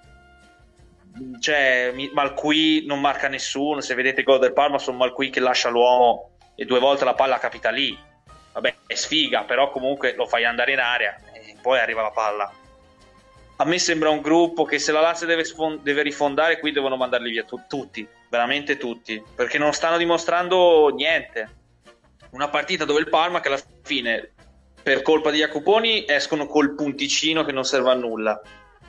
cioè Malqui non marca nessuno. Se vedete il gol del Parma, sono Malqui che lascia l'uomo e due volte la palla capita lì. Vabbè, è sfiga, però comunque lo fai andare in area e poi arriva la palla. A me sembra un gruppo che, se la Lazio deve, sfond- deve rifondare, qui devono mandarli via tu- tutti, veramente tutti, perché non stanno dimostrando niente. Una partita dove il Parma, che alla fine, per colpa di Jacoponi, escono col punticino che non serve a nulla,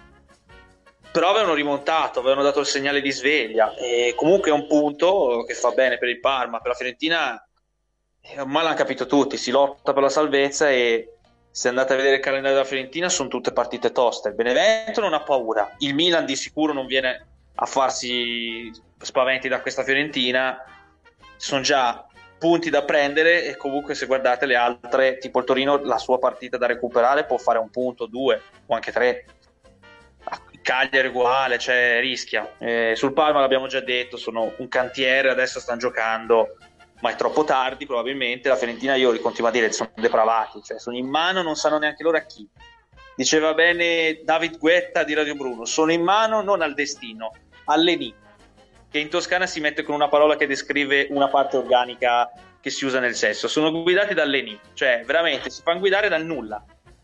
però avevano rimontato, avevano dato il segnale di sveglia, e comunque è un punto che fa bene per il Parma. Per la Fiorentina ormai l'hanno capito tutti, si lotta per la salvezza, e se andate a vedere il calendario della Fiorentina sono tutte partite toste. Il Benevento non ha paura, il Milan di sicuro non viene a farsi spaventi da questa Fiorentina, sono già punti da prendere, e comunque se guardate le altre, tipo il Torino, la sua partita da recuperare può fare un punto, due o anche tre. Il Cagliari uguale, cioè rischia. Eh, sul Parma l'abbiamo già detto, sono un cantiere, adesso stanno giocando, ma è troppo tardi probabilmente. La Fiorentina, io li continuo a dire, sono depravati, cioè sono in mano, non sanno neanche loro a chi. Diceva bene David Guetta di Radio Bruno, sono in mano non al destino, all'Eni, che in Toscana si mette con una parola che descrive una parte organica che si usa nel sesso. Sono guidati dall'Eni, cioè veramente si fanno guidare dal nulla,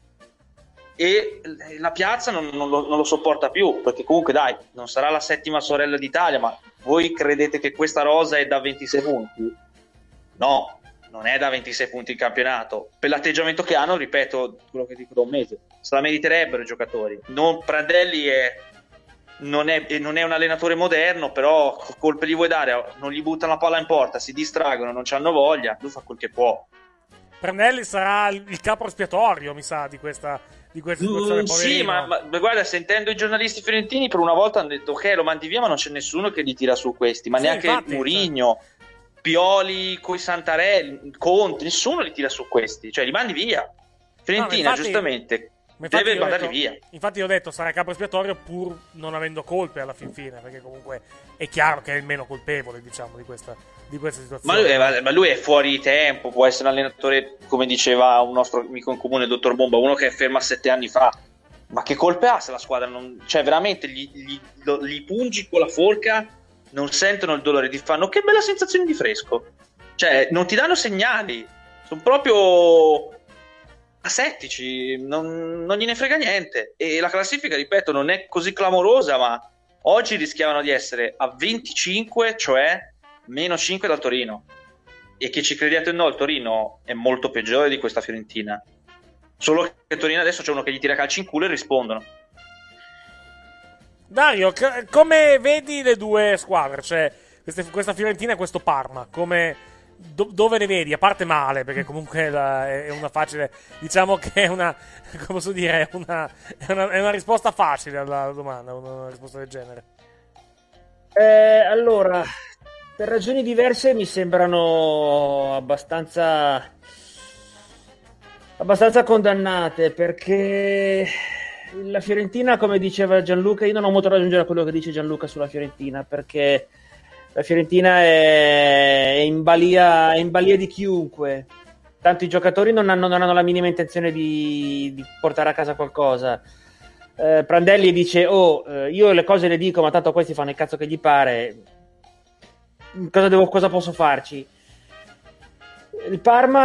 e la piazza non, non, lo, non lo sopporta più, perché comunque dai, non sarà la settima sorella d'Italia, ma voi credete che questa rosa è da ventisei punti? No, non è da ventisei punti il campionato. Per l'atteggiamento che hanno, ripeto quello che dico da un mese, se la meriterebbero i giocatori. Non, Prandelli è non è, non è un allenatore moderno, però colpe gli vuoi dare, non gli buttano la palla in porta, si distraggono, non c'hanno voglia, lui fa quel che può. Prandelli sarà il capo espiatorio, mi sa, di questa, di questa situazione. Mm, sì, ma, ma guarda, sentendo i giornalisti fiorentini per una volta hanno detto ok, lo mandi via, ma non c'è nessuno che li tira su questi, ma sì, neanche infatti, Mourinho, cioè. Pioli, coi Santarelli, Conte, nessuno li tira su questi, cioè li mandi via. Fiorentina, no, infatti, giustamente, deve mandare via. Infatti io ho detto sarà capo espiatorio pur non avendo colpe alla fin fine, perché comunque è chiaro che è il meno colpevole, diciamo, di questa, di questa situazione. Ma lui, è, ma lui è fuori di tempo, può essere un allenatore, come diceva un nostro amico in comune, il dottor Bomba, uno che è fermo a sette anni fa. Ma che colpe ha se la squadra non... Cioè veramente gli, gli, gli pungi con la forca, non sentono il dolore, ti fanno che bella sensazione di fresco. Cioè non ti danno segnali, sono proprio asettici, non, non gliene frega niente. E la classifica, ripeto, non è così clamorosa, ma oggi rischiavano di essere a venticinque, cioè meno cinque dal Torino. E che ci crediate o no, il Torino è molto peggiore di questa Fiorentina. Solo che Torino adesso c'è uno che gli tira calci in culo e rispondono. Dario, c- come vedi le due squadre? Cioè, queste, questa Fiorentina e questo Parma, come, do, dove le vedi? A parte male, perché comunque la, è una facile... Diciamo che è una... come posso dire? È una, è una, è una risposta facile alla domanda, una risposta del genere. Eh, allora, per ragioni diverse mi sembrano abbastanza... abbastanza condannate, perché la Fiorentina, come diceva Gianluca, io non ho molto da aggiungere a quello che dice Gianluca sulla Fiorentina, perché la Fiorentina è in balia, è in balia di chiunque, tanto i giocatori non hanno, non hanno la minima intenzione di, di portare a casa qualcosa. eh, Prandelli dice oh, eh, io le cose le dico, ma tanto questi fanno il cazzo che gli pare, cosa, devo, cosa posso farci? Il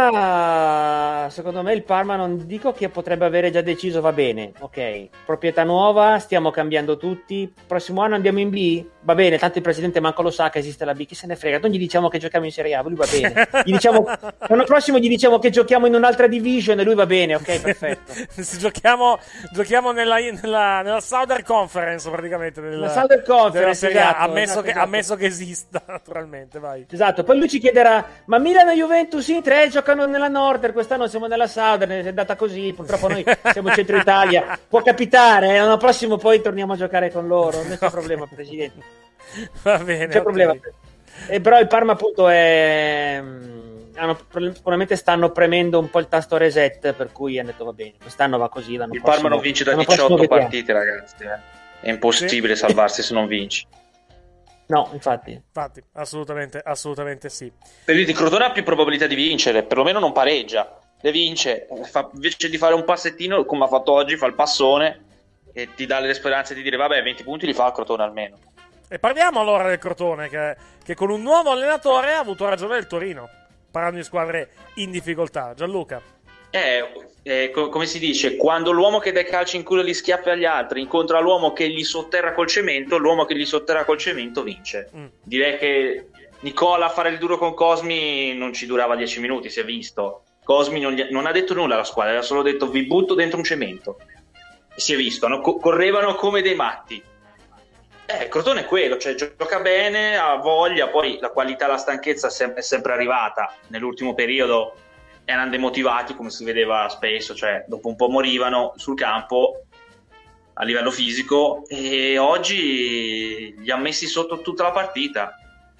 Parma, secondo me il Parma non dico che potrebbe avere già deciso, va bene, ok, proprietà nuova, stiamo cambiando tutti, prossimo anno andiamo in B, va bene, tanto il presidente manco lo sa che esiste la B, chi se ne frega, non gli diciamo che giochiamo in Serie A, lui va bene, gli diciamo, l'anno prossimo gli diciamo che giochiamo in un'altra division e lui va bene, ok, perfetto. giochiamo giochiamo nella, nella, nella Southern Conference praticamente, nella, la Southern Conference, Serie A, esatto, ammesso, esatto, che, esatto. ammesso che esista, naturalmente, vai. Esatto, poi lui ci chiederà, ma Milano e Juventus in tre giocano nella Northern, quest'anno siamo nella Southern, è andata così, purtroppo noi siamo in centro Italia, può capitare, l'anno prossimo poi torniamo a giocare con loro, non c'è problema, presidente. Va bene, non c'è okay. problema. E però il Parma appunto è... hanno, probabilmente stanno premendo un po' il tasto reset, per cui hanno detto va bene, quest'anno va così, l'anno il prossimo, Parma non vince da diciotto partite, ragazzi, eh. È impossibile sì. salvarsi se non vinci. No, infatti. Infatti, assolutamente, assolutamente sì. Per il Crotone ha più probabilità di vincere, perlomeno non pareggia, le vince, fa, invece di fare un passettino come ha fatto oggi, fa il passone e ti dà le speranze di dire vabbè, venti punti li fa il Crotone almeno. E parliamo allora del Crotone, che, che con un nuovo allenatore ha avuto ragione il Torino, parlando di squadre in difficoltà. Gianluca. Eh, eh, co- come si dice, quando l'uomo che dà calci in culo e li schiaffa agli altri incontra l'uomo che gli sotterra col cemento, l'uomo che gli sotterra col cemento vince. Mm. Direi che Nicola a fare il duro con Cosmi non ci durava dieci minuti, si è visto. Cosmi non, gli, non ha detto nulla alla squadra, ha solo detto vi butto dentro un cemento. E si è visto, no? Co- correvano come dei matti. Eh, il Crotone è quello, cioè gioca bene, ha voglia, poi la qualità e la stanchezza è, sem- è sempre arrivata. Nell'ultimo periodo erano demotivati, come si vedeva spesso, cioè dopo un po' morivano sul campo a livello fisico e oggi li ha messi sotto tutta la partita.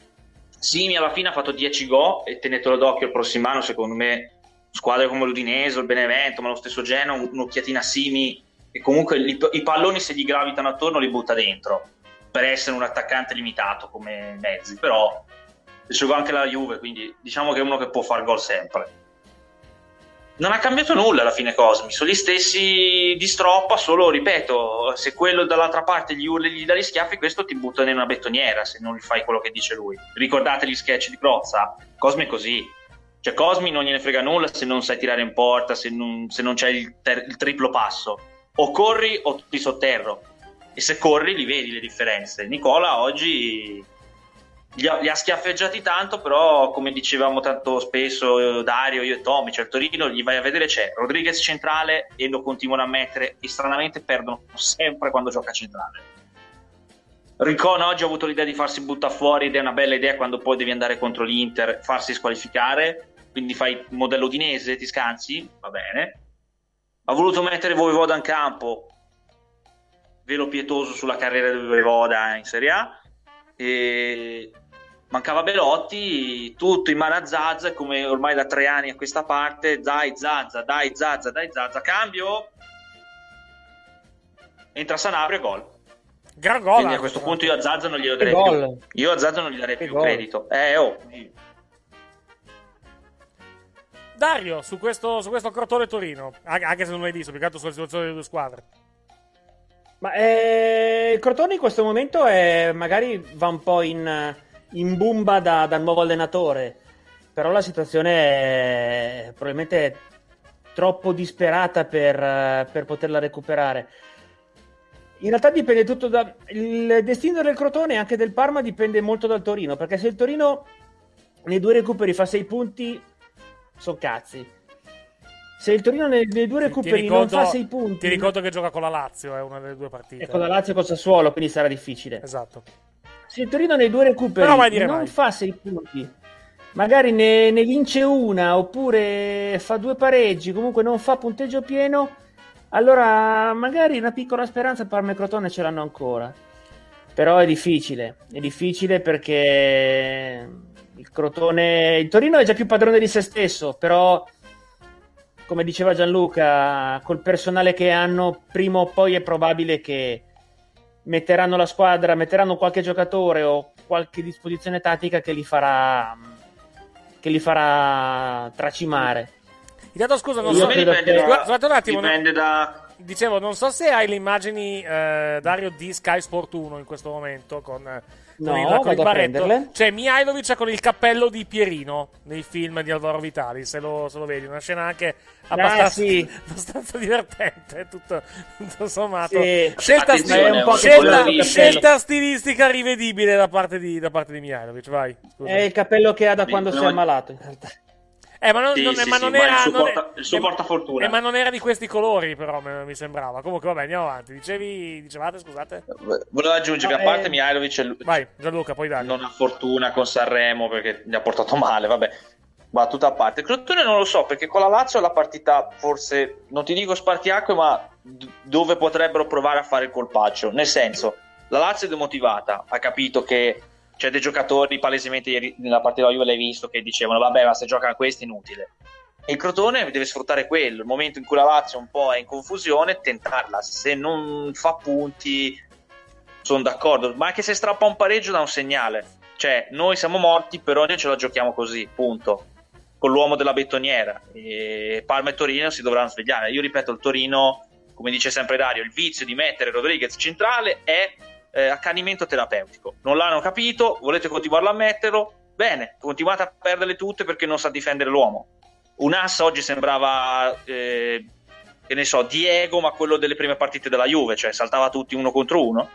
Simi alla fine ha fatto dieci gol e tenetelo d'occhio il prossimo anno, secondo me squadre come l'Udinese, il Benevento, ma lo stesso Genoa, un'occhiatina a Simi e comunque i, i palloni se gli gravitano attorno li butta dentro per essere un attaccante limitato come Mezzi, però giocò anche la Juve, quindi diciamo che è uno che può far gol sempre. Non ha cambiato nulla alla fine Cosmi, sono gli stessi di stroppa, solo ripeto, se quello dall'altra parte gli urli e gli dà gli schiaffi, questo ti butta in una bettoniera se non gli fai quello che dice lui. Ricordate gli sketch di Crozza? Cosmi è così, cioè Cosmi non gliene frega nulla se non sai tirare in porta, se non, se non c'è il, ter- il triplo passo, o corri o ti sotterro, e se corri li vedi le differenze. Nicola oggi Li ha, li ha schiaffeggiati tanto, però come dicevamo tanto spesso Dario, io e Tommy, cioè il Torino gli vai a vedere c'è Rodriguez centrale e lo continuano a mettere e stranamente perdono sempre quando gioca centrale. Rincon oggi ha avuto l'idea di farsi buttare fuori ed è una bella idea quando poi devi andare contro l'Inter, farsi squalificare, quindi fai il modello udinese, ti scansi, va bene. Ha voluto mettere Voivoda in campo, velo pietoso sulla carriera di Voivoda in Serie A, e mancava Belotti, tutto in mano a Zaza, come ormai da tre anni a questa parte, dai Zaza, dai Zaza, dai Zaza, cambio, entra Sanabria e gol. Gran gol. Quindi a questo punto io a Zaza non glielo darei più. Io a Zaza non gli darei più credito. Eh, oh. Dario, su questo, su questo Crotone Torino, anche se non l'hai visto, più che altro sulla situazione delle due squadre. Ma eh, il Crotone in questo momento è, magari va un po' in, in bomba da, da nuovo allenatore, però la situazione è probabilmente troppo disperata per, per poterla recuperare. In realtà dipende tutto da... Il destino del Crotone e anche del Parma dipende molto dal Torino, perché se il Torino nei due recuperi fa sei punti, sono cazzi. Se il Torino nei, nei due recuperi ricordo, non fa sei punti... Ti ricordo che gioca con la Lazio, è una delle due partite. E con la Lazio e con Sassuolo, quindi sarà difficile. Esatto. Se il Torino nei due recuperi non mai. fa sei punti, magari ne, ne vince una, oppure fa due pareggi, comunque non fa punteggio pieno, allora magari una piccola speranza Parma e Crotone ce l'hanno ancora. Però è difficile, è difficile perché il Crotone... Il Torino è già più padrone di se stesso, però... come diceva Gianluca, col personale che hanno, prima o poi è probabile che metteranno la squadra, metteranno qualche giocatore o qualche disposizione tattica che li farà che li farà tracimare. Intanto scusa, non so, dipende che... da... Scusate un attimo, dipende no? da... Dicevo, non so se hai le immagini, eh, Dario, di Sky Sport uno in questo momento con, no, con il, con il barretto. Prenderle. C'è Mihajlovic con il cappello di Pierino nei film di Alvaro Vitali, se lo, se lo vedi, una scena anche abbastanza, ah, sì. abbastanza divertente, tutto, tutto sommato. Sì. Scelta, un po' scelta, scelta stilistica rivedibile da parte di, da parte di Mihajlovic, vai. Scusa. È il cappello che ha da Sì, quando no, si è ammalato, in realtà. Eh, ma non, sì, non, sì, ma sì, non ma era il suo, non porta, è, il suo eh, portafortuna. eh, ma non era di questi colori, però mi, mi sembrava. Comunque, vabbè, andiamo avanti. Dicevi, dicevate, scusate? Volevo aggiungere no, che a parte eh... Mihajlovic vai, Gianluca, poi dai. non ha fortuna con Sanremo perché gli ha portato male, vabbè. Ma tutta a parte. Crotone non lo so, perché con la Lazio è la partita forse, non ti dico spartiacque, ma d- dove potrebbero provare a fare il colpaccio. Nel senso, la Lazio è demotivata, ha capito che c'è dei giocatori palesemente ieri nella partita della Juve l'hai visto che dicevano vabbè, ma se giocano questi è inutile. E il Crotone deve sfruttare quello, il momento in cui la Lazio un po' è in confusione, tentarla. Se non fa punti, sono d'accordo, ma anche se strappa un pareggio dà un segnale. Cioè, noi siamo morti, però noi ce la giochiamo così, punto. Con l'uomo della betoniera. E Parma e Torino si dovranno svegliare. Io ripeto, il Torino, come dice sempre Dario, il vizio di mettere Rodriguez centrale è eh, accanimento terapeutico. Non l'hanno capito, volete continuarlo a metterlo? Bene, continuate a perderle tutte perché non sa difendere l'uomo. Un ass oggi sembrava, eh, che ne so, Diego, ma quello delle prime partite della Juve, cioè saltava tutti uno contro uno.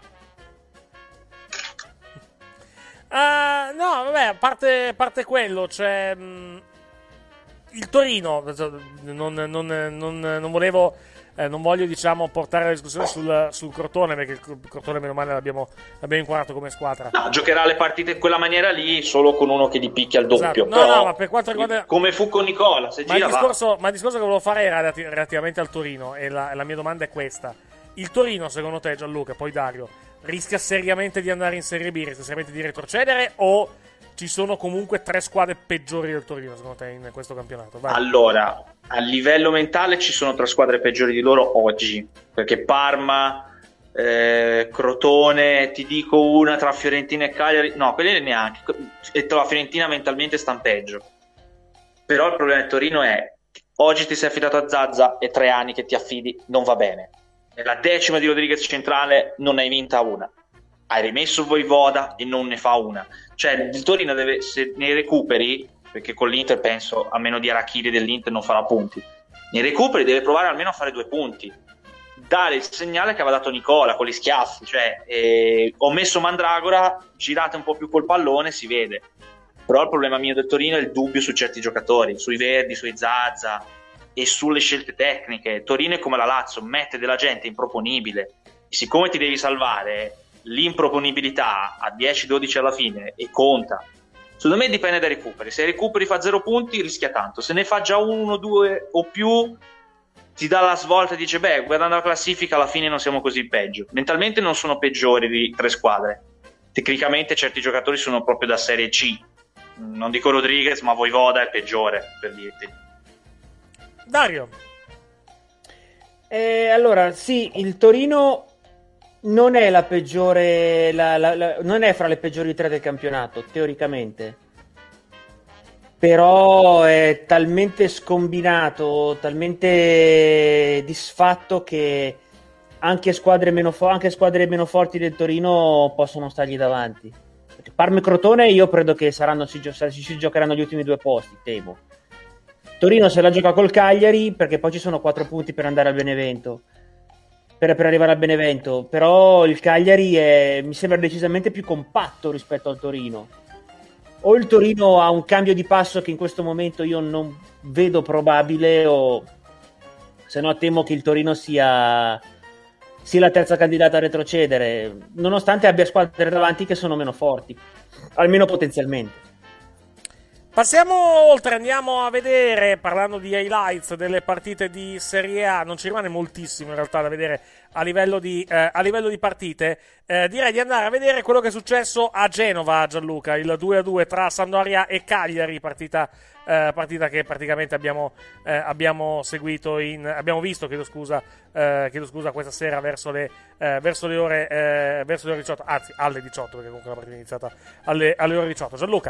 Uh, no, vabbè, a parte, a parte quello, cioè mh, il Torino, non, non, non, non volevo, eh, non voglio, diciamo, portare la discussione sul, sul Crotone, perché il Crotone, meno male, l'abbiamo, l'abbiamo inquadrato come squadra. No, giocherà le partite in quella maniera lì, solo con uno che li picchia al doppio. Esatto. No, però, no, ma per quanto riguarda... come fu con Nicola, se ma gira il discorso, ma il discorso che volevo fare era relativamente al Torino, e la, la mia domanda è questa. Il Torino, secondo te, Gianluca, poi Dario, rischia seriamente di andare in Serie B, rischia seriamente di retrocedere, o ci sono comunque tre squadre peggiori del Torino, secondo te, in questo campionato? Vai. Allora, a livello mentale ci sono tre squadre peggiori di loro oggi, perché Parma, eh, Crotone, ti dico una tra Fiorentina e Cagliari, no, quelle neanche, e tra la Fiorentina mentalmente stanno peggio. Però il problema del Torino è, oggi ti sei affidato a Zaza e tre anni che ti affidi non va bene. Nella decima di Rodriguez centrale non hai vinta una, hai rimesso Voivoda e non ne fa una. Cioè il Torino deve, se nei recuperi, perché con l'Inter penso, a meno di Arachidi dell'Inter non farà punti, nei recuperi deve provare almeno a fare due punti, dare il segnale che aveva dato Nicola con gli schiaffi, cioè eh, ho messo Mandragora, girate un po' più col pallone, si vede. Però il problema mio del Torino è il dubbio su certi giocatori, sui Verdi, sui Zaza e sulle scelte tecniche. Torino è come la Lazio, mette della gente improponibile, e siccome ti devi salvare l'improponibilità a dieci dodici alla fine e conta. Secondo me dipende dai recuperi. Se i recuperi fa zero punti rischia tanto, se ne fa già uno, due o più ti dà la svolta e dice beh, guardando la classifica alla fine non siamo così peggio. Mentalmente non sono peggiori di tre squadre, tecnicamente certi giocatori sono proprio da serie C, non dico Rodriguez ma Voivoda è il peggiore, per dirti. Dario. Eh, allora sì, il Torino non è la peggiore, la, la, la, non è fra le peggiori tre del campionato, teoricamente. Però è talmente scombinato, talmente disfatto che anche squadre meno, fo- anche squadre meno forti del Torino possono stargli davanti. Parma e Crotone io credo che saranno, si, gio- si giocheranno gli ultimi due posti, temo. Torino se la gioca col Cagliari perché poi ci sono quattro punti per andare al Benevento. Per, per arrivare al Benevento, però il Cagliari è, mi sembra decisamente più compatto rispetto al Torino. O il Torino ha un cambio di passo che in questo momento io non vedo probabile, o se no temo che il Torino sia, sia la terza candidata a retrocedere, nonostante abbia squadre davanti che sono meno forti, almeno potenzialmente. Passiamo oltre, andiamo a vedere, parlando di highlights delle partite di Serie A, non ci rimane moltissimo in realtà da vedere a livello di, eh, a livello di partite, eh, direi di andare a vedere quello che è successo a Genova, Gianluca, il due a due tra Sampdoria e Cagliari, partita, eh, partita che praticamente abbiamo, eh, abbiamo seguito, in, abbiamo visto, chiedo scusa, eh, chiedo scusa questa sera verso le, eh, verso le ore, eh, verso le ore diciotto, anzi alle diciotto perché comunque la partita è iniziata alle, alle ore diciotto. Gianluca.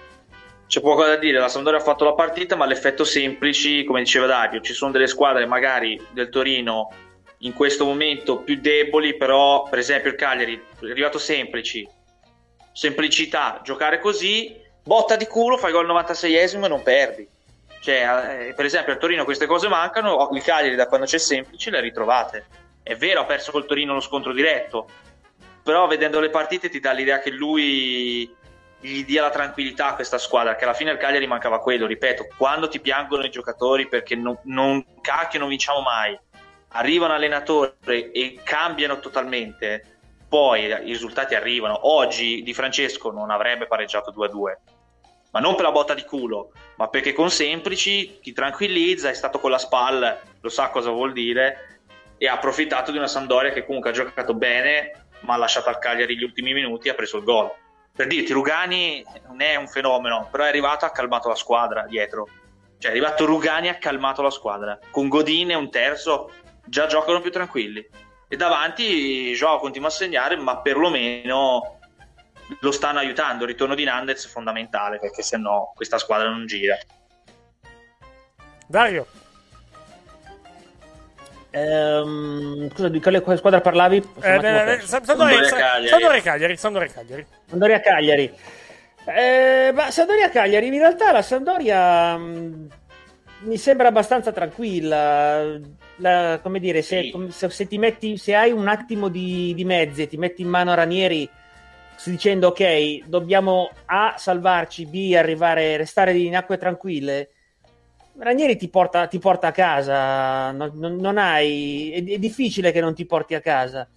C'è poco da dire, la Sampdoria ha fatto la partita, ma l'effetto semplici, come diceva Dario, ci sono delle squadre magari del Torino in questo momento più deboli, però per esempio il Cagliari è arrivato semplici, semplicità, giocare così, botta di culo, fai gol al novantaseiesimo e non perdi. Cioè, eh, per esempio al Torino queste cose mancano, il Cagliari da quando c'è semplici le ha ritrovate. È vero, ha perso col Torino lo scontro diretto, però vedendo le partite ti dà l'idea che lui gli dia la tranquillità a questa squadra, che alla fine il Cagliari mancava quello, ripeto, quando ti piangono i giocatori perché non, non cacchio non vinciamo mai, arriva un allenatore e cambiano totalmente, poi i risultati arrivano. Oggi Di Francesco non avrebbe pareggiato due a due, ma non per la botta di culo, ma perché con semplici ti tranquillizza, è stato con la spalla, lo sa cosa vuol dire, e ha approfittato di una Sampdoria che comunque ha giocato bene ma ha lasciato al Cagliari gli ultimi minuti e ha preso il gol. Per dirti, Rugani non è un fenomeno, però è arrivato e ha calmato la squadra dietro. Cioè è arrivato Rugani e ha calmato la squadra. Con Godin e un terzo già giocano più tranquilli. E davanti Joao continua a segnare, ma perlomeno lo stanno aiutando. Il ritorno di Nandez è fondamentale, perché se no questa squadra non gira. Dario. Ehm, scusa, di quale squadra parlavi? Eh, eh, Sampdoria e Cagliari. Sampdoria Cagliari. Sampdoria Cagliari. Eh, ma Sampdoria Cagliari, in realtà la Sampdoria mh, mi sembra abbastanza tranquilla. La, come dire, se, sì. se, se ti metti, se hai un attimo di, di mezzi e ti metti in mano Ranieri dicendo ok, dobbiamo A salvarci, B arrivare, restare in acque tranquille, Ranieri ti porta, ti porta a casa, non, non, non hai, è, è difficile che non ti porti a casa.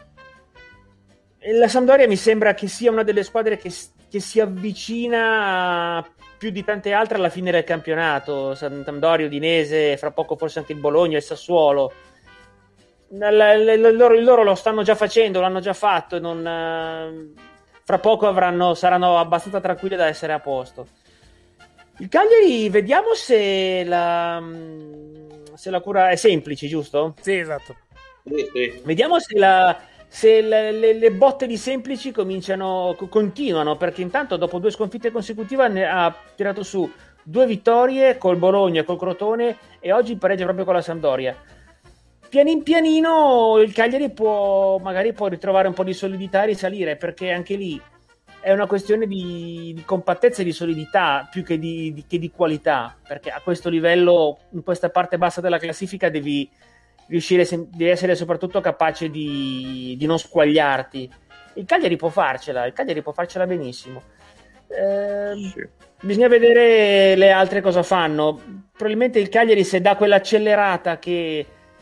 E la Sampdoria mi sembra che sia una delle squadre che, che si avvicina più di tante altre alla fine del campionato. Sampdoria, Udinese, fra poco forse anche il Bologna e il Sassuolo. Il, il, il, loro, il loro lo stanno già facendo, l'hanno già fatto e non, fra poco avranno, saranno abbastanza tranquilli da essere a posto. Il Cagliari, vediamo se la, se la cura è semplice, giusto? Sì, esatto. Sì, sì. Vediamo se, la, se le, le, le botte di semplici cominciano, continuano, perché intanto dopo due sconfitte consecutive ne ha tirato su due vittorie col Bologna e col Crotone e oggi pareggia proprio con la Sampdoria. Pianin pianino il Cagliari può magari può ritrovare un po' di solidità e risalire, perché anche lì è una questione di, di compattezza e di solidità più che di, di, che di qualità, perché a questo livello, in questa parte bassa della classifica, devi riuscire, devi essere soprattutto capace di, di non squagliarti. Il Cagliari può farcela, il Cagliari può farcela benissimo. Eh, sì. Bisogna vedere le altre cosa fanno. Probabilmente il Cagliari, se dà quell'accelerata che,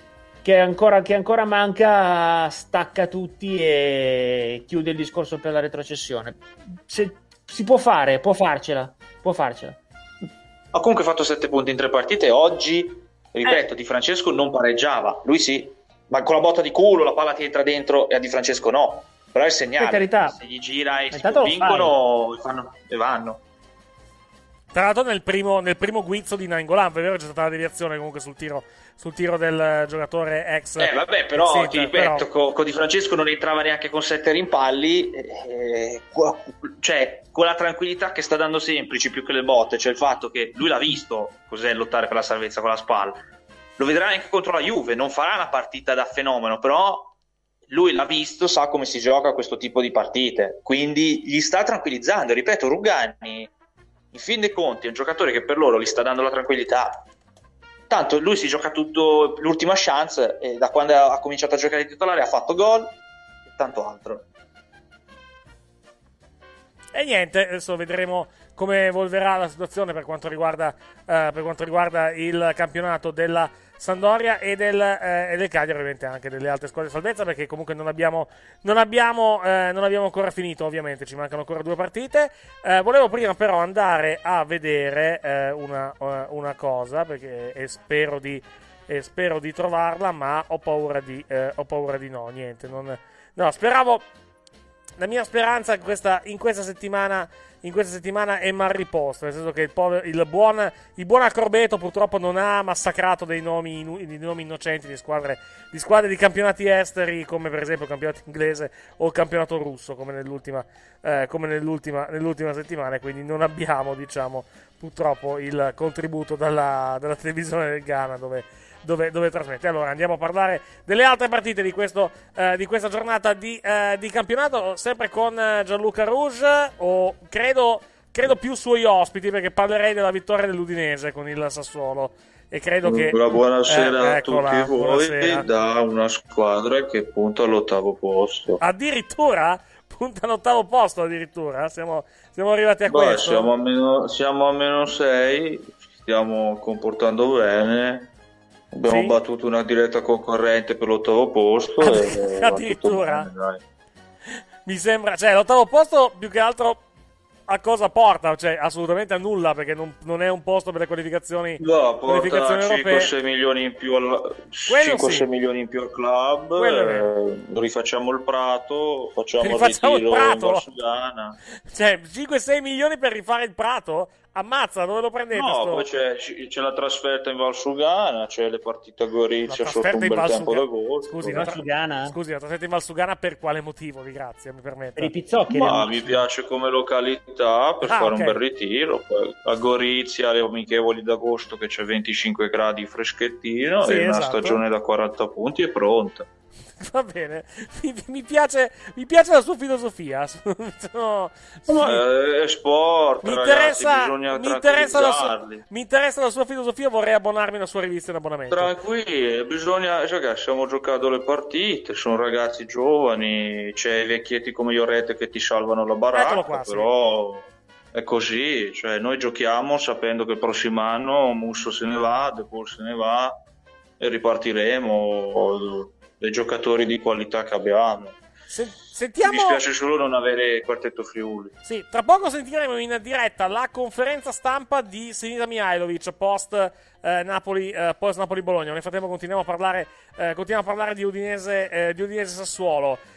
che ancora, che ancora manca stacca tutti e chiude il discorso per la retrocessione. Se, si può fare, può farcela, può farcela. Ha comunque fatto sette punti in tre partite. Oggi, ripeto, eh. Di Francesco non pareggiava, lui sì, ma con la botta di culo la palla ti entra dentro e a Di Francesco no. Però è il segnale, carità. Se gli gira e si Intanto convincono fanno, e vanno. Tra l'altro nel primo, nel primo guizzo di Nainggolan, è vero, c'è stata la deviazione comunque sul tiro, sul tiro del giocatore ex. Eh vabbè, però Inter, ti ripeto, però... Con, con Di Francesco non entrava neanche con sette rimpalli, eh, cioè con la tranquillità che sta dando Semplici più che le botte, cioè il fatto che lui l'ha visto cos'è lottare per la salvezza con la spalla, lo vedrà anche contro la Juve, non farà una partita da fenomeno, però lui l'ha visto, sa come si gioca questo tipo di partite, quindi gli sta tranquillizzando. Ripeto, Rugani in fin dei conti è un giocatore che per loro gli sta dando la tranquillità, tanto lui si gioca tutto l'ultima chance e da quando ha cominciato a giocare di titolare ha fatto gol e tanto altro. E niente, adesso vedremo come evolverà la situazione per quanto riguarda, eh, per quanto riguarda il campionato della Sampdoria e del, eh, e del Cagliari, ovviamente anche delle altre squadre di salvezza, perché comunque non abbiamo, non abbiamo, eh, non abbiamo ancora finito, ovviamente ci mancano ancora due partite. Eh, volevo prima però andare a vedere eh, una, una cosa, perché e spero di, e spero di trovarla, ma ho paura di, eh, ho paura di no, niente, non, no, speravo. La mia speranza in questa, in questa settimana in questa settimana è mal riposta, nel senso che il, povero, il, buon, il buon Acrobeto purtroppo non ha massacrato dei nomi, dei nomi innocenti di squadre, di squadre di campionati esteri, come per esempio il campionato inglese o il campionato russo, come nell'ultima, eh, come nell'ultima, nell'ultima settimana, quindi non abbiamo, diciamo, purtroppo il contributo dalla, dalla televisione del Ghana dove... Dove, dove trasmette. Allora andiamo a parlare delle altre partite di, questo, eh, di questa giornata di, eh, di campionato, sempre con eh, Gianluca Rouge, o credo, credo più suoi ospiti, perché parlerei della vittoria dell'Udinese con il Sassuolo e credo che una buonasera eh, a eccola, tutti voi buonasera. Da una squadra che punta all'ottavo posto. Addirittura punta all'ottavo posto, addirittura siamo, siamo arrivati a Beh, questo. Siamo a meno, siamo a meno sei, stiamo comportando bene. Abbiamo sì? battuto una diretta concorrente per l'ottavo posto. e Addirittura bene, dai. Mi sembra, cioè l'ottavo posto più che altro a cosa porta? Cioè assolutamente a nulla, perché non, non è un posto per le qualificazioni, no, qualificazioni porta europee. cinque sei milioni in più al cinque sei sì. milioni in più al club, eh, rifacciamo il Prato, facciamo rifacciamo il ritiro il Prato. in Valsugana. Cioè cinque sei milioni per rifare il Prato? Ammazza, dove lo prendete? No, sto... poi c'è, c'è la trasferta in Valsugana, c'è le partite a Gorizia sotto un bel Valsuga... tempo d'agosto. Scusi, la tra... Scusi, la trasferta in Valsugana per quale motivo? Vi grazie, mi permette. Per i pizzocchi. Ma mi piace come località per ah, fare okay. un bel ritiro. Poi a Gorizia, le amichevoli d'agosto che c'è venticinque gradi freschettino sì, e una esatto. stagione da quaranta punti è pronta. Va bene, mi, mi, piace, mi piace la sua filosofia. Sono, Ma è, è sport, mi ragazzi, interessa, bisogna mi interessa, la sua, tranquillizzarli. mi interessa la sua filosofia, vorrei abbonarmi alla sua rivista in abbonamento. Tranquilli, bisogna, cioè, stiamo giocando le partite, sono ragazzi giovani, c'è i vecchietti come Iorrete che ti salvano la baracca, qua, però sì. È così, cioè noi giochiamo sapendo che il prossimo anno Musso se ne va, De Paul se ne va e ripartiremo dei giocatori di qualità che abbiamo. Se, sentiamo... Mi dispiace solo non avere Quartetto Friuli. Sì, tra poco sentiremo in diretta la conferenza stampa di Sinisa Mihajlovic post eh, Napoli eh, post Napoli Bologna. Nel frattempo continuiamo a parlare eh, continuiamo a parlare di Udinese eh, di Udinese Sassuolo. Uh,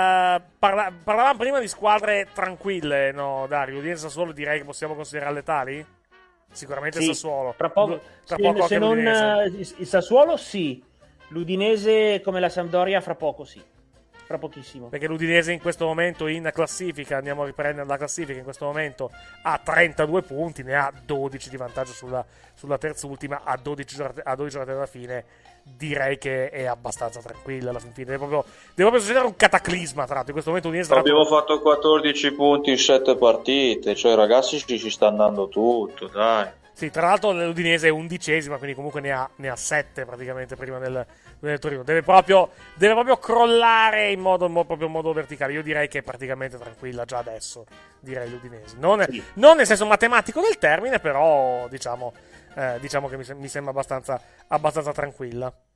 parla- parlavamo prima di squadre tranquille, no, Dario? Udinese Sassuolo direi che possiamo considerarle tali? Sicuramente sì, Sassuolo. Tra poco, tra se, poco se non il, il Sassuolo sì. L'Udinese come la Sampdoria fra poco sì, fra pochissimo. Perché l'Udinese in questo momento in classifica, andiamo a riprendere la classifica, in questo momento ha trentadue punti, ne ha dodici di vantaggio sulla, sulla terzultima, a dodici giornate, a dodici giornate dalla fine. Direi che è abbastanza tranquilla alla fin fine. Deve proprio, deve proprio succedere un cataclisma, tra l'altro. In questo momento l'Udinese abbiamo tratto... fatto quattordici punti in sette partite, cioè ragazzi ci, ci sta andando tutto, dai. Sì, tra l'altro l'Udinese è undicesima, quindi comunque ne ha, ne ha sette praticamente prima del, del Torino. Deve proprio, deve proprio crollare in modo, mo, proprio in modo verticale. Io direi che è praticamente tranquilla già adesso, direi l'Udinese. Non, sì. non nel senso matematico del termine, però diciamo, eh, diciamo che mi, mi sembra abbastanza, abbastanza tranquilla.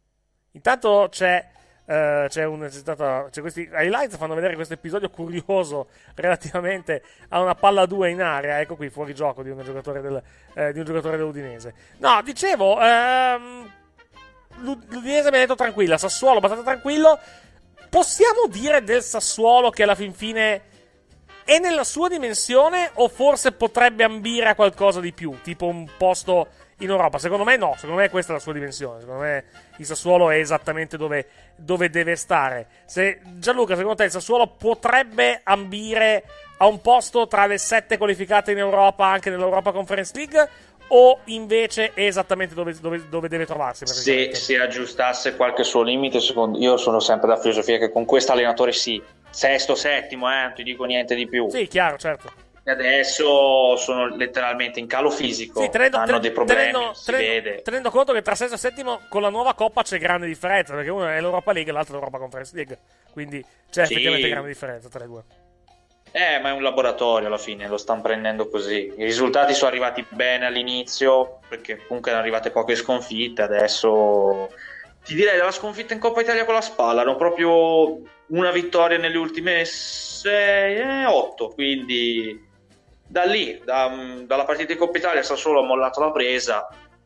Intanto c'è, uh, c'è, un, c'è, stata, c'è questi highlights, fanno vedere questo episodio curioso relativamente a una palla due in area. Ecco qui, fuori gioco di un giocatore, del, eh, di un giocatore dell'Udinese. No, dicevo, ehm, l'Udinese mi ha detto tranquilla, Sassuolo abbastanza tranquillo. Possiamo dire del Sassuolo che alla fin fine è nella sua dimensione o forse potrebbe ambire a qualcosa di più, tipo un posto in Europa? Secondo me no, secondo me questa è la sua dimensione, secondo me il Sassuolo è esattamente dove, dove deve stare. Se, Gianluca, secondo te il Sassuolo potrebbe ambire a un posto tra le sette qualificate in Europa anche nell'Europa Conference League, o invece è esattamente dove, dove, dove deve trovarsi? Se si aggiustasse qualche suo limite, secondo, io sono sempre della filosofia che con questo allenatore sì, sesto, settimo, eh, non ti dico niente di più. Sì, chiaro, certo. E adesso sono letteralmente in calo fisico, sì, tenendo, hanno dei problemi, tenendo, si tenendo, vede. Tenendo conto che tra sesto e settimo con la nuova Coppa c'è grande differenza, perché uno è l'Europa League e l'altro è l'Europa Conference League, quindi c'è sì. effettivamente grande differenza tra le due. Eh, ma è un laboratorio alla fine, lo stanno prendendo così. I risultati sono arrivati bene all'inizio, perché comunque erano arrivate poche sconfitte. Adesso ti direi della sconfitta in Coppa Italia con la spalla, erano proprio una vittoria nelle ultime sei, eh, otto. Quindi da lì, da, dalla partita di Coppa Italia, Sassuolo ha mollato la presa.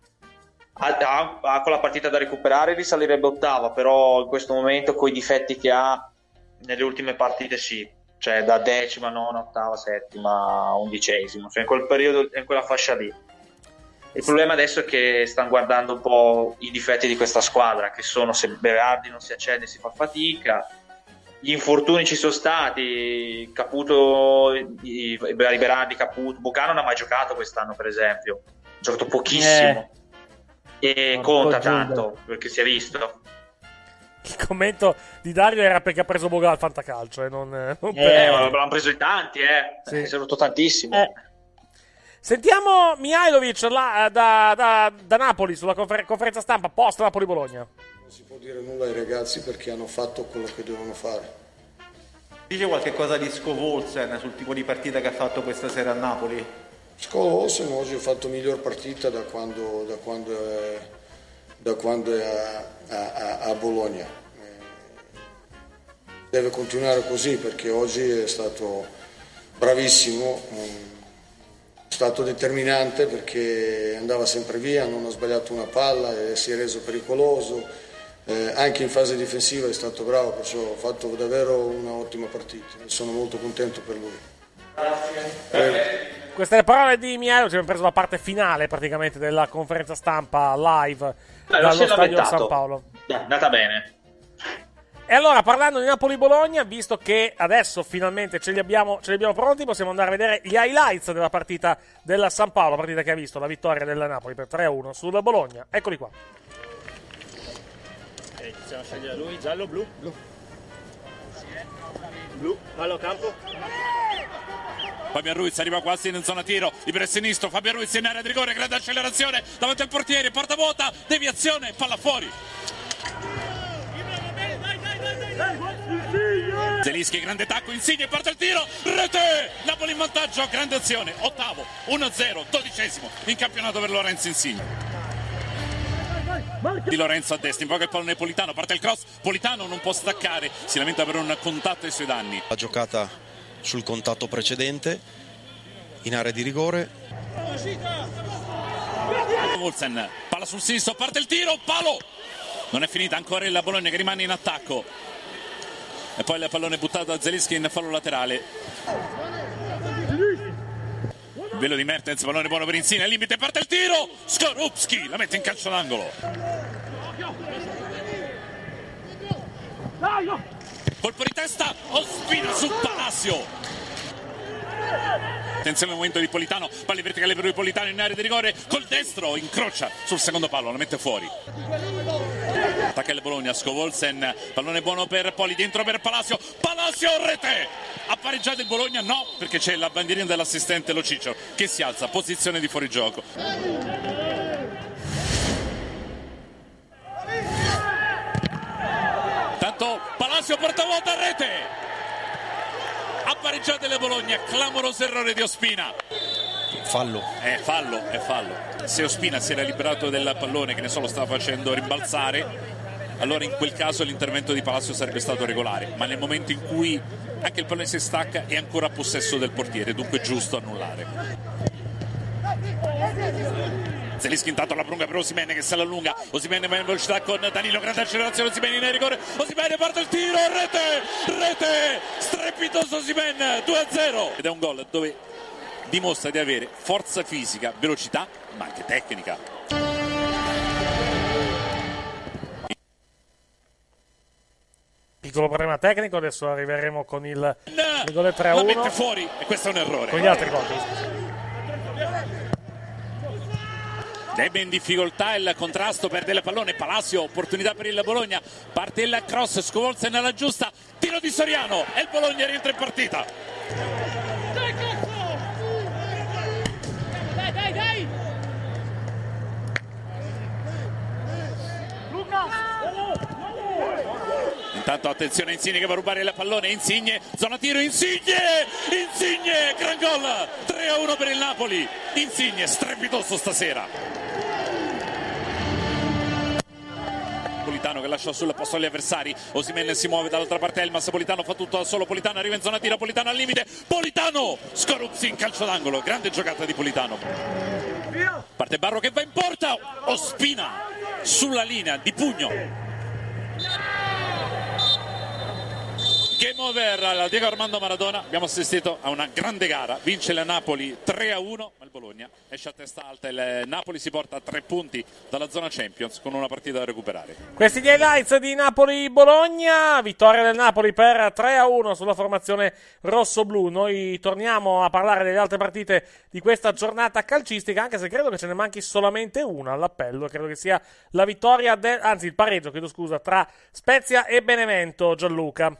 Ha, ha, ha con la partita da recuperare risalirebbe ottava, però in questo momento con i difetti che ha nelle ultime partite sì. Cioè da decima, nona, ottava, settima, undicesima, cioè in quel periodo, in quella fascia lì. Il problema adesso è che stanno guardando un po' i difetti di questa squadra, che sono se Berardi non si accende si fa fatica, gli infortuni ci sono stati, Caputo, i, i Berardi, Caputo, Bucano non ha mai giocato quest'anno per esempio, ha giocato pochissimo eh, e conta tanto perché si è visto. Il commento di Dario era perché ha preso Boga al fantacalcio e non, non eh, per... ma l'hanno preso in tanti, eh. Sì. Si è rotto tantissimo. Eh. Sentiamo Mihajlovic là, da, da, da Napoli sulla confer- conferenza stampa post Napoli-Bologna. Non si può dire nulla ai ragazzi perché hanno fatto quello che dovevano fare. Dice qualche cosa di Scovolsen sul tipo di partita che ha fatto questa sera a Napoli? Scovolsen oggi ha fatto miglior partita da quando, da quando è... da quando è a, a, a Bologna. Deve continuare così perché oggi è stato bravissimo, è stato determinante perché andava sempre via, non ha sbagliato una palla e si è reso pericoloso, eh, anche in fase difensiva è stato bravo, perciò ha fatto davvero un'ottima partita, sono molto contento per lui. Grazie. Queste le parole di Mihajlovic, abbiamo preso la parte finale praticamente della conferenza stampa live Dai, dallo stadio San Paolo. Dai, è andata bene. E allora, parlando di Napoli-Bologna, visto che adesso finalmente ce li abbiamo, ce li abbiamo pronti, possiamo andare a vedere gli highlights della partita della San Paolo, partita che ha visto la vittoria del Napoli per tre a uno sul Bologna. Eccoli qua. Ok, possiamo scegliere lui, giallo, blu? Blu. Blu, fallo campo. Fabian Ruiz arriva quasi in zona tiro, libero sinistro, Fabian Ruiz in area di rigore, grande accelerazione davanti al portiere, porta vuota, deviazione, palla fuori. Zelinski, grande tacco, Insigne, parte il tiro, rete, Napoli in vantaggio, grande azione, ottavo, uno a zero, dodicesimo in campionato per Lorenzo Insigne. Di Lorenzo a destra, invoca il pallone Politano, parte il cross, Politano non può staccare, si lamenta per un contatto ai suoi danni. La giocata sul contatto precedente, in area di rigore. Olsen, palla sul sinistro, parte il tiro, palo! Non è finita ancora il Bologna che rimane in attacco. E poi il pallone buttato da Zelinski in fallo laterale. Velo di Mertens, pallone buono per Insigne, al limite, parte il tiro, Skorupski la mette in calcio d'angolo. Colpo di testa, Ospina su Palacio. Attenzione al momento di Politano, palla verticale per lui, Politano in area di rigore, col destro incrocia sul secondo palo, la mette fuori. Attacca il Bologna, Scovolsen, pallone buono per Poli, dentro per Palacio, Palacio, rete! Ha pareggiato il Bologna? No, perché c'è la bandierina dell'assistente Lo Ciccio che si alza, posizione di fuorigioco. Tanto Palacio porta vuota a rete! Ha pareggiato il Bologna, clamoroso errore di Ospina. Fallo. È fallo, è fallo. Se Ospina si era liberato del pallone, che ne so, lo stava facendo rimbalzare, allora in quel caso l'intervento di Palacio sarebbe stato regolare, ma nel momento in cui anche il pallone si stacca è ancora a possesso del portiere, dunque è giusto annullare. Zelinski intanto la prunga per Osimhen che se la allunga, Osimhen va in velocità con Danilo, grande accelerazione, Osimhen in rigore, Osimhen parte il tiro, rete, rete, strepitoso Osimhen, due a zero, ed è un gol dove dimostra di avere forza fisica, velocità, ma anche tecnica. Piccolo problema tecnico, adesso arriveremo con il, il gol tre a uno. La mette fuori e questo è un errore. Con gli altri gol. Debbe in difficoltà, il contrasto, perde il pallone, Palacio, opportunità per il Bologna, parte il cross, Scovolsen nella giusta, tiro di Soriano e il Bologna rientra in partita. Dai, dai, dai! Intanto attenzione a Insigne che va a rubare il pallone, Insigne, zona tiro, Insigne, Insigne, gran gol, tre a uno per il Napoli, Insigne strepitoso stasera. Politano che lascia sul posto agli avversari, Osimhen si muove dall'altra parte, Elmas, Politano fa tutto da solo, Politano arriva in zona tiro, Politano al limite, Politano, Scoruzzi in calcio d'angolo, grande giocata di Politano. Parte Barro che va in porta, Ospina sulla linea di pugno. Game over alla Diego Armando Maradona, abbiamo assistito a una grande gara, vince il Napoli tre a uno, ma il Bologna esce a testa alta, il Napoli si porta a tre punti dalla zona Champions con una partita da recuperare. Questi gli highlights di Napoli-Bologna, vittoria del Napoli per tre a uno sulla formazione rosso-blu. Noi torniamo a parlare delle altre partite di questa giornata calcistica, anche se credo che ce ne manchi solamente una all'appello, credo che sia la vittoria, de- anzi il pareggio, chiedo scusa, tra Spezia e Benevento. Gianluca.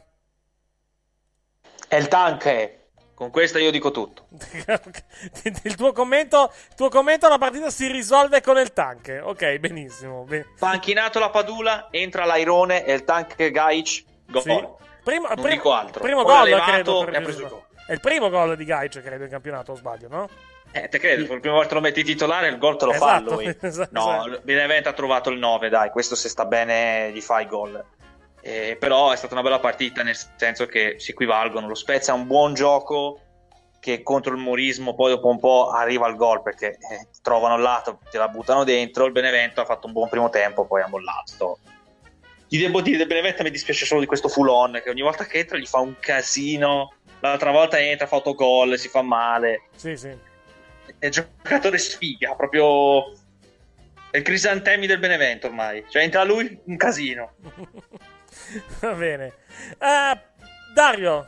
È il tank, con questa io dico tutto. il, tuo commento, il tuo commento alla partita si risolve con il tank. Ok, benissimo. Ben... Panchinato la Padula, entra l'Airone e il tank Gajic, gol. Sì. Primo, non primo, dico altro. Primo Poi gol, credo. e ha preso il gol. È il primo gol di Gajic, credo, in campionato, o sbaglio, no? Eh, te credo, per la prima volta lo metti titolare, il gol te lo esatto, fa lui. Esatto, no, esatto. Benevento ha trovato il nove, dai, questo se sta bene gli fa i gol. Eh, però è stata una bella partita, nel senso che si equivalgono. Lo Spezia ha un buon gioco che contro il morismo poi dopo un po' arriva al gol, perché eh, trovano il lato, te la buttano dentro. Il Benevento ha fatto un buon primo tempo, poi ha mollato. Gli devo dire del Benevento, mi dispiace solo di questo Fulon, che ogni volta che entra gli fa un casino. L'altra volta entra, fa autogol, si fa male. Sì, sì. È giocatore sfiga, proprio è il Crisantemi del Benevento ormai. Cioè entra lui, un casino. Va bene. Uh, Dario.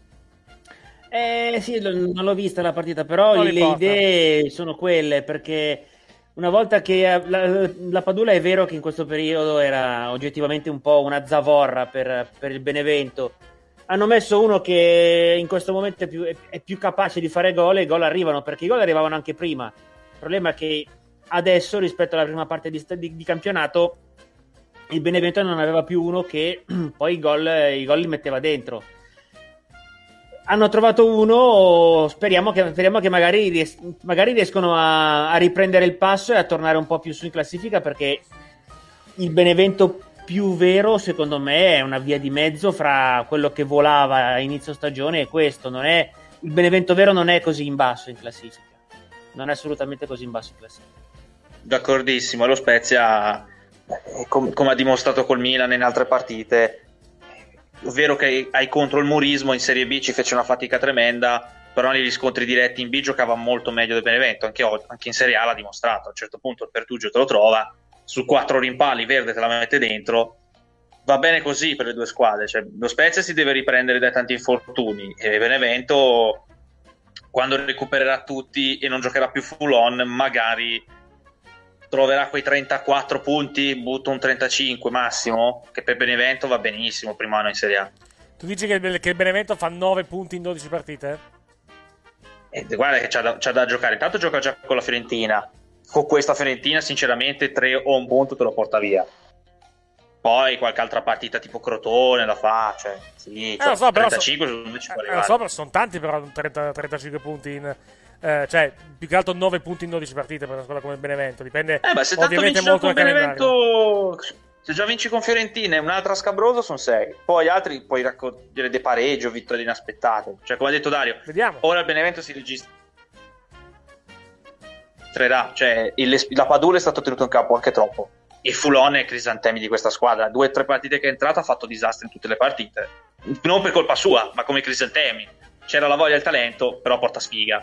Eh sì, non l'ho vista la partita, però Non le importa. idee sono quelle, perché una volta che la, la Padula è vero che in questo periodo era oggettivamente un po' una zavorra per, per il Benevento, hanno messo uno che in questo momento è più, è, è più capace di fare gol, e i gol arrivano, perché i gol arrivavano anche prima. Il problema è che adesso, rispetto alla prima parte di, di, di campionato, il Benevento non aveva più uno che poi i gol, i gol li metteva dentro. Hanno trovato uno, speriamo che, speriamo che magari, ries- magari riescono a, a riprendere il passo e a tornare un po' più su in classifica, perché il Benevento più vero, secondo me, è una via di mezzo fra quello che volava a inizio stagione e questo. Non è, il Benevento vero non è così in basso in classifica, non è assolutamente così in basso in classifica. D'accordissimo, lo Spezia, com- come ha dimostrato col Milan in altre partite, è vero che hai contro il murismo, in Serie B ci fece una fatica tremenda, però negli scontri diretti in B giocava molto meglio del Benevento, anche, oggi, anche in Serie A l'ha dimostrato. A un certo punto il Pertugio te lo trova, su quattro rimpalli Verde te la mette dentro, va bene così per le due squadre. Cioè, lo Spezia si deve riprendere da tanti infortuni e Benevento, quando recupererà tutti e non giocherà più full on, magari troverà quei trentaquattro punti, butto un trentacinque massimo, che per Benevento va benissimo, primo anno in Serie A. Tu dici che il, che il Benevento fa nove punti in dodici partite? E guarda che c'ha da, c'ha da giocare, intanto gioca già con la Fiorentina, con questa Fiorentina sinceramente tre o un punto te lo porta via. Poi qualche altra partita tipo Crotone la fa, cioè sì, Eh, lo so, però trentacinque so- secondo me ci può eh, arrivare. lo so, però sono tanti, però trenta, trentacinque punti in eh, cioè più che altro nove punti in dodici partite per una squadra come il Benevento, dipende Eh, ma se tanto ovviamente vinci molto col dal calendario. Benevento, Se già vinci con Fiorentina e un'altra scabrosa sono sei. Poi altri puoi raccogliere dei pareggio, vittorie inaspettate. Cioè, come ha detto Dario, Vediamo. ora il Benevento si registrerà. Cioè, il, la Padula è stato tenuto in campo anche troppo. Il Fulone è Crisantemi di questa squadra. Due o tre partite che è entrata ha fatto disastri in tutte le partite. Non per colpa sua, ma come Crisantemi. C'era la voglia e il talento, però porta sfiga.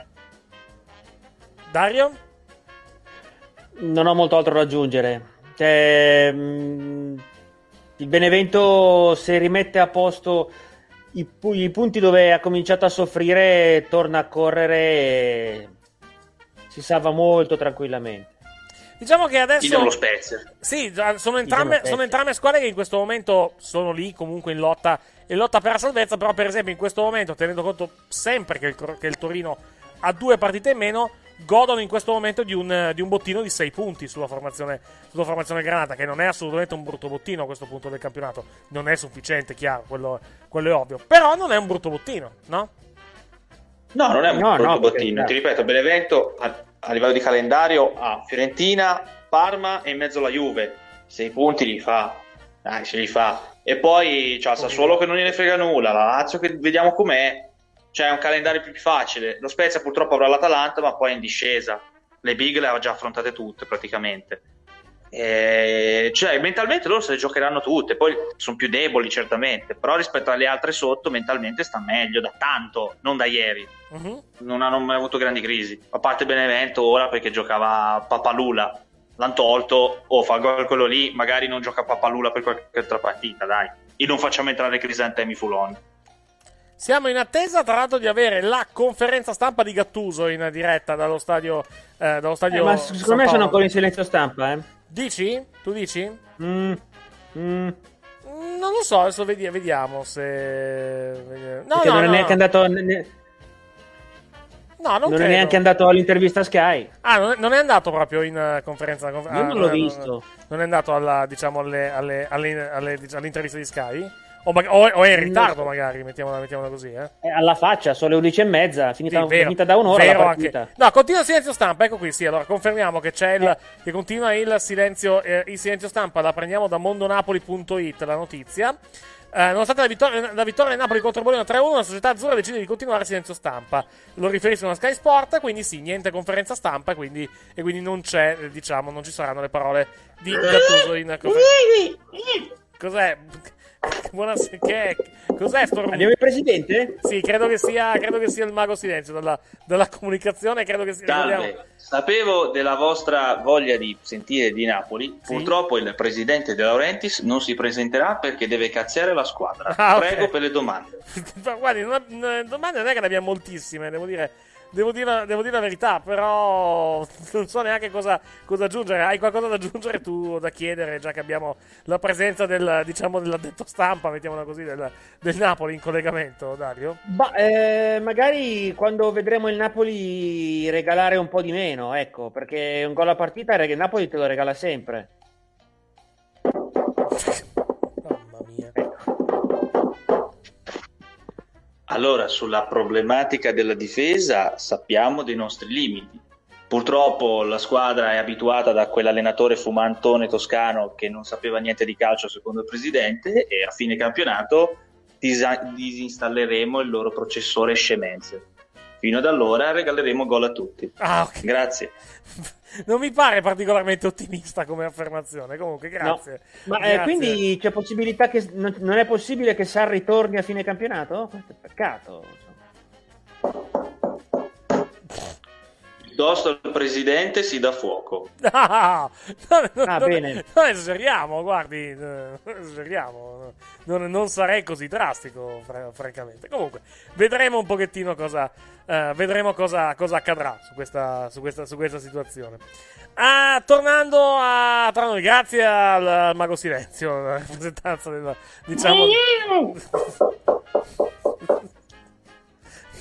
Dario? Non ho molto altro da aggiungere. Cioè, mh, il Benevento, se rimette a posto i, pu- i punti dove ha cominciato a soffrire, torna a correre e si salva molto tranquillamente. Diciamo che adesso Idem lo Spezia. Sì, sono entrambe, sono entrambe squadre che in questo momento sono lì comunque in lotta, in lotta per la salvezza. Però per esempio in questo momento, tenendo conto sempre che il, che il Torino ha due partite in meno, godono in questo momento di un, di un bottino di sei punti sulla formazione, sulla formazione granata, che non è assolutamente un brutto bottino a questo punto del campionato. Non è sufficiente, chiaro, quello, quello è ovvio, però non è un brutto bottino, no? No, non è un No, brutto no, bottino. perché- Ti ripeto, Benevento a, a livello di calendario ha Fiorentina, Parma e in mezzo la Juve. Sei punti li fa. Dai, se li fa. E poi c'ha il Sassuolo che non gliene frega nulla, la Lazio che vediamo com'è. C'è un calendario più facile. Lo Spezia purtroppo avrà l'Atalanta, ma poi è in discesa. Le big le ha già affrontate tutte praticamente. E cioè mentalmente loro se le giocheranno tutte. Poi sono più deboli certamente, però rispetto alle altre sotto mentalmente sta meglio da tanto, non da ieri. Uh-huh. Non hanno mai avuto grandi crisi, a parte Benevento ora perché giocava Papalula, l'hanno tolto, o fa gol quello lì, magari non gioca Papalula per qualche altra partita, dai, e non facciamo entrare Crisantemi Fulon. Siamo in attesa, tra l'altro, di avere la conferenza stampa di Gattuso in diretta dallo stadio. Eh, dallo stadio Eh, ma San secondo me sono Paolo. ancora in silenzio stampa, eh. Dici? Tu dici? Mm. Mm. Non lo so, adesso vedi- vediamo se. No, Perché no, non è no, neanche no. andato. Ne... No, non, non credo. è neanche andato all'intervista a Sky. Ah, non è, non è andato proprio in uh, conferenza. conf- Io ah, non l'ho è- visto. Non è andato alla, diciamo, alle, alle, alle, alle- dic- all'intervista di Sky? O, mag- o- o è in ritardo, magari, mettiamola, mettiamola così, eh? È alla faccia, sono le undici e mezza, finita, Sì, vero, finita da un'ora vero la partita. anche. No, continua il silenzio stampa, ecco qui, sì, allora confermiamo che c'è il, che continua il silenzio, eh, il silenzio stampa, la prendiamo da mondonapoli punto it la notizia. Eh, nonostante la vittoria, la vittoria del Napoli contro Bologna tre a uno, la società azzurra decide di continuare il silenzio stampa. Lo riferiscono a Sky Sport, quindi sì, niente conferenza stampa, e quindi, e quindi non c'è, eh, diciamo, non ci saranno le parole di Gattuso in conferenza. Cos'è? Buonasera, che è? Cos'è sto rumore? Abbiamo il presidente? Sì, credo che sia, credo che sia il mago silenzio dalla, dalla comunicazione, credo che sia. Salve, ricordiamo- sapevo della vostra voglia di sentire di Napoli. Sì. Purtroppo il presidente De Laurentiis non si presenterà perché deve cazziare la squadra. Ah, ok. Prego per le domande. Ma guardi, non, non- domande non è che ne abbiamo moltissime, devo dire. Devo dire, devo dire la verità, però non so neanche cosa, cosa aggiungere. Hai qualcosa da aggiungere tu o da chiedere, già che abbiamo la presenza del, diciamo, dell'addetto stampa, mettiamola così, del, del Napoli in collegamento, Dario? Bah, eh, magari quando vedremo il Napoli regalare un po' di meno, ecco, perché un gol a partita il Napoli te lo regala sempre. Mamma mia. Allora, sulla problematica della difesa sappiamo dei nostri limiti. Purtroppo la squadra è abituata da quell'allenatore fumantone toscano che non sapeva niente di calcio secondo il presidente, e a fine campionato disa- disinstalleremo il loro processore scemenze. Fino ad allora regaleremo gol a tutti. Ah, ok. Grazie. Non mi pare particolarmente ottimista come affermazione. Comunque, grazie. No. Ma eh, Grazie. quindi c'è possibilità che non, non è possibile che Sarri torni a fine campionato? Questo è peccato. Piuttosto il presidente si dà fuoco. Ah, non, non, Ah, non- bene. non esageriamo, guardi, eh, non esageriamo. Non, non sarei così drastico, fra- francamente. Comunque, vedremo un pochettino cosa, eh, vedremo cosa, cosa accadrà su questa, su questa, su questa situazione. Ah, tornando a tra noi, grazie al, al Mago Silenzio, la rappresentanza del, diciamo,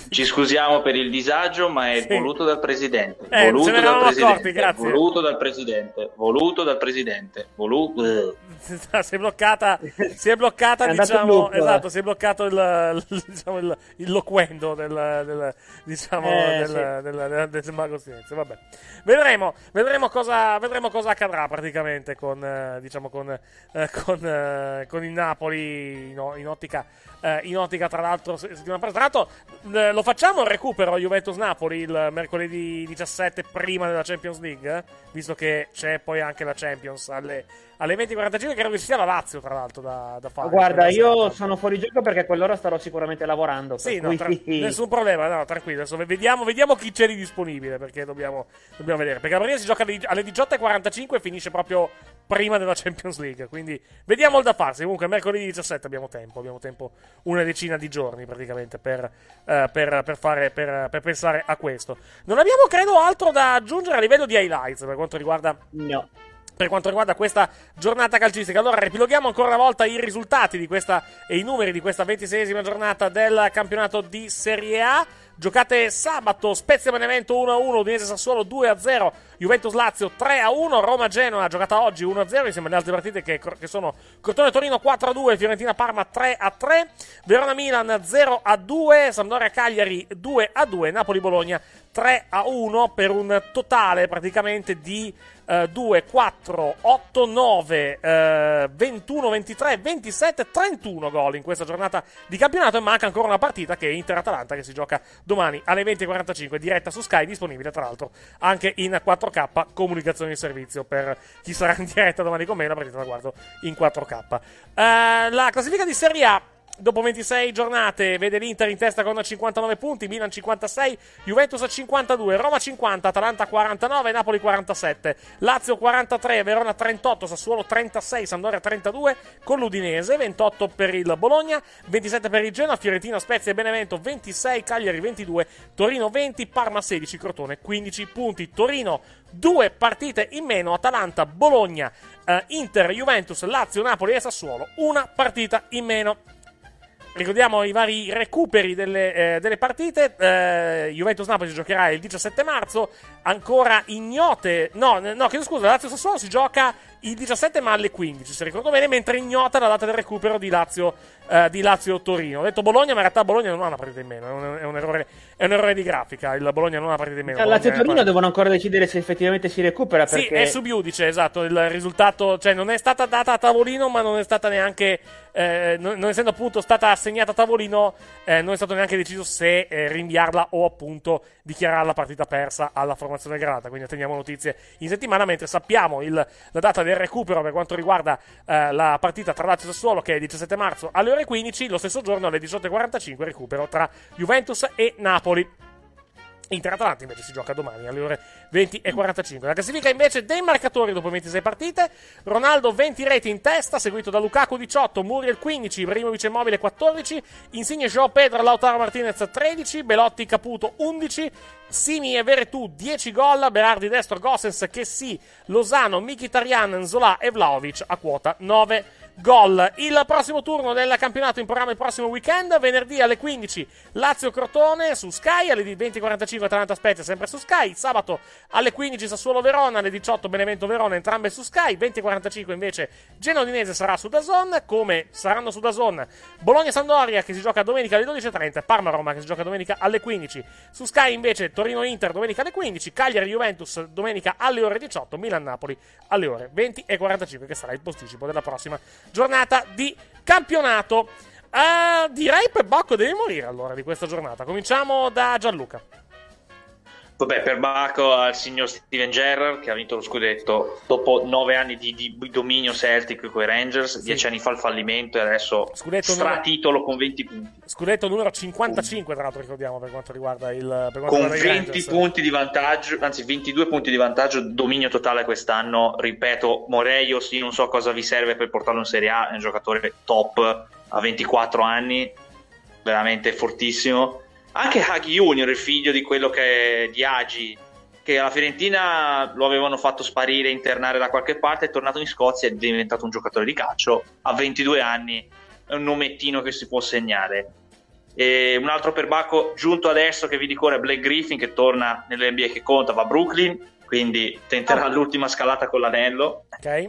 Ci scusiamo per il disagio, ma è Sì. voluto dal presidente. Eh, voluto ce ne dal eravamo presidente. accorti, grazie. Voluto dal presidente. Voluto dal presidente. Voluto. si è bloccata, si è bloccata È andato in diciamo, loop. esatto, si è bloccato il, il, diciamo, il, il loquendo del, del, diciamo, Eh, del, sì. del, del, del, del mago silenzio. Vabbè. Vedremo, vedremo cosa, vedremo cosa accadrà praticamente con, eh, diciamo, con, eh, con, eh, con il Napoli in, in ottica, eh, in ottica tra l'altro settimana prossima. Tra l'altro eh, lo facciamo il recupero Juventus-Napoli il mercoledì diciassette prima della Champions League, eh? Visto che c'è poi anche la Champions alle alle venti e quarantacinque, credo che ci sia la Lazio tra l'altro da, da fare. Guarda, io sono fuori gioco perché a quell'ora starò sicuramente lavorando. Sì, per no, cui... tra- nessun problema, no, tranquillo. Adesso vediamo, vediamo chi c'è di disponibile, perché dobbiamo, dobbiamo vedere. Perché la partita si gioca alle, alle diciotto e quarantacinque e finisce proprio prima della Champions League. Quindi vediamo il da farsi. Comunque mercoledì diciassette abbiamo tempo, abbiamo tempo una decina di giorni praticamente per, eh, per, per, fare, per, per pensare a questo. Non abbiamo, credo, altro da aggiungere a livello di highlights per quanto riguarda... No. Per quanto riguarda questa giornata calcistica. Allora, riepiloghiamo ancora una volta i risultati di questa e i numeri di questa ventiseiesima giornata del campionato di Serie A. Giocate sabato, Spezia Benevento uno a uno, Udinese Sassuolo due a zero, Juventus Lazio tre a uno, Roma Genoa giocata oggi uno a zero, insieme alle altre partite che, che sono Crotone Torino quattro a due, Fiorentina Parma tre a tre, Verona Milan zero a due, Sampdoria Cagliari due a due, Napoli Bologna tre a uno, per un totale praticamente di Uh, due, quattro, otto, nove, uh, ventuno, ventitré, ventisette, trentuno gol in questa giornata di campionato, e manca ancora una partita che è Inter-Atalanta, che si gioca domani alle venti e quarantacinque, diretta su Sky, disponibile tra l'altro anche in quattro K, comunicazioni di servizio per chi sarà in diretta domani con me, la partita la guardo in quattro K. Uh, la classifica di Serie A dopo ventisei giornate vede l'Inter in testa con cinquantanove punti, Milan cinquantasei, Juventus cinquantadue, Roma cinquanta, Atalanta quarantanove, Napoli quarantasette, Lazio quarantatré, Verona trentotto, Sassuolo trentasei, Sampdoria trentadue, con l'Udinese ventotto per il Bologna, ventisette per il Genoa, Fiorentina, Spezia e Benevento ventisei, Cagliari ventidue, Torino venti, Parma sedici, Crotone quindici punti. Torino due partite in meno, Atalanta, Bologna, eh, Inter, Juventus, Lazio, Napoli e Sassuolo una partita in meno. Ricordiamo i vari recuperi delle, eh, delle partite. eh, Juventus-Napoli si giocherà il diciassette marzo, ancora ignote, no, no, chiedo scusa, Lazio-Sassuolo si gioca il diciassette ma alle quindici, se ricordo bene, mentre ignota la data del recupero di Lazio, eh, di Lazio-Torino. Ho detto Bologna, ma in realtà Bologna non ha una partita in meno, è un, è un, errore, è un errore di grafica, il Bologna non ha una partita in meno. Lazio e Torino Bologna... devono ancora decidere se effettivamente si recupera, perché... Sì, è sub iudice, esatto, il risultato, cioè non è stata data a tavolino, ma non è stata neanche, eh, non, non essendo appunto stata assegnata a tavolino, eh, non è stato neanche deciso se eh, rinviarla o appunto dichiarare la partita persa alla formazione granata, quindi atteniamo notizie in settimana, mentre sappiamo il, la data del recupero per quanto riguarda eh, la partita tra Lazio e Sassuolo, che è il diciassette marzo alle ore quindici, lo stesso giorno alle diciotto e quarantacinque recupero tra Juventus e Napoli. Inter-Atalanta invece si gioca domani alle ore venti e quarantacinque. La classifica invece dei marcatori dopo ventisei partite: Ronaldo venti reti in testa, seguito da Lukaku diciotto, Muriel quindici, Ibrahimovic Immobile quattordici, Insigne, João Pedro, Lautaro Martinez tredici, Belotti Caputo undici, Simi e Veretù dieci gol, Berardi destro, Gossens, Chessy, Lozano, Mkhitaryan, Nzola e Vlahovic a quota nove gol. Il prossimo turno del campionato in programma il prossimo weekend, venerdì alle quindici Lazio-Crotone su Sky, alle venti e quarantacinque Atalanta-Spezia sempre su Sky, sabato alle quindici Sassuolo-Verona, alle diciotto Benevento-Verona entrambe su Sky, venti e quarantacinque invece Genoa-Udinese sarà su D A Z N, come saranno su D A Z N Bologna-Sampdoria che si gioca domenica alle dodici e trenta, Parma-Roma che si gioca domenica alle quindici, su Sky invece Torino-Inter domenica alle quindici, Cagliari-Juventus domenica alle ore diciotto, Milan-Napoli alle ore venti e quarantacinque, che sarà il posticipo della prossima giornata di campionato. Uh, direi per Bacco devi morire allora di questa giornata. Cominciamo da Gianluca. Vabbè, per Bacco al signor Steven Gerrard, che ha vinto lo scudetto dopo nove anni di, di dominio Celtic con i Rangers, sì. dieci anni fa il fallimento e adesso scudetto stratitolo numero... con venti punti. Scudetto numero cinquantacinque, tra l'altro ricordiamo, per quanto riguarda il per quanto con riguarda venti punti di vantaggio, anzi ventidue punti di vantaggio, dominio totale quest'anno. Ripeto, Moreios, io non so cosa vi serve per portarlo in Serie A, è un giocatore top a ventiquattro anni, veramente fortissimo. Anche Hagi Junior, il figlio di quello che è di Agi, che alla Fiorentina lo avevano fatto sparire, internare da qualche parte, è tornato in Scozia e è diventato un giocatore di calcio. A ventidue anni è un nomettino che si può segnare. E un altro perbacco giunto adesso che vi dico è Blake Griffin, che torna nell'N B A che conta, va a Brooklyn, quindi tenterà oh. l'ultima scalata con l'anello. Ok. Eh,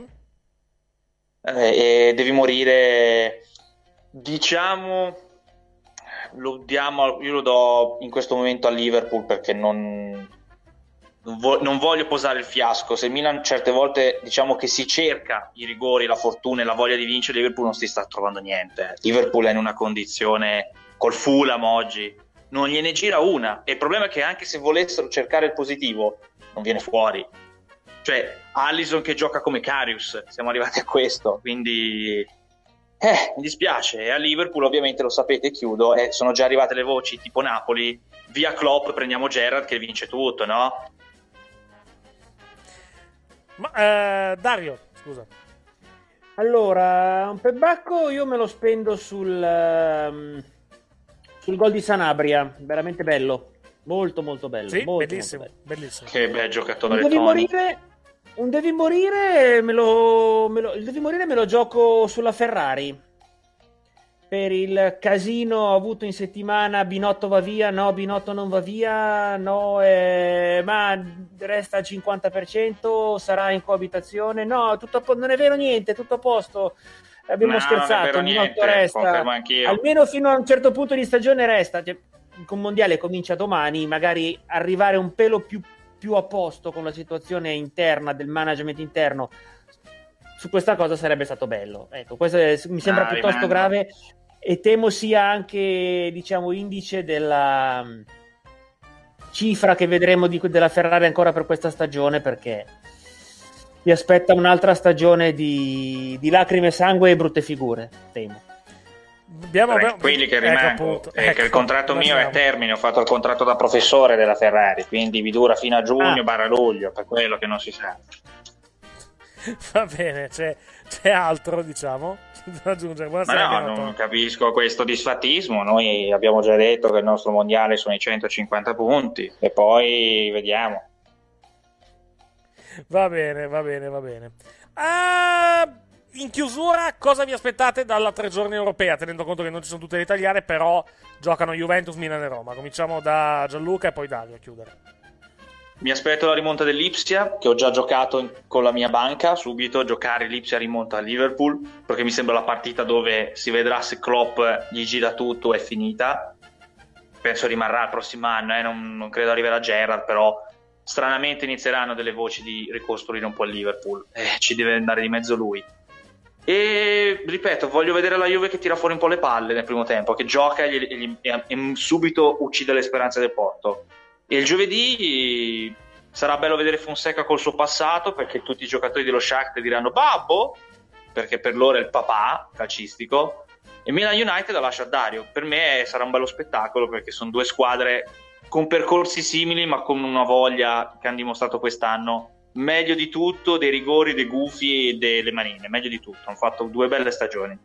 e devi morire, diciamo, lo diamo, io lo do in questo momento a Liverpool perché non, non voglio posare il fiasco. Se il Milan certe volte diciamo che si cerca i rigori, la fortuna e la voglia di vincere, Liverpool non si sta trovando niente. Liverpool è in una condizione col Fulham oggi, non gliene gira una, e il problema è che anche se volessero cercare il positivo non viene fuori. Cioè Alisson che gioca come Karius, siamo arrivati a questo, quindi eh, mi dispiace. E a Liverpool ovviamente lo sapete, chiudo, eh, sono già arrivate le voci tipo Napoli, via Klopp, prendiamo Gerrard che vince tutto, no? Ma eh, Dario, scusa. Allora, un perbacco io me lo spendo sul um, sul gol di Sanabria, veramente bello, molto molto bello. Sì, molto, bellissimo, molto bello. bellissimo. Che bel giocatore. Un devi Tony. morire, un devi morire me lo, me lo, il devi morire me lo gioco sulla Ferrari. Per il casino avuto in settimana, Binotto va via, no, Binotto non va via, no, eh, ma resta al cinquanta per cento, sarà in coabitazione, no, tutto a po- non è vero niente, tutto a posto, abbiamo No, scherzato, non è vero Binotto niente, resta, confermo anch'io. almeno fino a un certo punto di stagione resta, cioè, il mondiale comincia domani, magari arrivare un pelo più, più a posto con la situazione interna del management interno, su questa cosa sarebbe stato bello. Ecco, questo è, mi sembra No, piuttosto rimango. grave e temo sia anche, diciamo, indice della um, cifra che vedremo di, della Ferrari ancora per questa stagione, perché vi aspetta un'altra stagione di, di lacrime, sangue e brutte figure, temo. Abbiamo, abbiamo... Quelli che ecco, rimango, appunto, eh, che ecco, il contratto mio è a lasciamo. termine, ho fatto il contratto da professore della Ferrari, quindi vi dura fino a giugno Ah. barra luglio, per quello che non si sa. Va bene, c'è, c'è altro, diciamo, da aggiungere. Ma Buonasera, no, Benotto. non capisco questo disfattismo. Noi abbiamo già detto che il nostro mondiale sono i centocinquanta punti e poi vediamo. Va bene, va bene, va bene. Ah, in chiusura, cosa vi aspettate dalla tre giorni europea? Tenendo conto che non ci sono tutte le italiane, però giocano Juventus, Milan e Roma. Cominciamo da Gianluca e poi Dario a chiudere. Mi aspetto la rimonta dell'Ipsia, che ho già giocato in- con la mia banca, subito giocare l'Ipsia rimonta a Liverpool, perché mi sembra la partita dove si vedrà se Klopp gli gira tutto, è finita. Penso rimarrà il prossimo anno, eh, non, non credo arriverà Gerrard, però stranamente inizieranno delle voci di ricostruire un po' il Liverpool, eh, ci deve andare di mezzo lui. E ripeto, voglio vedere la Juve che tira fuori un po' le palle nel primo tempo, che gioca e, gli- e gli- e- e subito uccide le speranze del Porto. E il giovedì sarà bello vedere Fonseca col suo passato, perché tutti i giocatori dello Shakhtar diranno babbo, perché per loro è il papà calcistico, e Milan United la lascia a Dario. Per me sarà un bello spettacolo, perché sono due squadre con percorsi simili ma con una voglia che hanno dimostrato quest'anno, meglio di tutto, dei rigori, dei gufi e delle manine, meglio di tutto, hanno fatto due belle stagioni.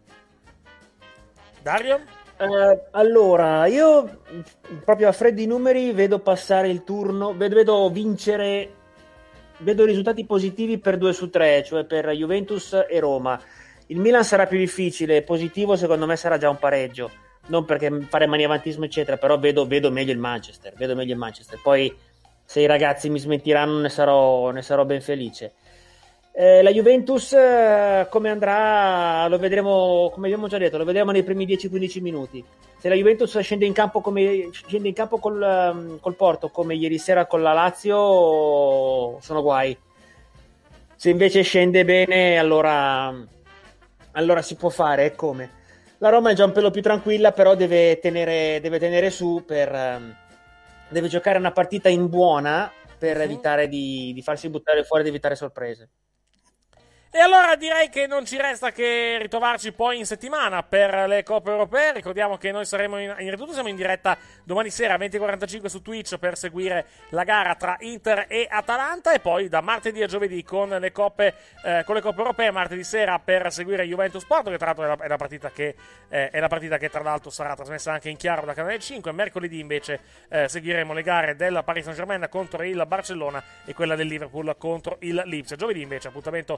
Dario? Eh, allora, io proprio a freddi numeri vedo passare il turno, vedo, vedo vincere, vedo risultati positivi per due su tre, cioè per Juventus e Roma. Il Milan sarà più difficile, positivo secondo me sarà già un pareggio, non perché fare maniavantismo eccetera, però vedo, vedo meglio il Manchester, vedo meglio il Manchester. Poi se i ragazzi mi smentiranno ne sarò, ne sarò ben felice. Eh, la Juventus eh, come andrà lo vedremo, come abbiamo già detto, lo vedremo nei primi dieci quindici minuti. Se la Juventus scende in campo come scende in campo col, um, col Porto come ieri sera con la Lazio, sono guai. Se invece scende bene, allora allora si può fare. E come la Roma è già un pelo più tranquilla, però deve tenere, deve tenere su per um, deve giocare una partita in buona per Mhm. evitare di, di farsi buttare fuori, di evitare sorprese. E allora direi che non ci resta che ritrovarci poi in settimana per le Coppe Europee. Ricordiamo che noi saremo in, in ritorno, siamo in diretta domani sera venti e quarantacinque su Twitch per seguire la gara tra Inter e Atalanta, e poi da martedì a giovedì con le Coppe, eh, con le Coppe Europee, martedì sera per seguire Juventus Porto, che tra l'altro è la, è la partita che eh, è la partita che tra l'altro sarà trasmessa anche in chiaro da Canale cinque. Mercoledì invece eh, seguiremo le gare della Paris Saint-Germain contro il Barcellona e quella del Liverpool contro il Lipsia. Giovedì invece appuntamento dalle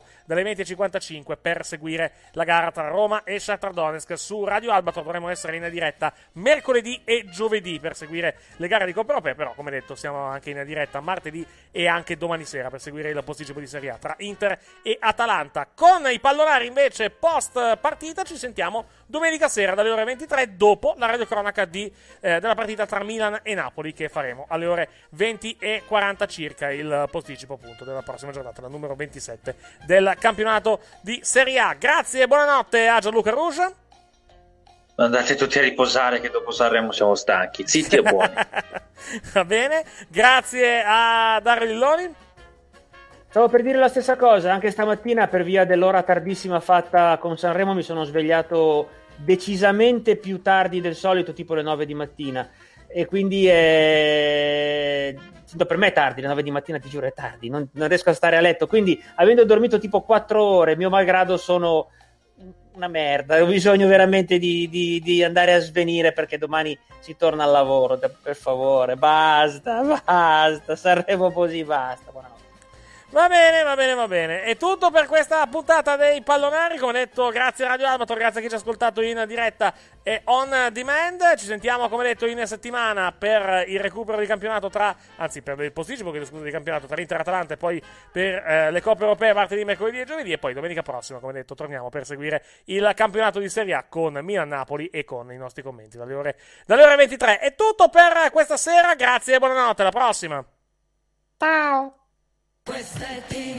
venti e cinquantacinque per seguire la gara tra Roma e Shakhtar Donetsk. Su Radio Albatro dovremo essere in diretta mercoledì e giovedì per seguire le gare di Coppa Europea, però come detto siamo anche in diretta martedì e anche domani sera per seguire il posticipo di Serie A tra Inter e Atalanta. Con i pallonari invece post partita ci sentiamo domenica sera dalle ore ventitré dopo la radiocronaca di, eh, della partita tra Milan e Napoli, che faremo alle ore venti e quaranta circa, il posticipo appunto della prossima giornata, la numero ventisette del campionato di Serie A. Grazie e buonanotte a Gianluca Rouge. Andate tutti a riposare che dopo Sanremo siamo stanchi, zitti e buoni. Va bene, grazie a Dario Lilloni. Stavo per dire la stessa cosa, anche stamattina per via dell'ora tardissima fatta con Sanremo mi sono svegliato decisamente più tardi del solito, tipo le nove di mattina, e quindi è... per me è tardi, le nove di mattina ti giuro è tardi, non, non riesco a stare a letto, quindi avendo dormito tipo quattro ore, mio malgrado sono una merda, ho bisogno veramente di, di, di andare a svenire perché domani si torna al lavoro, per favore, basta, basta, Sanremo così, basta, buonanotte. Va bene, va bene, va bene. È tutto per questa puntata dei pallonari. Come detto, grazie a Radio Albatro, grazie a chi ci ha ascoltato in diretta e on demand. Ci sentiamo, come detto, in settimana per il recupero di campionato tra, anzi per il posticipo, chiedo scusa, di campionato tra Inter e Atalanta, e poi per eh, le coppe europee martedì, mercoledì e giovedì, e poi domenica prossima, come detto, torniamo per seguire il campionato di Serie A con Milan-Napoli e con i nostri commenti dalle ore, dalle ore ventitré. È tutto per questa sera, grazie e buonanotte, alla prossima. Ciao. Questa è Team.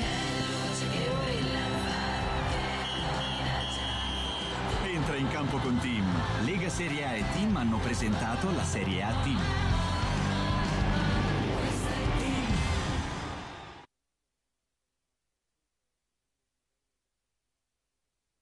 Entra in campo con Team. Lega Serie A e Team hanno presentato la Serie A Team.